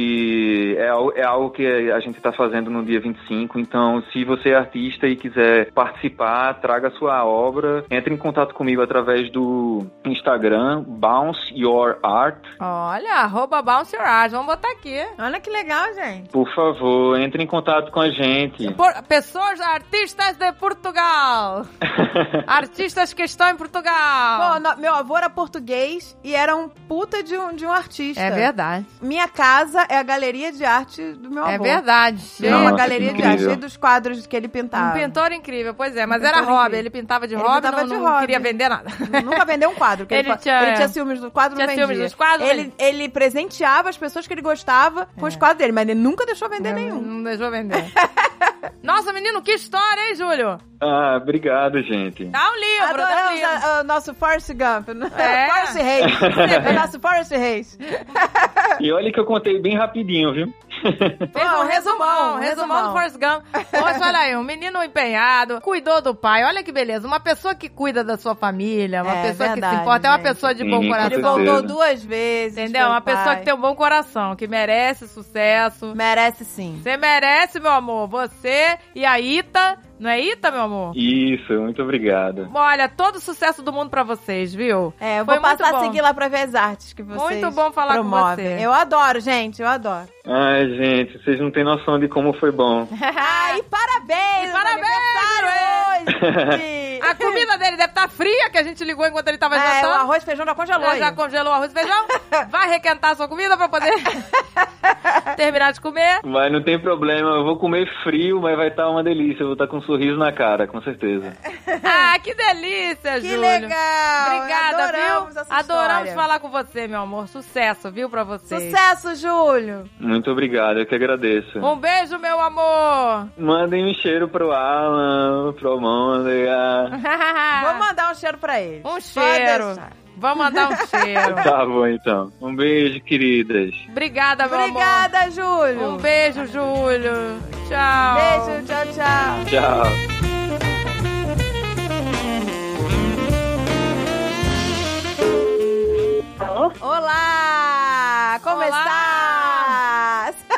E é, al- é algo que a gente está fazendo no dia vinte e cinco, então se você é artista e quiser participar, traga a sua obra, entre em contato comigo através do Instagram, Bounce Your Art. Olha, arroba Bounce Your Art. Vamos botar aqui. Olha que legal, gente. Por favor, entre em contato com a gente. Por- pessoas, artistas de Portugal. Artistas que estão em Portugal. Pô, no- meu avô era português e era um puta de um, de um artista. É verdade. Minha casa é a galeria de arte do meu avô. É verdade. É Nossa, uma que galeria de incrível. arte, cheia dos quadros que ele Um pintava. pintor incrível, pois é. Mas Um era pintor hobby. incrível. Ele pintava de Ele hobby, pintava não, de não hobby. queria vender nada. Nunca vendeu um quadro. que Ele ele, tinha- ele tinha ciúmes do quadro, tinha não vendia. ciúmes dos quadros, Ele, ele presenteava as pessoas que ele gostava com os quadros dele, mas ele nunca deixou vender nenhum. Não deixou vender. Nossa, menino, que história, hein, Júlio? Ah, obrigado, gente. Dá um livro, dá um Adoramos livro. a- o nosso Forrest Gump. É. Forrest Reis. É o nosso Forrest Reis. E olha que eu contei bem rapidinho, viu? Fez um resumão, um resumão do Forrest Gump. Poxa, olha aí, um menino empenhado, cuidou do pai, olha que beleza. Uma pessoa que cuida da sua família, uma É, pessoa verdade, que se importa, é uma gente. pessoa de bom Sim, com coração. Ele certeza. voltou duas vezes. Entendeu? pelo Uma pessoa pai. que tem um bom coração, que merece sucesso. Merece sim. Você merece, meu amor. Você e a Ita. Não é Ita, meu amor? Isso, muito obrigado. Olha, todo o sucesso do mundo pra vocês, viu? É, eu Foi vou passar muito a bom. seguir lá pra ver as artes que vocês Muito bom falar com promovem. você. Eu adoro, gente, eu adoro. Ai, gente, vocês não têm noção de como foi bom. Ai, parabéns! E parabéns, aniversário hoje! A comida dele deve estar fria, que a gente ligou enquanto ele tava É, o jantando. arroz e feijão já congelou. Já, aí. já congelou o arroz e feijão? Vai requentar a sua comida pra poder terminar de comer? Mas não tem problema, eu vou comer frio, mas vai estar uma delícia. Eu vou estar com um sorriso na cara, com certeza. Ah, que delícia, Que Júlio. legal! Obrigada, Adoramos viu? essa Adoramos história. falar com você, meu amor. Sucesso, viu, pra você. Sucesso, Júlio! Muito obrigado, eu que agradeço. Um beijo, meu amor. Mandem um cheiro pro Alan, pro Mônica. Vou mandar um cheiro pra ele. Um Pode cheiro. deixar. Vamos mandar um cheiro. Tá bom, então. Um beijo, queridas. Obrigada, meu amor. Obrigada, Júlio! Um beijo, Júlio. Tchau. Beijo, tchau, tchau. Tchau. Alô? Olá! Como Olá! estás?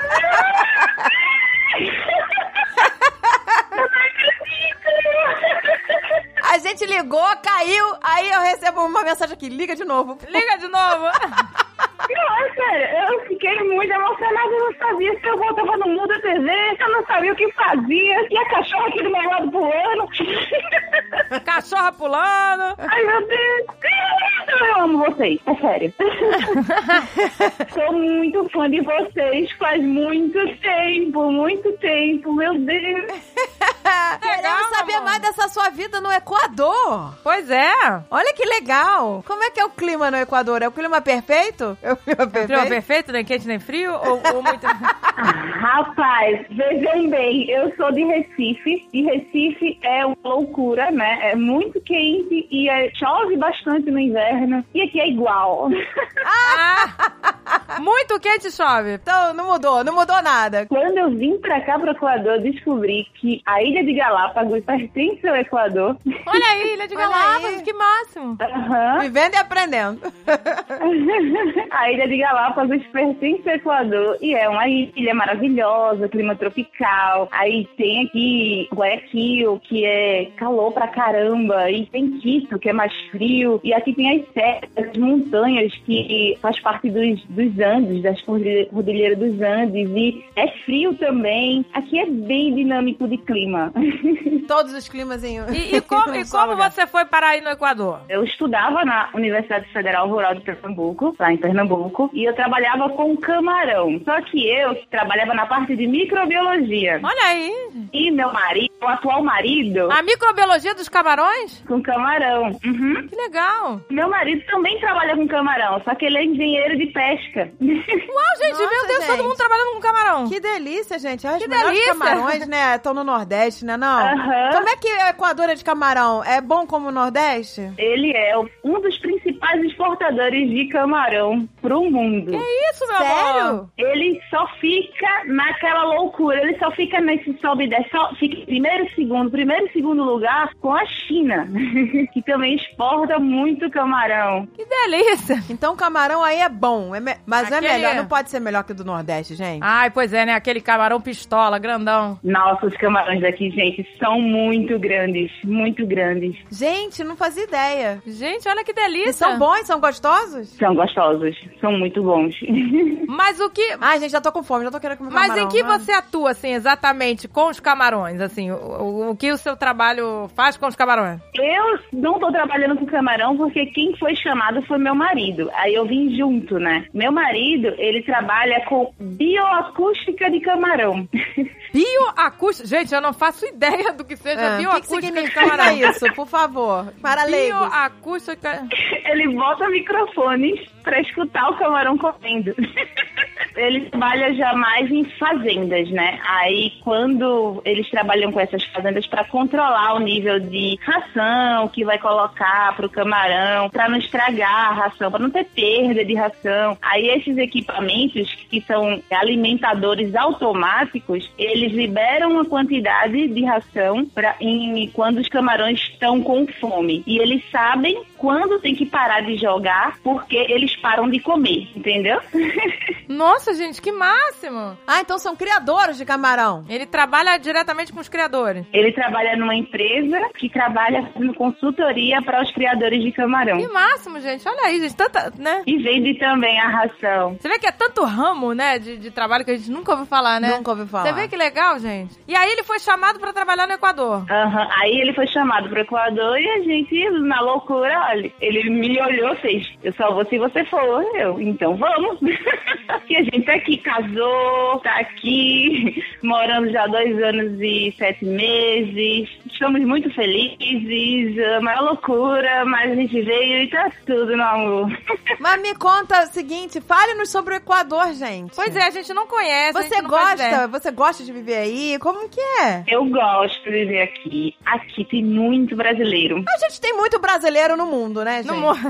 A gente ligou, caiu, aí eu recebo uma mensagem aqui, liga de novo. Liga de novo. Não, sério, eu fiquei muito emocionada, eu não sabia se eu voltava no mundo da T V, eu não sabia o que fazia, e a cachorra aqui do meu lado pulando. Cachorra pulando. Ai, meu Deus. Eu amo vocês, é sério. Sou muito fã de vocês faz muito tempo, muito tempo, meu Deus. Queremos saber amor. mais dessa sua vida no Equador. Pois é. Olha que legal. Como é que é o clima no Equador? É o clima perfeito? É o clima perfeito? Clima perfeito, nem quente nem frio? Ou, ou muito... Rapaz, vejam bem, eu sou de Recife, e Recife é uma loucura, né? É muito quente e é, chove bastante no inverno, e aqui é igual. Ah, muito quente e chove. Então, não mudou, não mudou nada. Quando eu vim pra cá, pro Equador, eu descobri que a ilha de Galápagos pertence ao Equador. Olha aí, Ilha de Olha Galápagos, aí. que máximo. Aham. Vivendo e aprendendo. A ilha de Galápagos pertence ao Equador e é uma ilha maravilhosa, clima tropical. Aí tem aqui Guayaquil, que é calor pra caramba, e tem Quito, que é mais frio, e aqui tem as serras, as montanhas, que faz parte dos, dos Andes, das cordilheiras dos Andes, e é frio também. Aqui é bem dinâmico de clima. Todos os climazinhos. E, e como, e como você foi parar aí no Equador? Eu estudava na Universidade Federal Rural de Pernambuco, lá em Pernambuco, e eu trabalhava com camarão. Só que eu trabalhava na parte de microbiologia. Olha aí. E meu marido, o atual marido, A microbiologia dos camarões? com camarão. Uhum. Que legal. Meu marido também trabalha com camarão, só que ele é engenheiro de pesca. Uau, gente, Nossa, meu Deus, gente. todo mundo trabalhando com camarão. Que delícia, gente. As Que melhores delícia. camarões, né, estão no Nordeste, né, não? Aham. Como é que o Equador é de camarão? É bom como o Nordeste? Ele é um dos principais exportadores de camarão pro mundo. Que isso, meu amor? Sério? Ele só fica naquela loucura, ele só fica nesse sobe e desce, só fica em primeiro e segundo, primeiro e segundo lugar com a China, que também exporta muito camarão. Que delícia. Então o camarão aí é bom, é me- mas não é Aquele- melhor, não pode ser melhor que o do Nordeste, gente. Ai, pois é, né? Aquele camarão pistola, grandão. Nossa, os camarões daqui, gente, são muito grandes, muito grandes. Gente, não fazia ideia. Gente, olha que E delícia. são bons, são gostosos? São gostosos, são muito bons. Mas o que... Ai, gente, já tô com fome, já tô querendo comer Mas camarão. em que né? você atua, assim, exatamente com os camarões? Assim, o, o, o que o seu trabalho faz com os camarões? Eu não tô trabalhando com camarão porque quem foi chamado foi meu marido. Aí eu vim junto, né? Meu marido, ele trabalha com bioacústica de camarão. Bioacústica... Gente, eu não faço ideia do que seja Ah, o que, que bioacústica de significa camarão. isso, por favor? Para leigos. Bioacústica... Ele bota microfones pra escutar o camarão comendo. Ele trabalha já mais em fazendas, né? Aí, quando eles trabalham com essas fazendas para controlar o nível de ração que vai colocar pro camarão, para não estragar a ração, para não ter perda de ração. Aí, esses equipamentos, que são alimentadores automáticos, eles liberam uma quantidade de ração pra, em, quando os camarões estão com fome. E eles sabem quando tem que parar de jogar, porque eles param de comer, entendeu? Nossa, gente, que máximo! Ah, então são criadores de camarão. Ele trabalha diretamente com os criadores. Ele trabalha numa empresa que trabalha fazendo consultoria para os criadores de camarão. Que máximo, gente. Olha aí, gente, tanta, né? E vende também a ração. Você vê que é tanto ramo, né, de, de trabalho que a gente nunca ouviu falar, né? Nunca ouviu falar. Você vê que legal, gente? E aí ele foi chamado pra trabalhar no Equador. Aham, uhum. Aí ele foi chamado pro Equador e a gente, na loucura, olha, ele me olhou e fez, eu só vou se você for. Eu, então vamos. E a gente tá aqui, casou, tá aqui, morando já há dois anos e sete meses. Estamos muito felizes, a maior loucura, mas a gente veio e tá tudo no amor. Mas me conta o seguinte, fale-nos sobre o Equador, gente. Pois é, a gente não conhece. Você não gosta? Você gosta de viver aí? Como que é? Eu gosto de viver aqui. Aqui tem muito brasileiro. A gente tem muito brasileiro no mundo, né, gente? No mundo.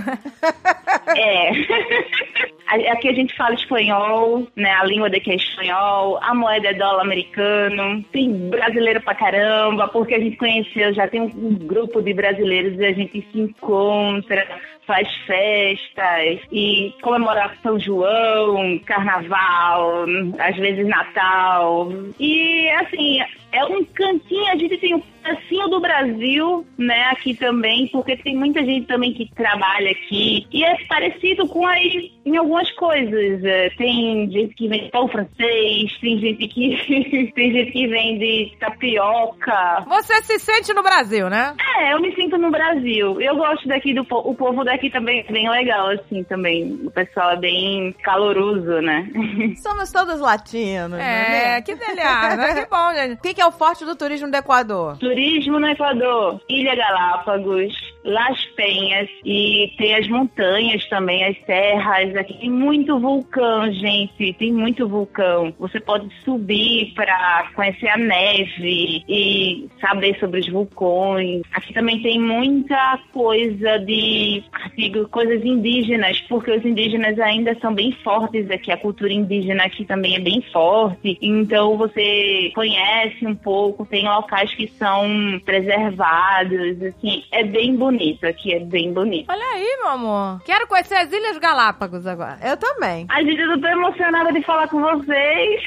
É. Aqui a gente fala espanhol, né? A língua daqui é espanhol, a moeda é dólar americano. Tem brasileiro pra caramba, porque a gente conheceu, já tem um grupo de brasileiros e a gente se encontra, faz festas e comemora São João, Carnaval, às vezes Natal. E, assim, é um cantinho, a gente tem um pedacinho do Brasil, né, aqui também, porque tem muita gente também que trabalha aqui. E é parecido com aí em algumas coisas. É, tem gente que vende pão francês, tem gente que tem gente que vende tapioca. Você se sente no Brasil, né? É, eu me sinto no Brasil. Eu gosto daqui do o povo daqui também é bem legal, assim, também. O pessoal é bem caloroso, né? Somos todos latinos, é, né? Que delícia, né? Que bom, gente. O que, que é o forte do turismo do Equador? Turismo no Equador, Ilha Galápagos, Las Penhas, e tem as montanhas também, as serras. Aqui tem muito vulcão, gente, tem muito vulcão. Você pode subir para conhecer a neve e saber sobre os vulcões. Aqui também tem muita coisa de, digo, coisas indígenas, porque os indígenas ainda são bem fortes aqui. A cultura indígena aqui também é bem forte. Então você conhece um pouco, tem locais que são preservados, assim, é bem bonito, aqui é bem bonito. Olha aí, meu amor. Quero conhecer as Ilhas Galápagos agora. Eu também. A gente, eu tô emocionada de falar com vocês.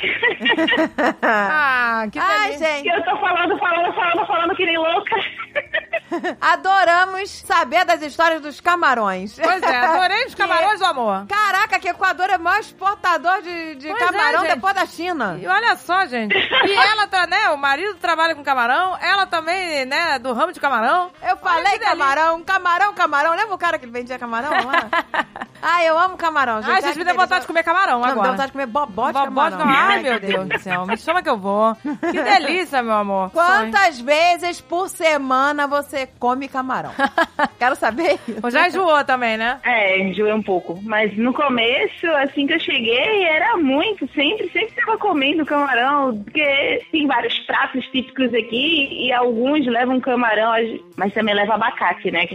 Ah, que delícia. Ai, gente. Eu tô falando, falando, falando, falando que nem louca. Adoramos saber das histórias dos camarões. Pois é, adorei os camarões do amor. Caraca, que Equador é o maior exportador de, de camarão é, depois da China. E olha só, gente. E ela tá, né, o marido trabalha com camarão, ela também, né, do ramo de camarão. Eu falei camarão, camarão, camarão. Lembra o cara que vendia camarão lá? Ah, eu amo camarão, gente. Ai, gente, me deu vontade de comer camarão Não, agora. me deu vontade de comer bobó de bobó camarão. De camarão. Ai, meu Deus do céu. Me chama que eu vou. Que delícia, meu amor. Quantas Sonho. vezes por semana você come camarão? Quero saber isso. Já enjoou também, né? É, enjoei um pouco. Mas no começo, assim que eu cheguei, era muito. Sempre, sempre tava comendo camarão. Porque tem vários pratos típicos aqui e alguns levam camarão, mas também leva abacate, né?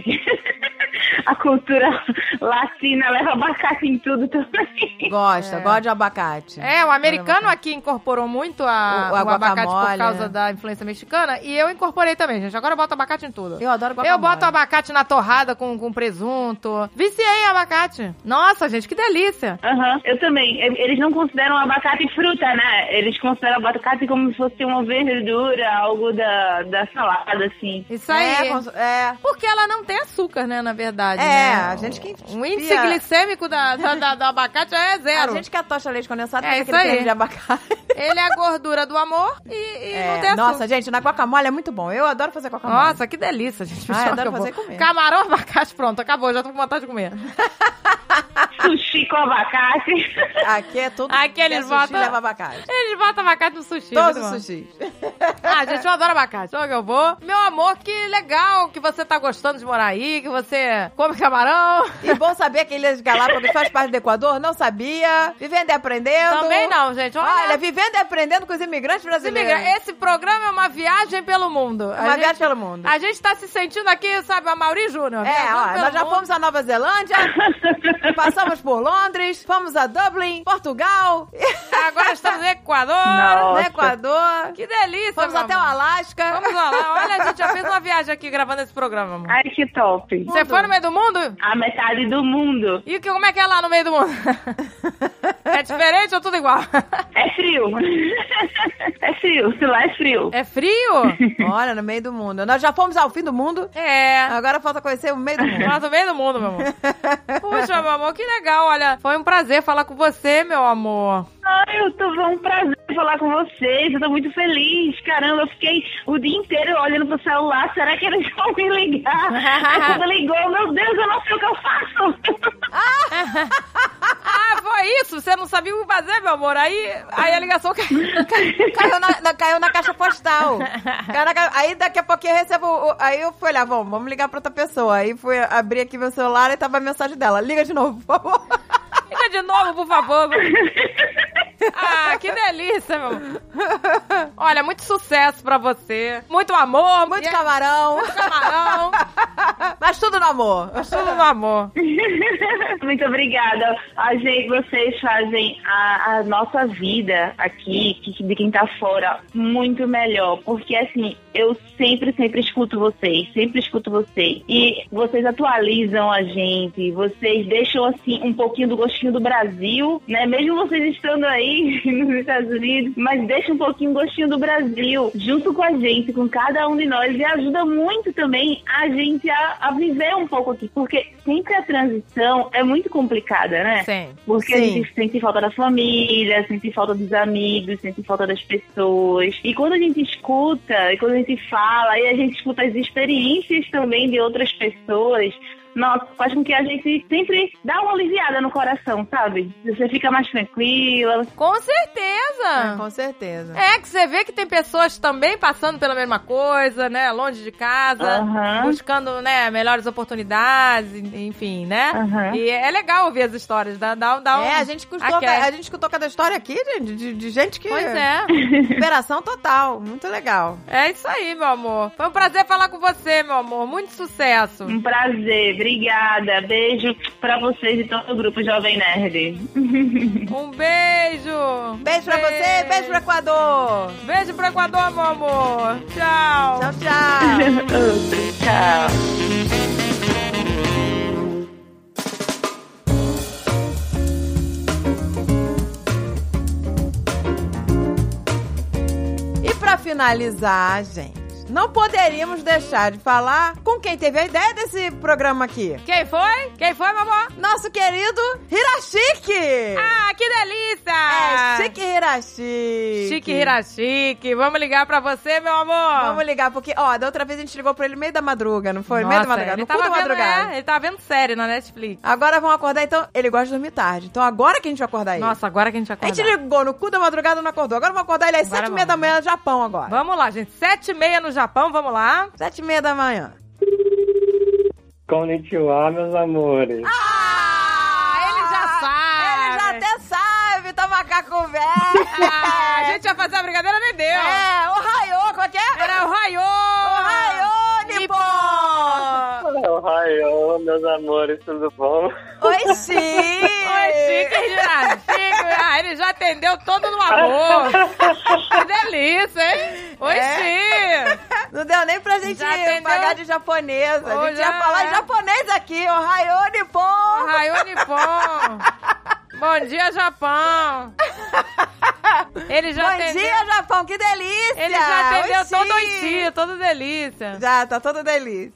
A cultura latina leva abacate em tudo também. Gosta, é. gosta de abacate. É, o americano aqui incorporou muito a, o, o abacate por causa né? da influência mexicana e eu incorporei também, gente. Agora eu boto abacate em tudo. Eu adoro guacamole. Eu boto abacate na torrada com, com presunto. Viciei em abacate. Nossa, gente, que delícia. Aham, uhum, eu também. Eles não consideram abacate fruta, né? Eles consideram abacate como se fosse uma verdura, algo da, da salada, assim. Isso aí. É, é. Porque ela não tem açúcar, né, na verdade. É, né? a gente que... O índice glicêmico da, da, da, do abacate é zero. A gente que atocha leite condensado é tem isso aquele aí. creme de abacate. Ele é a gordura do amor e, e é, não tem açúcar. Nossa, gente, na guacamole é muito bom. Eu adoro fazer guacamole. Nossa, que delícia, gente. Ah, eu adoro fazer comer. Camarão, abacate, pronto, acabou. Já tô com vontade de comer. Sushi sushi com abacate. Aqui é tudo Aqui eles que é sushi, botam- leva abacate. Eles botam abacate no sushi. Todos muito os bom. sushis. Ah, gente, eu adoro abacate. Onde eu vou? Meu amor, que legal que você tá gostando de morar aí, que você come camarão. E bom saber que Ilhas Galápagos faz parte do Equador, não sabia. Vivendo e aprendendo. Também não, gente. Olha, Olha, vivendo e aprendendo com os imigrantes brasileiros. amiga, esse programa é uma viagem pelo mundo. É A uma gente- viagem pelo mundo. A gente tá se sentindo aqui, sabe, a Mauri Júnior. É, viajando ó, pelo nós já mundo. fomos a Nova Zelândia, passamos por Londres, fomos a Dublin, Portugal, Agora estamos no Equador. Nossa. no Equador. Que delícia, Fomos meu até o amor. Alasca. Vamos lá. Olha, a gente já fez uma viagem aqui gravando esse programa, amor. Ai, que top. Você foi no meio do mundo? A metade do mundo. E que, como é que é lá no meio do mundo? É diferente ou tudo igual? É frio. É frio. Lá é frio. É frio? Olha, no meio do mundo. Nós já fomos ao fim do mundo, É. agora falta conhecer o meio do mundo. Nossa, no meio do mundo, meu amor. Puxa, meu amor, que legal. Olha, foi um prazer falar com você, meu amor. Ai, eu tô foi um prazer falar com vocês. Eu tô muito feliz. Caramba, eu fiquei o dia inteiro olhando pro celular. Será que eles vão me ligar? Aí quando ligou, meu Deus, eu não sei o que eu faço. Ah, foi isso? Você não sabia o que fazer, meu amor? Aí, aí a ligação caiu. Caiu na, na- caiu na caixa postal. Caiu na ca- aí daqui a pouquinho eu recebo. o- Aí eu fui olhar, vamos, vamos ligar pra outra pessoa. Aí fui abrir aqui meu celular e tava a mensagem dela. Liga de novo, por favor. Liga de novo, por favor. Ah, que delícia, meu amor. Olha, muito sucesso pra você. Muito amor. Muito e- camarão. Muito camarão. Mas tudo no amor. Tudo no amor. Muito obrigada. A gente, vocês fazem a, a nossa vida aqui, que- de quem tá fora, muito melhor. Porque, assim, eu sempre, sempre escuto vocês. Sempre escuto vocês. E vocês atualizam a gente. Vocês deixam, assim, um pouquinho do gostinho do Brasil, né? Mesmo vocês estando aí nos Estados Unidos, mas deixa um pouquinho o gostinho do Brasil junto com a gente, com cada um de nós. E ajuda muito também a gente a, a viver um pouco aqui. Porque sempre a transição é muito complicada, né? Sim. Porque a Sim. gente sente falta da família, sente falta dos amigos, sente falta das pessoas. E quando a gente escuta, e quando a gente fala, e a gente escuta as experiências também de outras pessoas, nossa, faz com que a gente sempre dá uma aliviada no coração, sabe? Você fica mais tranquila. Com É, certeza. com certeza. É, que você vê que tem pessoas também passando pela mesma coisa, né? Longe de casa, Aham. buscando, né, melhores oportunidades, enfim, né? Aham. E é legal ouvir as histórias, dá, dá, dá um... É, a gente, escutou, aquece. a gente escutou cada história aqui, gente, de, de gente que... Pois é. Superação total, muito legal. É isso aí, meu amor. Foi um prazer falar com você, meu amor. Muito sucesso. Um prazer, obrigada. Beijo pra vocês e todo o grupo Jovem Nerd. Um beijo. Beijo pra você, beijo pro Equador. Beijo pro Equador, meu amor. Tchau. Tchau, tchau. Tchau. E pra finalizar, gente, não poderíamos deixar de falar com quem teve a ideia desse programa aqui. Quem foi? Quem foi, meu amor? Nosso querido Hirashiki! Ah, que delícia! É, Chique Hirashiki. Chique Hirashiki. Vamos ligar pra você, meu amor. Vamos ligar, porque, ó, da outra vez a gente ligou pra ele no meio da madruga, não foi? No meio da Nossa, madrugada, ele no cu da tava vendo, madrugada. é, ele tava vendo série na Netflix. Agora vamos acordar, então, ele gosta de dormir tarde. Então agora que a gente vai acordar ele. Nossa, agora que a gente A acorda. gente ligou no cu da madrugada e não acordou. Agora vamos acordar ele às Agora sete e meia da vamos. manhã no Japão agora. Vamos lá, gente. Sete e meia no Japão, vamos lá. Sete e meia da manhã. Konnichiwa, meus amores. Ah, ele já sabe. Ele já até sabe, tá macaco velho. Ah, a gente ia fazer a brincadeira, nem deu. É, o Raiô, qual que é? Era o Raiô. O Raiô, Nippon. Ohayou, meus amores, tudo bom? Oi, Chique. Oi, Chique, Chique. Ah, ele já atendeu todo no amor. Que delícia, hein? Oi, É. Chique. Não deu nem pra gente Já atendeu? pagar de japonesa. Ô, A gente já ia falar é. em japonês aqui. O Raiô, Nippon. Raiô Nippon. Bom dia, Japão. Ele já Bom atendeu. dia, Japão, que delícia. Ele já atendeu Oi, todo Chique. oishi, todo delícia. Já, tá toda delícia.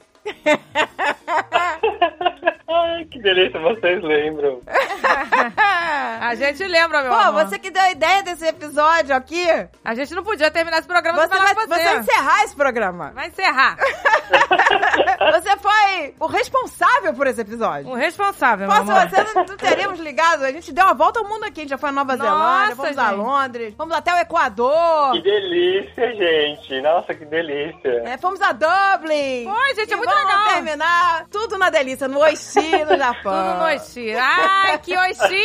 Ai, que delícia, vocês lembram. A gente lembra, meu Pô, amor. você que deu a ideia desse episódio aqui, A gente não podia terminar esse programa você sem falar vai, com você. você vai encerrar esse programa. Vai encerrar. Você foi o responsável responsável por esse episódio. O responsável, Posso, meu amor. você não, não teríamos ligado? A gente deu uma volta ao mundo aqui. A gente já foi a Nova Nossa, Zelândia, fomos a gente. Londres, fomos até o Equador. Que delícia, gente. Nossa, que delícia. É, fomos a Dublin. Oi, gente, é E muito vamos legal. terminar tudo na delícia, no Oishi, no Japão. Tudo no Oishi. Ai, que Oishi!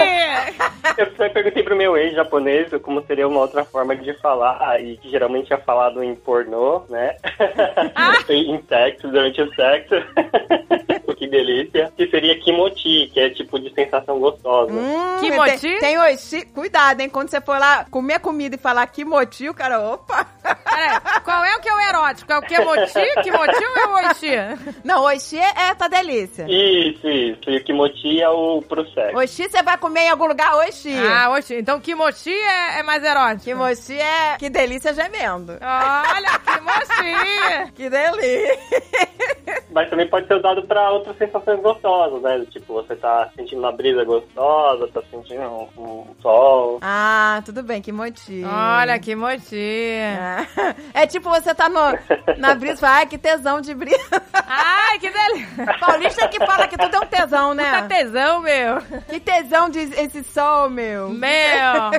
Eu sempre perguntei pro meu ex-japonês como seria uma outra forma de falar, e que geralmente é falado em pornô, né? Ah. em sexo, durante o sexo. Que delícia. Que seria kimochi, que é tipo de sensação gostosa. Hum, Kimochi? Tem, tem Oishi. Cuidado, hein? Quando você for lá comer comida e falar kimochi, o cara, opa. Peraí, qual é o que é o erótico? É o kimochi? Kimochi ou é o Oishi? Não, Oishi é tá delícia. Isso, isso. E o kimochi é o pro sexo. Oishi você vai comer em algum lugar, Oishi. Ah, Oishi. Então kimochi é, é mais erótico. Kimochi é que delícia gemendo. Olha, kimochi! Que delícia. Mas também pode ser usado pra outras sensações gostosas, né? Tipo, você tá sentindo uma brisa gostosa, tá sentindo um, um sol. Ah, tudo bem, kimochi. Olha, kimochi. É, é tipo você tá no, na brisa e fala, ai, que tesão de brisa. Ai, que delícia. Paulista é que fala que tudo é um tesão, né? Puta tesão, meu. Que tesão de esse sol, meu. Meu.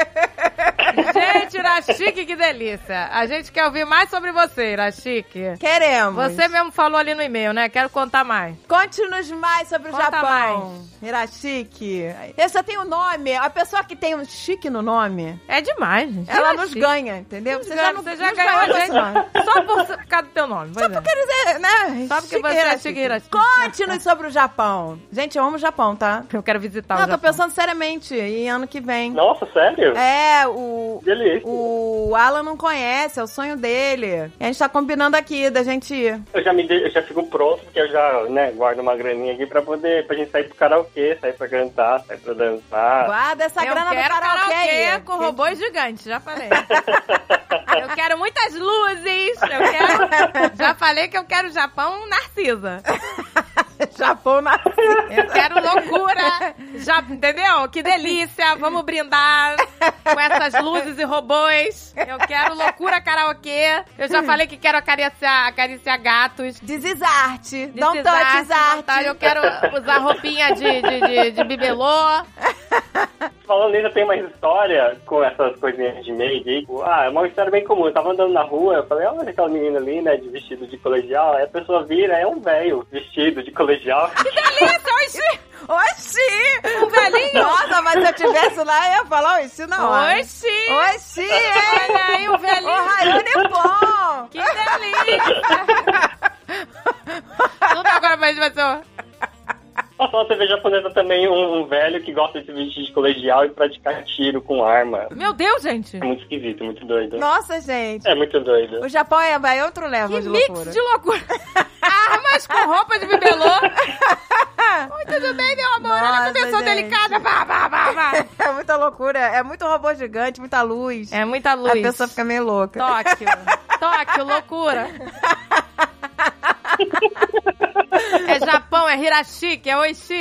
Gente, Irashiki, que delícia. A gente quer ouvir mais sobre você, Irashiki. Queremos. Você mesmo falou ali no e-mail, né? Quero contar mais. Conte-nos mais sobre o Conta Japão. mais. Hirashiki. Esse tem o nome. A pessoa que tem um chique no nome, É demais, gente. ela Hirashiki. nos ganha, entendeu? Você já, não- você já nos ganhou a com esse gente nome. só por causa do teu nome. Só pois é. porque quer dizer, né? Só porque Chique você é Hirashiki. chique Hirashiki. Conte-nos sobre o Japão. Gente, eu amo o Japão, tá? Eu quero visitar Não, o eu tô Japão. pensando seriamente em ano que vem. Nossa, sério? É, o... Delícia. O Alan não conhece, é o sonho dele. E a gente tá combinando aqui da gente ir. Eu já, me de... eu já fico pronto, porque eu já, né, guardo uma graninha aqui pra poder, pra gente sair pro karaokê, sair pra cantar, sair pra dançar. Guarda essa Eu grana quero do karaokê aí. karaokê com robôs gigantes, já falei. Eu quero muitas luzes, eu quero... Já falei que eu quero Japão Narcisa. Japão na... Eu quero loucura, já, entendeu? Que delícia, vamos brindar com essas luzes e robôs. Eu quero loucura karaokê. Eu já falei que quero acariciar, acariciar gatos. Desisarte. This Don't is touch art, is art. tá? Eu quero usar roupinha de, de, de, de bibelô. Falando nisso, eu tenho uma história com essas coisinhas de maid aí. Ah, é uma história bem comum. Eu tava andando na rua, eu falei, olha aquela menina ali, né, de vestido de colegial. Aí a pessoa vira, é um velho vestido de colegial. Que delícia, oxi! Oxi! Um velhinho? Nossa, mas se eu tivesse lá, eu ia falar oxi na hora. Oxi! Oxi, hein? Olha aí o velhinho. O Rayane é bom! Que delícia! Tudo agora pra gente vai ser... um- Posso falar, T V japonesa também, um, um velho que gosta de se vestir de colegial e praticar tiro com arma. Meu Deus, gente! É muito esquisito, muito doido. Nossa, gente. É muito doido. O Japão é, vai outro level Que de mix loucura. de loucura! Armas com roupa de bibelô! Oi, tudo bem, meu amor? Olha Nossa, como eu sou gente. delicada! Bah, bah, bah, bah. É muita loucura. É muito robô gigante, muita luz. É muita luz. A pessoa fica meio louca. Tóquio. Tóquio, loucura. É Japão, é Hirashiki, é Oishi.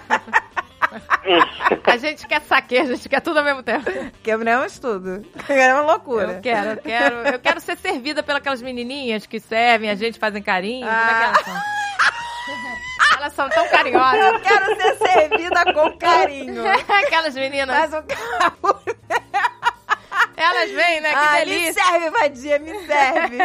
A gente quer saque, a gente quer tudo ao mesmo tempo. Quebramos tudo. Quebramos loucura. Eu quero, eu quero, eu quero ser servida pelas menininhas que servem, a gente fazem carinho. Como é que Ah. elas são? Elas são tão carinhosas. Eu quero ser servida com carinho. Aquelas meninas. Mas o carro... Elas vêm, né? Que Ah, me delícia. serve, vadia, me serve.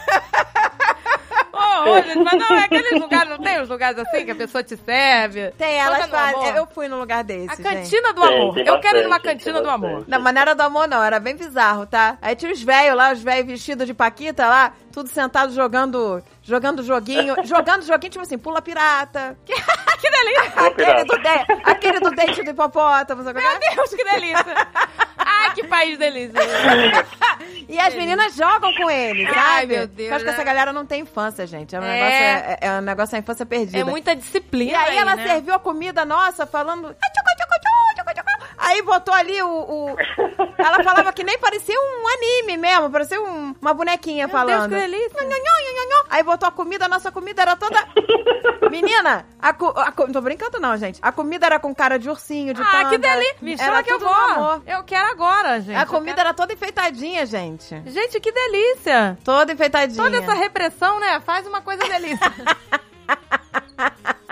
Ô, ô, gente, mas não, é aqueles lugares, não tem os lugares assim que a pessoa te serve? Tem, elas Toda no fazem. amor? Eu fui num lugar desse, A gente. cantina do Tem, amor. tem Eu quero ir numa bastante, cantina tem do amor. bastante. Não, mas não era do amor, não. Era bem bizarro, tá? Aí tinha os velhos lá, os velhos vestidos de paquita lá, tudo sentado jogando, jogando joguinho. jogando joguinho, tipo assim, pula pirata. Que, que delícia. Aquele do, de, aquele do dente do hipopótamo, sabe? Meu Deus, que delícia. Ai, que país delícia. E as meninas jogam com eles, sabe? Ai, meu Deus, Eu acho que essa né? galera não tem infância, gente. É um É. negócio, é, é um negócio da infância perdida. É muita disciplina. E aí ela né? serviu a comida nossa falando... "Ah, tchucu, tchucu, tchucu, tchucu, tchucu." Aí botou ali o, o... Ela falava que nem parecia um anime mesmo, parecia um- uma bonequinha Meu falando. Deus, que delícia. Nho, nho, nho, nho. Aí botou a comida, a nossa comida era toda... Menina, a co... a co- não tô brincando não, gente. A comida era com cara de ursinho, de Ah, panda. que delícia. Me Era chama que eu tudo vou. no amor. Eu quero agora, gente. A Eu comida quero- era toda enfeitadinha, gente. Gente, que delícia. Toda enfeitadinha. Toda essa repressão, né? Faz uma coisa delícia.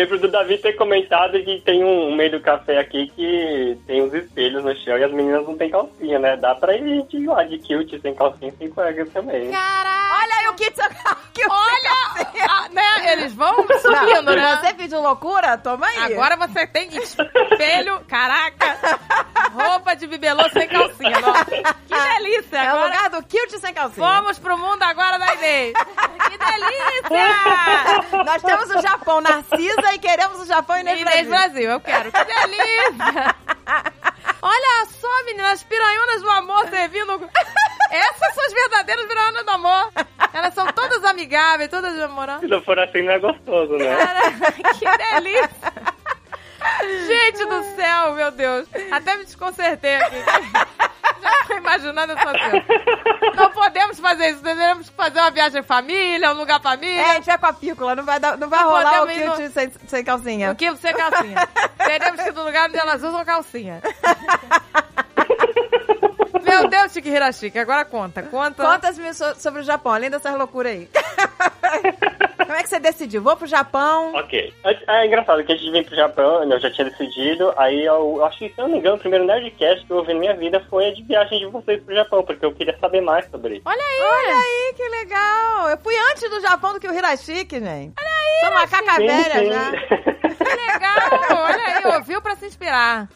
lembro do Davi ter comentado que tem um meio do café aqui que tem uns espelhos no chão e as meninas não tem calcinha, né? Dá pra ir de lá de kilt sem calcinha sem cueca também. Caraca! Olha aí o kit sem calcinha. Olha! Ah, né? Eles vão subindo, não, né? Você pediu loucura? Toma aí. Agora você tem espelho, caraca, roupa de bibelô sem calcinha. Nossa, que delícia. É agora... o lugar do kilt sem calcinha. Vamos pro mundo agora da Inês. Que delícia! Nós temos o Japão, Narcisa, e queremos o Japão Inês, Inês Brasil. Brasil. Eu quero. Que delícia! Olha só, meninas, as piranhonas do amor servindo... Essas são as verdadeiras piranhonas do amor. Elas são todas amigáveis, todas amorosas. Se não for assim, não é gostoso, né? Cara, que delícia! Gente do céu, meu Deus. Até me desconcertei aqui. Já tô imaginando essa cena. Não podemos fazer isso. Devemos fazer uma viagem em família, um lugar família. É, a gente vai com a pícola. Não vai, dar, não vai Não rolar o podemos ir kilt sem, sem calcinha. O quilo sem calcinha. Teremos que ir no lugar onde elas usam calcinha. Meu Deus, Chique Hirashiki, agora conta, conta. Conta-me so- sobre o Japão, além dessas loucuras aí. Como é que você decidiu? Vou pro Japão? Ok. É engraçado que antes de vir pro Japão, eu já tinha decidido, aí eu acho que, se eu não me engano, o primeiro Nerdcast que eu ouvi na minha vida foi a de viagem de vocês pro Japão, porque eu queria saber mais sobre isso. Olha aí! Olha aí, que legal! Eu fui antes do Japão do que o Hirashiki, gente. Olha aí! Sou macaca sim, velha sim. já. Que legal! Olha aí, ouviu pra se inspirar.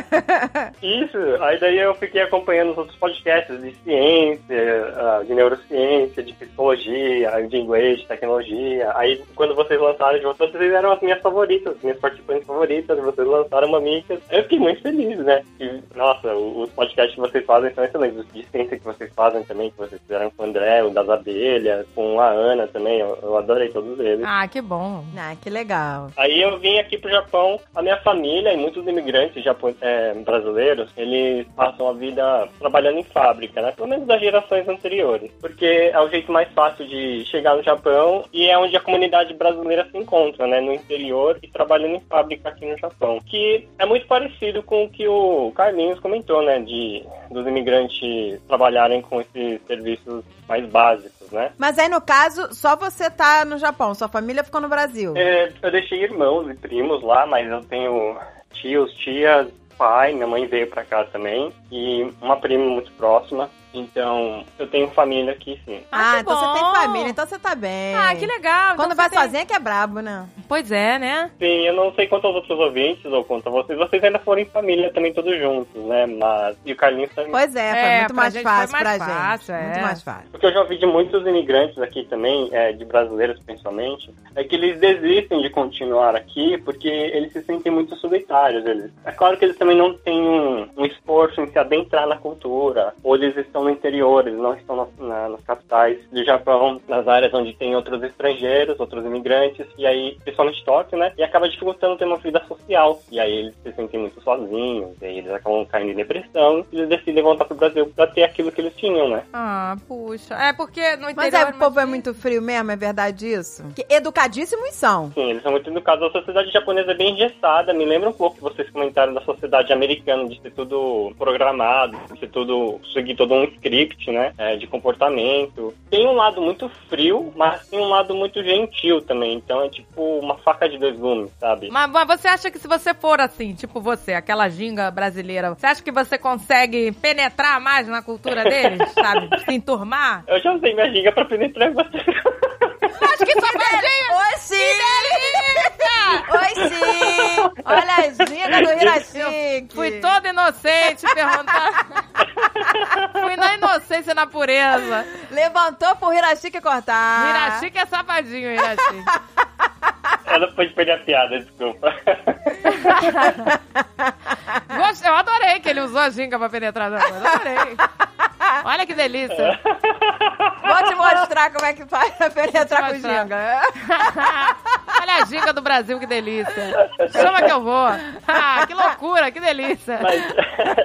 Isso, aí daí eu fiquei acompanhando os outros podcasts de ciência, de neurociência, de psicologia, de inglês, de tecnologia. Aí quando vocês lançaram de vocês, vocês eram as minhas favoritas, minhas participantes favoritas, vocês lançaram Mamicas. Eu fiquei muito feliz, né? E, nossa, os podcasts que vocês fazem são excelentes. Os de ciência que vocês fazem também, que vocês fizeram com o André, o das abelhas, com a Ana também, eu, eu adorei todos eles. Ah, que bom. Ah, que legal. Aí eu vim aqui pro Japão, a minha família e muitos imigrantes japon- é, brasileiros, eles passam a vida trabalhando em fábrica, né? Pelo menos das gerações anteriores. Porque é o jeito mais fácil de chegar no Japão e é onde a comunidade brasileira se encontra, né? No interior e trabalhando em fábrica aqui no Japão. Que é muito parecido com o que o Carlinhos comentou, né? De, dos imigrantes trabalharem com esses serviços mais básicos, né? Mas aí, no caso, só você tá no Japão, sua família ficou no Brasil. É, eu deixei irmãos e primos lá, mas eu tenho tios, tias, pai, minha mãe veio pra cá também, e uma prima muito próxima. Então, eu tenho família aqui, sim. Ah, que então bom. você tem família, então você tá bem. Ah, que legal. Quando Então vai você tem- sozinha que é brabo, né? Pois é, né? Sim, eu não sei quanto aos outros ouvintes ou quanto a vocês. Vocês ainda foram em família também todos juntos, né? Mas... E o Carlinhos também. Pois é, foi É, muito pra mais gente fácil foi mais pra fácil, gente. é. Muito mais fácil. O que eu já ouvi de muitos imigrantes aqui também, é, de brasileiros principalmente, é que eles desistem de continuar aqui porque eles se sentem muito solitários. Eles. É claro que eles também não têm um, um esforço em se adentrar na cultura, ou eles estão no interior, eles não estão na, na, nas capitais do Japão, nas áreas onde tem outros estrangeiros, outros imigrantes, e aí, principalmente Tóquio, né? E acaba dificultando ter uma vida social. E aí eles se sentem muito sozinhos, e aí eles acabam caindo em depressão, e eles decidem voltar pro Brasil pra ter aquilo que eles tinham, né? Ah, puxa. É porque no Mas interior... é, o povo é muito frio mesmo, é verdade isso? Que educadíssimos são. Sim, eles são muito educados. A sociedade japonesa é bem engessada. Me lembra um pouco que vocês comentaram da sociedade americana, de ser tudo programado, de ser tudo, seguir todo um script, né? É, de comportamento. Tem um lado muito frio, mas tem um lado muito gentil também. Então é tipo uma faca de dois gumes, sabe? Mas, mas você acha que se você for assim, tipo você, aquela ginga brasileira, você acha que você consegue penetrar mais na cultura deles, sabe? Se enturmar? Eu já usei minha giga pra penetrar em você. Acho que safadinha! Oi, sim! Oi, sim! Olha a ginga do Hirashiki. Fui toda inocente perguntar. Fui na inocência, na pureza. Levantou pro Hirashiki cortar. Hirashiki é safadinho, Hirashiki. Ela pode perder a piada, desculpa. Gost- Eu adorei que ele usou a ginga pra penetrar na coisa. Adorei. Olha que delícia. Vou te mostrar como é que faz pra penetrar com mostrar. ginga. Olha a ginga do Brasil, que delícia. Chama que eu vou. Ah, que loucura, que delícia. Mas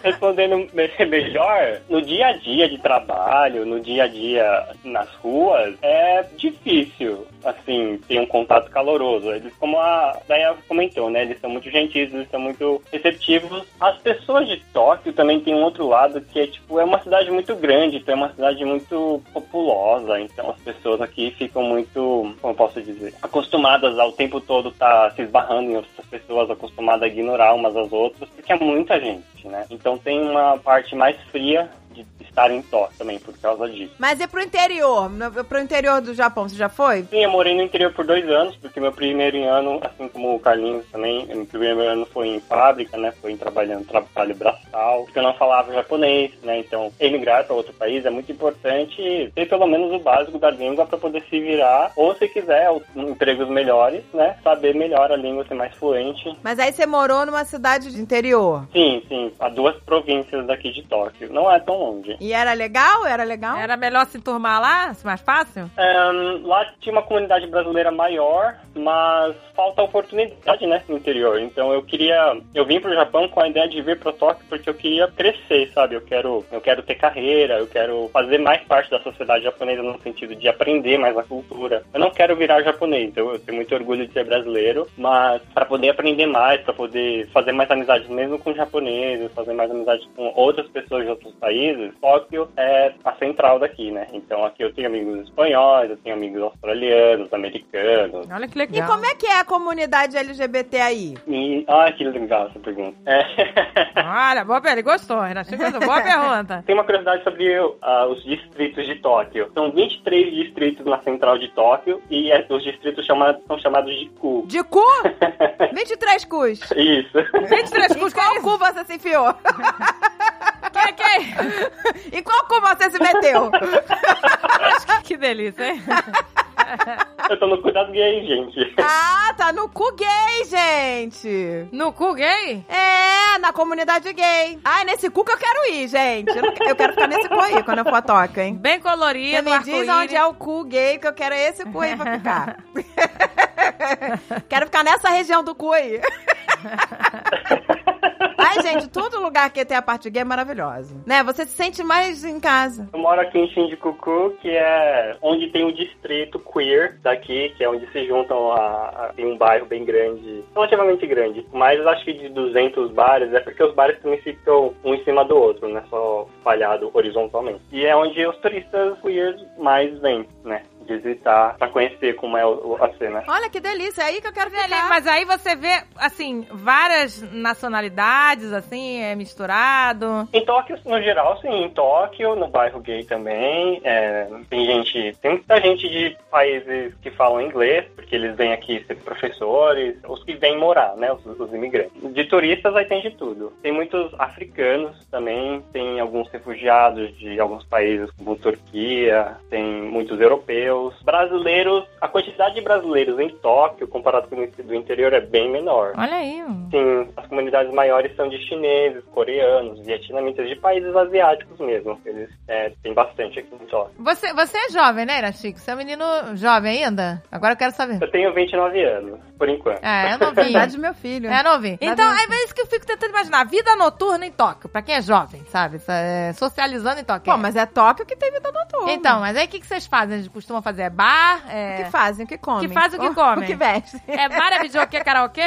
respondendo me- melhor, no dia a dia de trabalho, no dia a dia nas ruas, é difícil, assim, ter um contato caloroso. Eles, como a Daya comentou, né, eles são muito gentis, eles são muito receptivos. As pessoas de Tóquio também tem um outro lado que é, tipo, é uma cidade muito grande, então é uma cidade muito populosa, então as pessoas aqui ficam muito, como eu posso dizer, acostumadas ao tempo todo estar tá se esbarrando em outras pessoas, acostumadas a ignorar umas às outras, porque é muita gente, né? Então tem uma parte mais fria de estar em Tóquio também, por causa disso. Mas e pro interior? No, pro interior do Japão, você já foi? Sim, eu morei no interior por dois anos, porque meu primeiro ano, assim como o Carlinhos também, meu primeiro ano foi em fábrica, né? Foi em trabalhando trabalho braçal, porque eu não falava japonês, né? Então, emigrar para outro país é muito importante ter pelo menos o básico da língua para poder se virar, ou se quiser, empregos melhores, né? Saber melhor a língua, ser mais fluente. Mas aí você morou numa cidade de interior? Sim, sim, a duas províncias daqui de Tóquio. Não é tão longe. E era legal? Era legal? Era melhor se turmar lá? Mais fácil? Um, lá tinha uma comunidade brasileira maior, mas falta oportunidade, né, no interior. Então eu queria... Eu vim pro Japão com a ideia de vir pra Tóquio porque eu queria crescer, sabe? Eu quero, eu quero ter carreira, eu quero fazer mais parte da sociedade japonesa no sentido de aprender mais a cultura. Eu não quero virar japonês, eu, eu tenho muito orgulho de ser brasileiro, mas para poder aprender mais, para poder fazer mais amizades mesmo com japoneses, fazer mais amizades com outras pessoas de outros países, Tóquio é a central daqui, né? Então aqui eu tenho amigos espanhóis, eu tenho amigos australianos, americanos. Olha que legal. E como é que é a comunidade L G B T aí? E... Ah, que legal essa pergunta. É. Olha, boa pergunta. Ele gostou, Renato. Boa pergunta. Tem uma curiosidade sobre uh, os distritos de Tóquio. São vinte e três distritos na central de Tóquio e é, os distritos chama, são chamados de cu. De cu? vinte e três cus. Isso. vinte e três cus. Qual cu você se enfiou? Que, que? Em qual cu você se meteu? que, que delícia, hein? Eu tô no cu das gays, gente. Ah, tá no cu gay, gente. No cu gay? É, na comunidade gay. Ai, nesse cu que eu quero ir, gente. Eu, não, eu quero ficar nesse cu aí quando eu for a Tóquio, hein? Bem colorido, você me diz onde é o cu gay, que eu quero esse cu aí pra ficar. Quero ficar nessa região do cu aí. Ai, gente, todo lugar que tem a parte gay é maravilhoso. Né? Você se sente mais em casa. Eu moro aqui em Shinjuku, que é onde tem o distrito queer daqui, que é onde se juntam a, a... Tem um bairro bem grande, relativamente grande. Mas acho que de duzentos bares, é porque os bares também ficam um em cima do outro, né? Só espalhado horizontalmente. E é onde os turistas queers mais vêm, né? Visitar, pra conhecer como é a cena. Olha que delícia, é aí que eu quero ficar. Mas aí você vê, assim, várias nacionalidades, assim, é misturado. Em Tóquio, no geral, sim. Em Tóquio, no bairro gay também, é, tem gente, tem muita gente de países que falam inglês, porque eles vêm aqui ser professores, os que vêm morar, né, os, os imigrantes. De turistas, aí tem de tudo. Tem muitos africanos também, tem alguns refugiados de alguns países, como Turquia, tem muitos europeus. Brasileiros, a quantidade de brasileiros em Tóquio, comparado com o do interior, é bem menor. Olha aí. Sim, as comunidades maiores são de chineses, coreanos, vietnamitas, de países asiáticos mesmo. Eles é, têm bastante aqui em Tóquio. Você, você é jovem, né, Irachico? Você é um menino jovem ainda? Agora eu quero saber. Eu tenho vinte e nove anos, por enquanto. É, é novinho. Idade do meu filho. É novinho. Então, é isso que eu fico tentando imaginar. Vida noturna em Tóquio, pra quem é jovem, sabe? É, socializando em Tóquio. Pô, mas é Tóquio que tem vida noturna. Então, mas aí o que, que vocês fazem? Eles costumam fazer bar? É... O que fazem, o que comem. O que fazem, o que comem. O que vestem. É bar, é videokê, karaokê?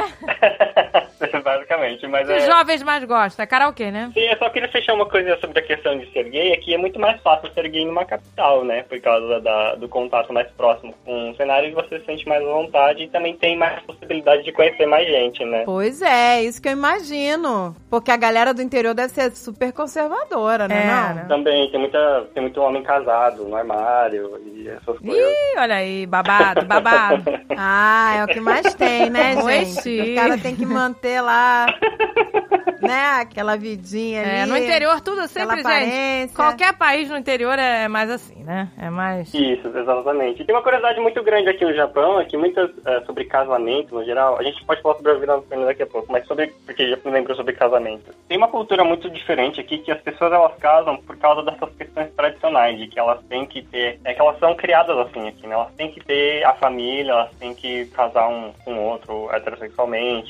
Basicamente, mas Os é... jovens mais gostam, é karaokê, né? Sim, eu só queria fechar uma coisa sobre a questão de ser gay. Aqui é muito mais fácil ser gay numa capital, né? Por causa da, do contato mais próximo com o cenário, você se sente mais à vontade e também tem mais possibilidade de conhecer mais gente, né? Pois é, isso que eu imagino. Porque a galera do interior deve ser super conservadora, né? É, não? Também, tem, muita, tem muito homem casado no armário e essas coisas. Ih, olha aí, babado, babado. Ah, é o que mais tem, né, Oi, gente? sim. O cara tem que manter lá, né, aquela vidinha ali. É, no interior tudo sempre, gente, aparência. qualquer país no interior é mais assim, né? É mais... Isso, exatamente. E tem uma curiosidade muito grande aqui no Japão, é que muitas, é, sobre casamento, no geral, a gente pode falar sobre a vida noturna daqui a pouco, mas sobre, porque já me lembrou sobre casamento. Tem uma cultura muito diferente aqui, que as pessoas, elas casam por causa dessas questões tradicionais, de que elas têm que ter, é que elas são criadas assim aqui, né? Elas têm que ter a família, elas têm que casar um com o outro heterossexualmente, elas têm que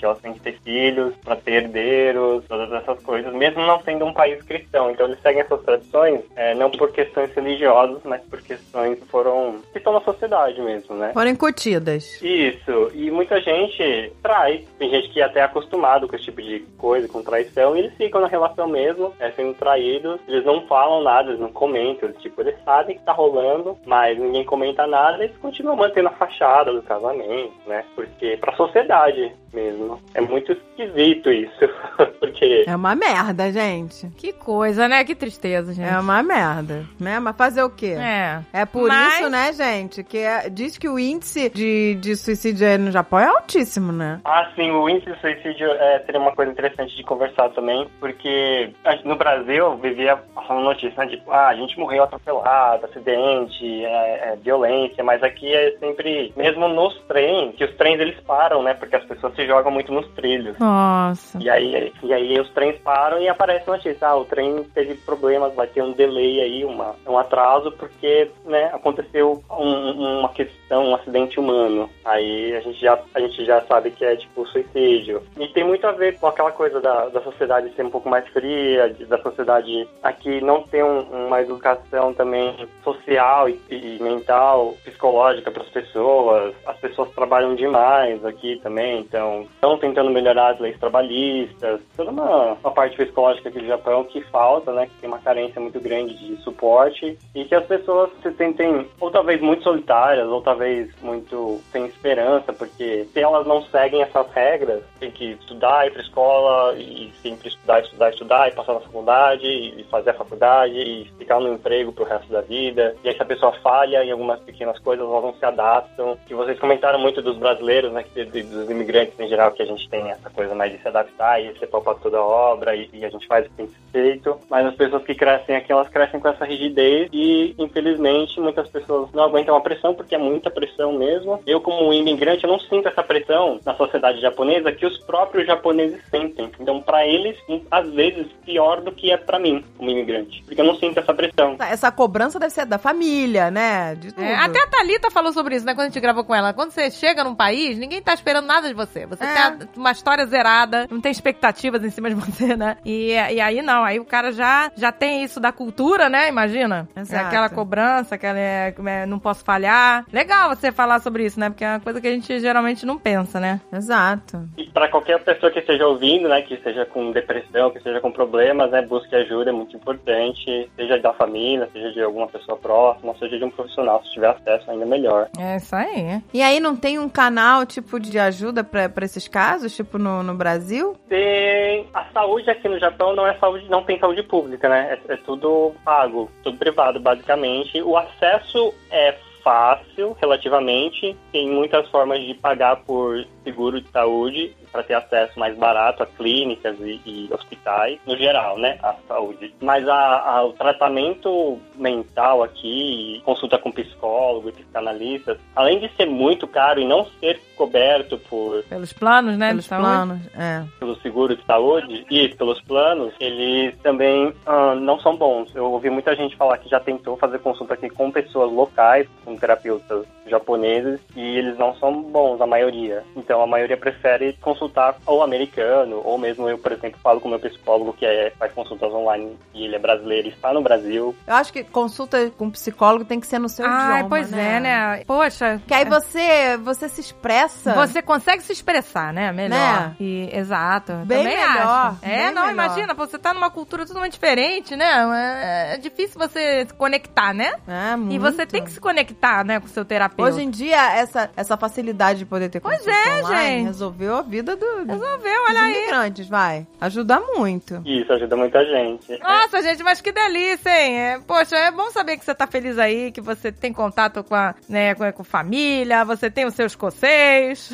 ter filhos, para ter herdeiros, todas essas coisas, mesmo não sendo um país cristão. Então eles seguem essas tradições, é, não por questões religiosas, mas por questões que foram, que estão na sociedade mesmo, né? Foram incutidas. Isso, e muita gente trai, tem gente que é até acostumado com esse tipo de coisa, com traição, e eles ficam na relação mesmo, é, sendo traídos, eles não falam nada, eles não comentam, eles, tipo, eles sabem que tá rolando, mas ninguém comenta nada, eles continuam mantendo a fachada do casamento, né? Porque pra sociedade mesmo, é muito esquisito isso, porque... É uma merda, gente. Que coisa, né? Que tristeza, gente. É uma merda, né? Mas fazer o quê? É. É por Mas... isso, né, gente, que é, diz que o índice de, de suicídio aí no Japão é altíssimo, né? Ah, sim, o índice de suicídio é, seria uma coisa interessante de conversar também, porque no Brasil vivia passando notícia, né, tipo, ah, a gente morreu atropelado, acidente, é, é, violência, mas aqui é sempre, mesmo nos trens, que os trens eles param, né, porque as pessoas se jogam muito nos trilhos. Nossa. E aí, e aí os trens param e aparece notícia, ah, o trem teve problemas, vai ter um delay aí, uma, um atraso, porque, né, aconteceu um, uma questão, um acidente humano. Aí a gente, já, a gente já sabe que é, tipo, suicídio. E tem muito a ver com aquela coisa da, da sociedade ser um pouco mais fria, de, da sociedade aqui não ter um, uma educação também social e, e mental, psicológica para as pessoas. As pessoas trabalham demais aqui também, então estão tentando melhorar as leis trabalhistas, toda uma, uma parte psicológica aqui do Japão que falta, né, que tem uma carência muito grande de suporte e que as pessoas se sentem ou talvez muito solitárias ou talvez muito sem esperança, porque se elas não seguem essas regras, tem que estudar, ir para escola e sempre estudar, estudar, estudar e passar na faculdade e fazer a faculdade e ficar no emprego pro resto da vida. E aí se a pessoa falha em algumas pequenas coisas, elas não se adaptam. Que vocês comentaram muito dos brasileiros, né, que, dos imigrantes em geral, que a gente tem essa coisa mais de se adaptar e ser pau pra toda a obra e, e a gente faz o que tem que ser feito. Mas as pessoas que crescem aqui, elas crescem com essa rigidez e, infelizmente, muitas pessoas não aguentam a pressão, porque é muita pressão mesmo. Eu, como imigrante, eu não sinto essa pressão na sociedade japonesa que os próprios japoneses sentem. Então, pra eles, às vezes, pior do que é pra mim, como imigrante. Porque eu não sinto essa pressão. Essa cobrança deve ser da família, né? De tudo. É, até a Thalita falou sobre isso, né? Quando a gente gravou com ela. Quando você chega num país, ninguém tá esperando nada de você. Você É. tem uma história zerada, não tem expectativas em cima de você, né? E, e aí não, aí o cara já, já tem isso da cultura, né? Imagina. Exato. É aquela cobrança, aquela é, é, não posso falhar. Legal você falar sobre isso, né? Porque é uma coisa que a gente geralmente não pensa, né? Exato. E para qualquer pessoa que esteja ouvindo, né, que esteja com depressão, que esteja com problemas, né, busque ajuda, é muito importante, seja da família, seja de alguma pessoa próxima, seja de um profissional, se tiver acesso ainda melhor. É isso aí. E aí não tem um canal, tipo, de ajuda pra, pra esses casos, tipo no, no Brasil? Tem... A saúde aqui no Japão não é saúde, não tem saúde pública, né, é, é tudo pago, tudo privado, basicamente. O acesso é fácil, relativamente, tem muitas formas de pagar por seguro de saúde para ter acesso mais barato a clínicas e, e hospitais, no geral, né, a saúde. Mas a, a, o tratamento mental aqui, consulta com psicólogo e psicanalistas, além de ser muito caro e não ser coberto por... Pelos planos, né? Pelos planos, é. Pelo seguro de saúde e pelos planos, eles também ah, não são bons. Eu ouvi muita gente falar que já tentou fazer consulta aqui com pessoas locais, com terapeutas japoneses, e eles não são bons, a maioria. Então a maioria prefere consultar ou americano, ou mesmo eu, por exemplo, falo com o meu psicólogo que é, faz consultas online e ele é brasileiro e está no Brasil. Eu acho que consulta com psicólogo tem que ser no seu Ai, idioma, pois né? é, né? Poxa. Que aí você, você se expressa. Você consegue se expressar, né? Melhor. Né? E, exato. Bem Também melhor, acho. É, bem não, melhor. imagina, você tá numa cultura totalmente diferente, né? É, é difícil você se conectar, né? É, muito. E você tem que se conectar, né, com o seu terapeuta. Hoje em dia, essa, essa facilidade de poder ter Pois consulta é, online gente. resolveu a vida do, Resolveu, dos olha aí. imigrantes, vai. Ajuda muito. Isso ajuda muita gente. Nossa, gente, mas que delícia, hein? É, poxa, é bom saber que você tá feliz aí, que você tem contato com a, né, com, com família, você tem os seus coceis.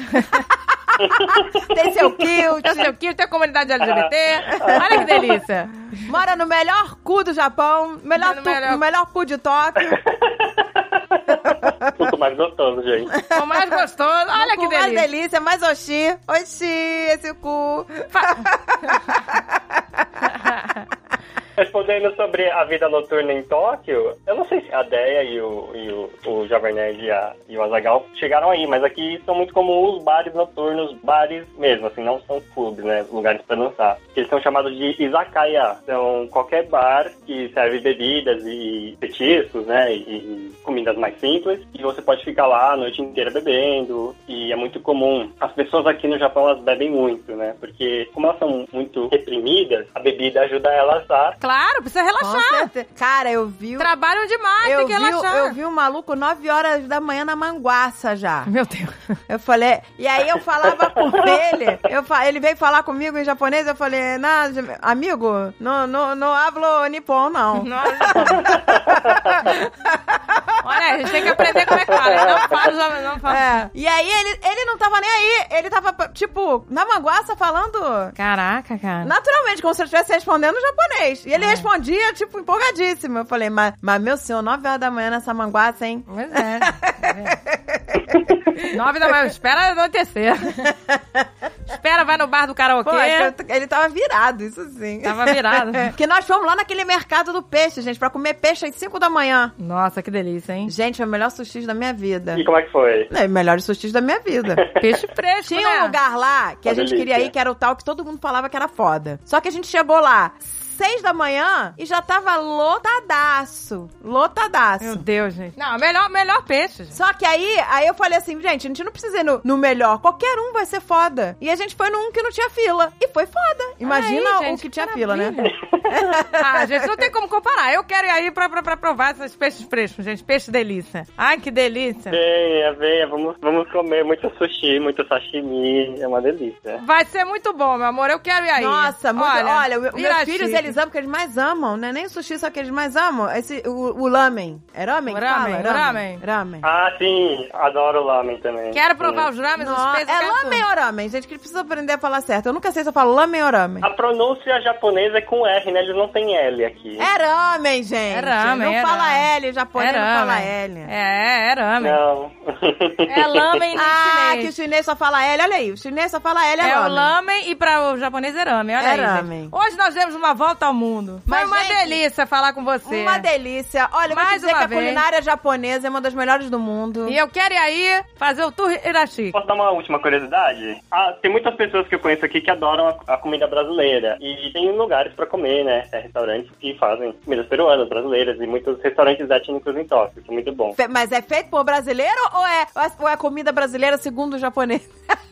Tem seu kilt. Tem seu kilt, tem a comunidade L G B T. Olha que delícia. Mora no melhor cu do Japão, melhor No tu, melhor- no melhor cu de Tóquio. Ficou mais gostoso, gente. O mais gostoso. Olha que cu mais delícia. delícia, mais oxi. Oxi, esse cu. Respondendo sabendo sobre a vida noturna em Tóquio, eu não sei se a Deia e o, e o, o Jovem Nerd e, a, e o Azaghal chegaram aí, mas aqui são muito comuns os bares noturnos, bares mesmo, assim, não são clubes, né, lugares pra dançar. Eles são chamados de izakaya, são qualquer bar que serve bebidas e petiscos, né, e, e comidas mais simples, e você pode ficar lá a noite inteira bebendo, e é muito comum. As pessoas aqui no Japão, elas bebem muito, né, porque como elas são muito reprimidas, a bebida ajuda elas a... Claro, precisa relaxar. Cara, eu vi... Trabalham demais, eu tem que vi, relaxar. Eu vi um maluco nove horas da manhã na Manguaça já. Meu Deus. Eu falei... E aí eu falava com ele, eu, ele veio falar comigo em japonês, eu falei, não, amigo, não, não, não hablo nippon, não. não Olha, a gente tem que aprender como é que fala. Não fala, não fala. É. E aí ele, ele não tava nem aí, ele tava, tipo, na Manguaça falando... Caraca, cara. Naturalmente, como se eu estivesse respondendo em japonês. E ele é. respondia, tipo, empolgadíssimo. Eu falei, mas, mas meu senhor, nove horas da manhã nessa Manguaça, hein? Pois é. Nove da manhã, espera anoitecer. Espera, vai no bar do karaokê. Pô, ele tava virado, isso sim. Tava virado. Porque nós fomos lá naquele mercado do peixe, gente, pra comer peixe às cinco da manhã. Nossa, que delícia, hein? Gente, foi o melhor sushi da minha vida. E como é que foi? É, melhores sushis da minha vida. Peixe fresco, Tinha né? um lugar lá que a, a gente delícia. queria ir, que era o tal que todo mundo falava que era foda. Só que a gente chegou lá seis da manhã e já tava lotadaço. Lotadaço. Meu Deus, gente. Não, melhor, melhor peixe. Gente. Só que aí, aí eu falei assim, gente, a gente não precisa ir no, no melhor. Qualquer um vai ser foda. E a gente foi num que não tinha fila. E foi foda. Imagina aí, gente, o que, que tinha fila, né? Ah, gente, não tem como comparar. Eu quero ir aí pra, pra, pra provar esses peixes frescos, gente. Peixe delícia. Ai, que delícia. Venha, venha. Vamos, vamos comer muito sushi, muito sashimi. É uma delícia. Vai ser muito bom, meu amor. Eu quero ir aí. Nossa, muito. Olha, olha meus filhos, chique. Eles amam, porque eles mais amam, né? Nem o sushi, só que eles mais amam. Esse, o, o lamen. É ramen? O ramen, fala? ramen. Ramen. Ah, sim. Adoro lamen também. Quero provar sim. os ramen, os pesos. É lamen ou ramen? Gente, que precisa aprender a falar certo. Eu nunca sei se eu falo lamen ou ramen. A pronúncia japonesa é com R, né? Eles não têm L aqui. É ramen, gente. É ramen, Não é fala ramen. L, o japonês é não fala ramen. L. É, é ramen. Não. É lamen em Ah, chinês. que o chinês só fala L. Olha aí, o chinês só fala L, é, é ramen. o lamen e para o japonês é ramen. Olha é aí, ramen. Gente. Hoje nós demos uma volta ao mundo. Foi Mas, uma gente, delícia falar com você. Uma delícia. Olha, eu vou te Mais dizer uma que a vez. culinária japonesa é uma das melhores do mundo. E eu quero ir aí fazer o tour Irashi. Posso dar uma última curiosidade? Ah, tem muitas pessoas que eu conheço aqui que adoram a, a comida brasileira. E tem lugares pra comer, né? É, restaurantes que fazem comidas peruanas, brasileiras. E muitos restaurantes étnicos em Tóquio, que é muito bom. Fe- Mas é feito por brasileiro ou é, ou é comida brasileira segundo o japonês?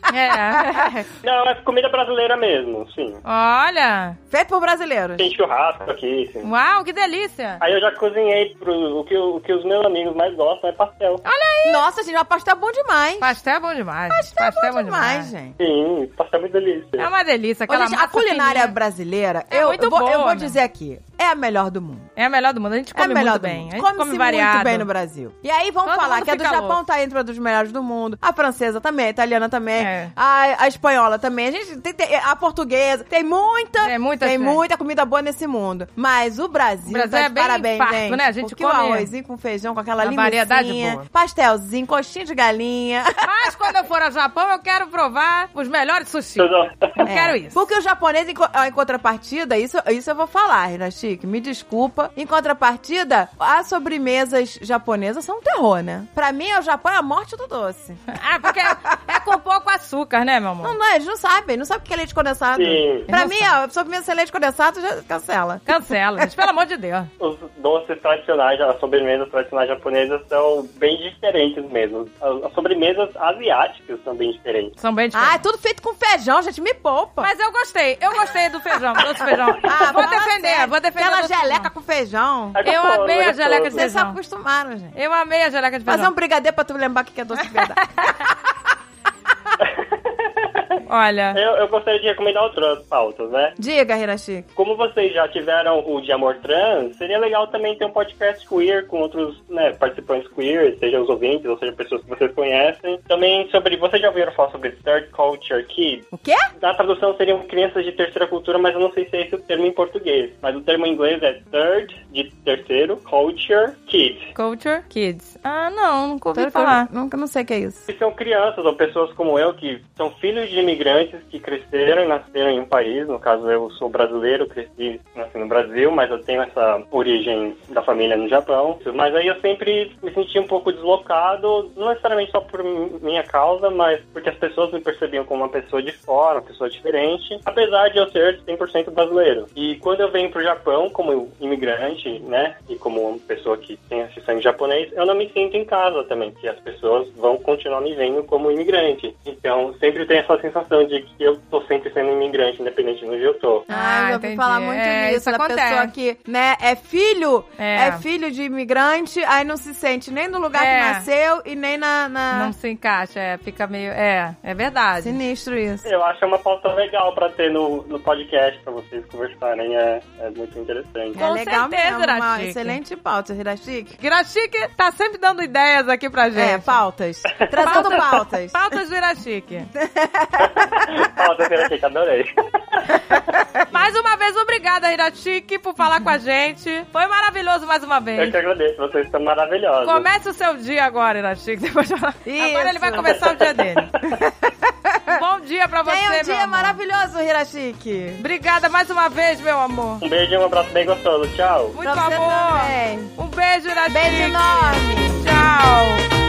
É. Não, é comida brasileira mesmo, sim. Olha. Feito por brasileiros. Tem churrasco aqui, sim. Uau, que delícia. Aí eu já cozinhei pro... O que, o que os meus amigos mais gostam é pastel. Olha aí. Nossa, gente, o pastel é bom demais. Pastel é bom demais. Pastel, é bom demais, gente. Sim, pastel é muito delícia. É uma delícia. Aquela Ô, gente, a massa culinária fininha. brasileira, É eu, muito eu, vou, boa, eu vou né? dizer aqui, é a melhor do mundo. É a melhor do mundo. A gente É come a melhor muito do bem. mundo. A gente Come-se come variado. muito bem no Brasil. E aí vamos Todo falar mundo que a do fica Japão louco. tá entre dos melhores do mundo. A francesa também, a italiana também. É. A, a espanhola também. A gente tem, tem- a portuguesa. Tem muita, É, muita tem gente. muita comida boa nesse mundo. Mas o Brasil, O Brasil tá é de bem parabéns, farto, gente. né? A gente Porque o come arrozinho com feijão, com aquela uma variedade linguicinha, boa. pastelzinho, coxinha de galinha. Mas quando eu for ao Japão, eu quero provar os melhores sushi. Eu É, quero isso. Porque o japonês, em, co- em contrapartida, isso, isso eu vou falar, Hirashiki, me desculpa. Em contrapartida, as sobremesas japonesas são um terror, né? Pra mim, o Japão é a morte do doce. Ah, porque é com pouco açúcar, né, meu amor? Não, não, eles não sabem, não sabem o que é leite condensado. Sim. Pra Não mim, sabe. ó, sobremesa sem leite condensado já cancela. Cancela, gente. Pelo amor de Deus. Os doces tradicionais, as sobremesas tradicionais japonesas são bem diferentes mesmo. As, as sobremesas asiáticas são bem diferentes. São bem Ah, diferentes. é tudo feito com feijão, gente, me poupa. Mas eu gostei. Eu gostei do feijão, do doce feijão. Ah, vou fala defender, sério. vou defender. Aquela o doce geleca feijão. com feijão. É Eu gostoso, amei é a geleca de gostoso. Vocês se feijão. acostumaram, gente. Eu amei a geleca de feijão. Fazer um brigadeiro pra tu lembrar o que é doce de verdade. Olha, Eu, eu gostaria de recomendar outras pautas, né? Diga, Hirashiki. Como vocês já tiveram o de Amor Trans, seria legal também ter um podcast queer com outros, né, participantes queer, seja os ouvintes, ou seja, pessoas que vocês conhecem. Também sobre... Vocês já ouviram falar sobre Third Culture Kids? O quê? Na tradução seriam crianças de terceira cultura, mas eu não sei se é esse o termo em português. Mas o termo em inglês é Third, de terceiro, Culture Kids. Culture Kids. Ah, não, nunca ouvi Third falar. Nunca, não sei o que é isso. Que são crianças ou pessoas como eu que são filhos de imigrantes imigrantes que cresceram e nasceram em um país. No caso, eu sou brasileiro, cresci nasci no Brasil, mas eu tenho essa origem da família no Japão. Mas aí eu sempre me senti um pouco deslocado, não necessariamente só por minha causa, mas porque as pessoas me percebiam como uma pessoa de fora, uma pessoa diferente, apesar de eu ser cem por cento brasileiro. E quando eu venho pro Japão como imigrante, né, e como uma pessoa que tem esse sangue japonês, eu não me sinto em casa também, que as pessoas vão continuar me vendo como imigrante. Então, sempre tem essa sensação de que eu tô sempre sendo imigrante, independente de onde eu tô. Ah, eu já ouvi falar muito É, nisso, isso da acontece. pessoa que, né, é filho, É. é. filho de imigrante, aí não se sente nem no lugar É. que nasceu e nem na... na... Não se encaixa, é, fica meio... É, é verdade. Sinistro isso. Eu acho uma pauta legal pra ter no, no podcast, pra vocês conversarem, é, é muito interessante. É Com legal certeza, mesmo, uma Hirashiki. excelente pauta, Hirashiki. Hirashiki tá sempre dando ideias aqui pra gente. É, pautas. Trazendo pautas. Pautas do Hirashiki. Pauta interessante, que adorei. Mais uma vez, obrigada, Hirashiki, por falar com a gente. Foi maravilhoso mais uma Eu vez. que agradeço, vocês estão maravilhosos. Comece o seu dia agora, Hirashiki. Depois de falar. Agora ele vai começar o dia dele. Bom dia pra você, Tenha um meu dia amor. maravilhoso, Hirashiki. Obrigada mais uma vez, meu amor. Um beijo e um abraço bem gostoso. Tchau. Muito Pra você amor. também. Um beijo, Hirashiki. Beijo enorme. Tchau.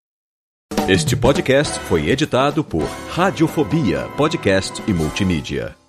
Este podcast foi editado por Radiofobia, podcast e multimídia.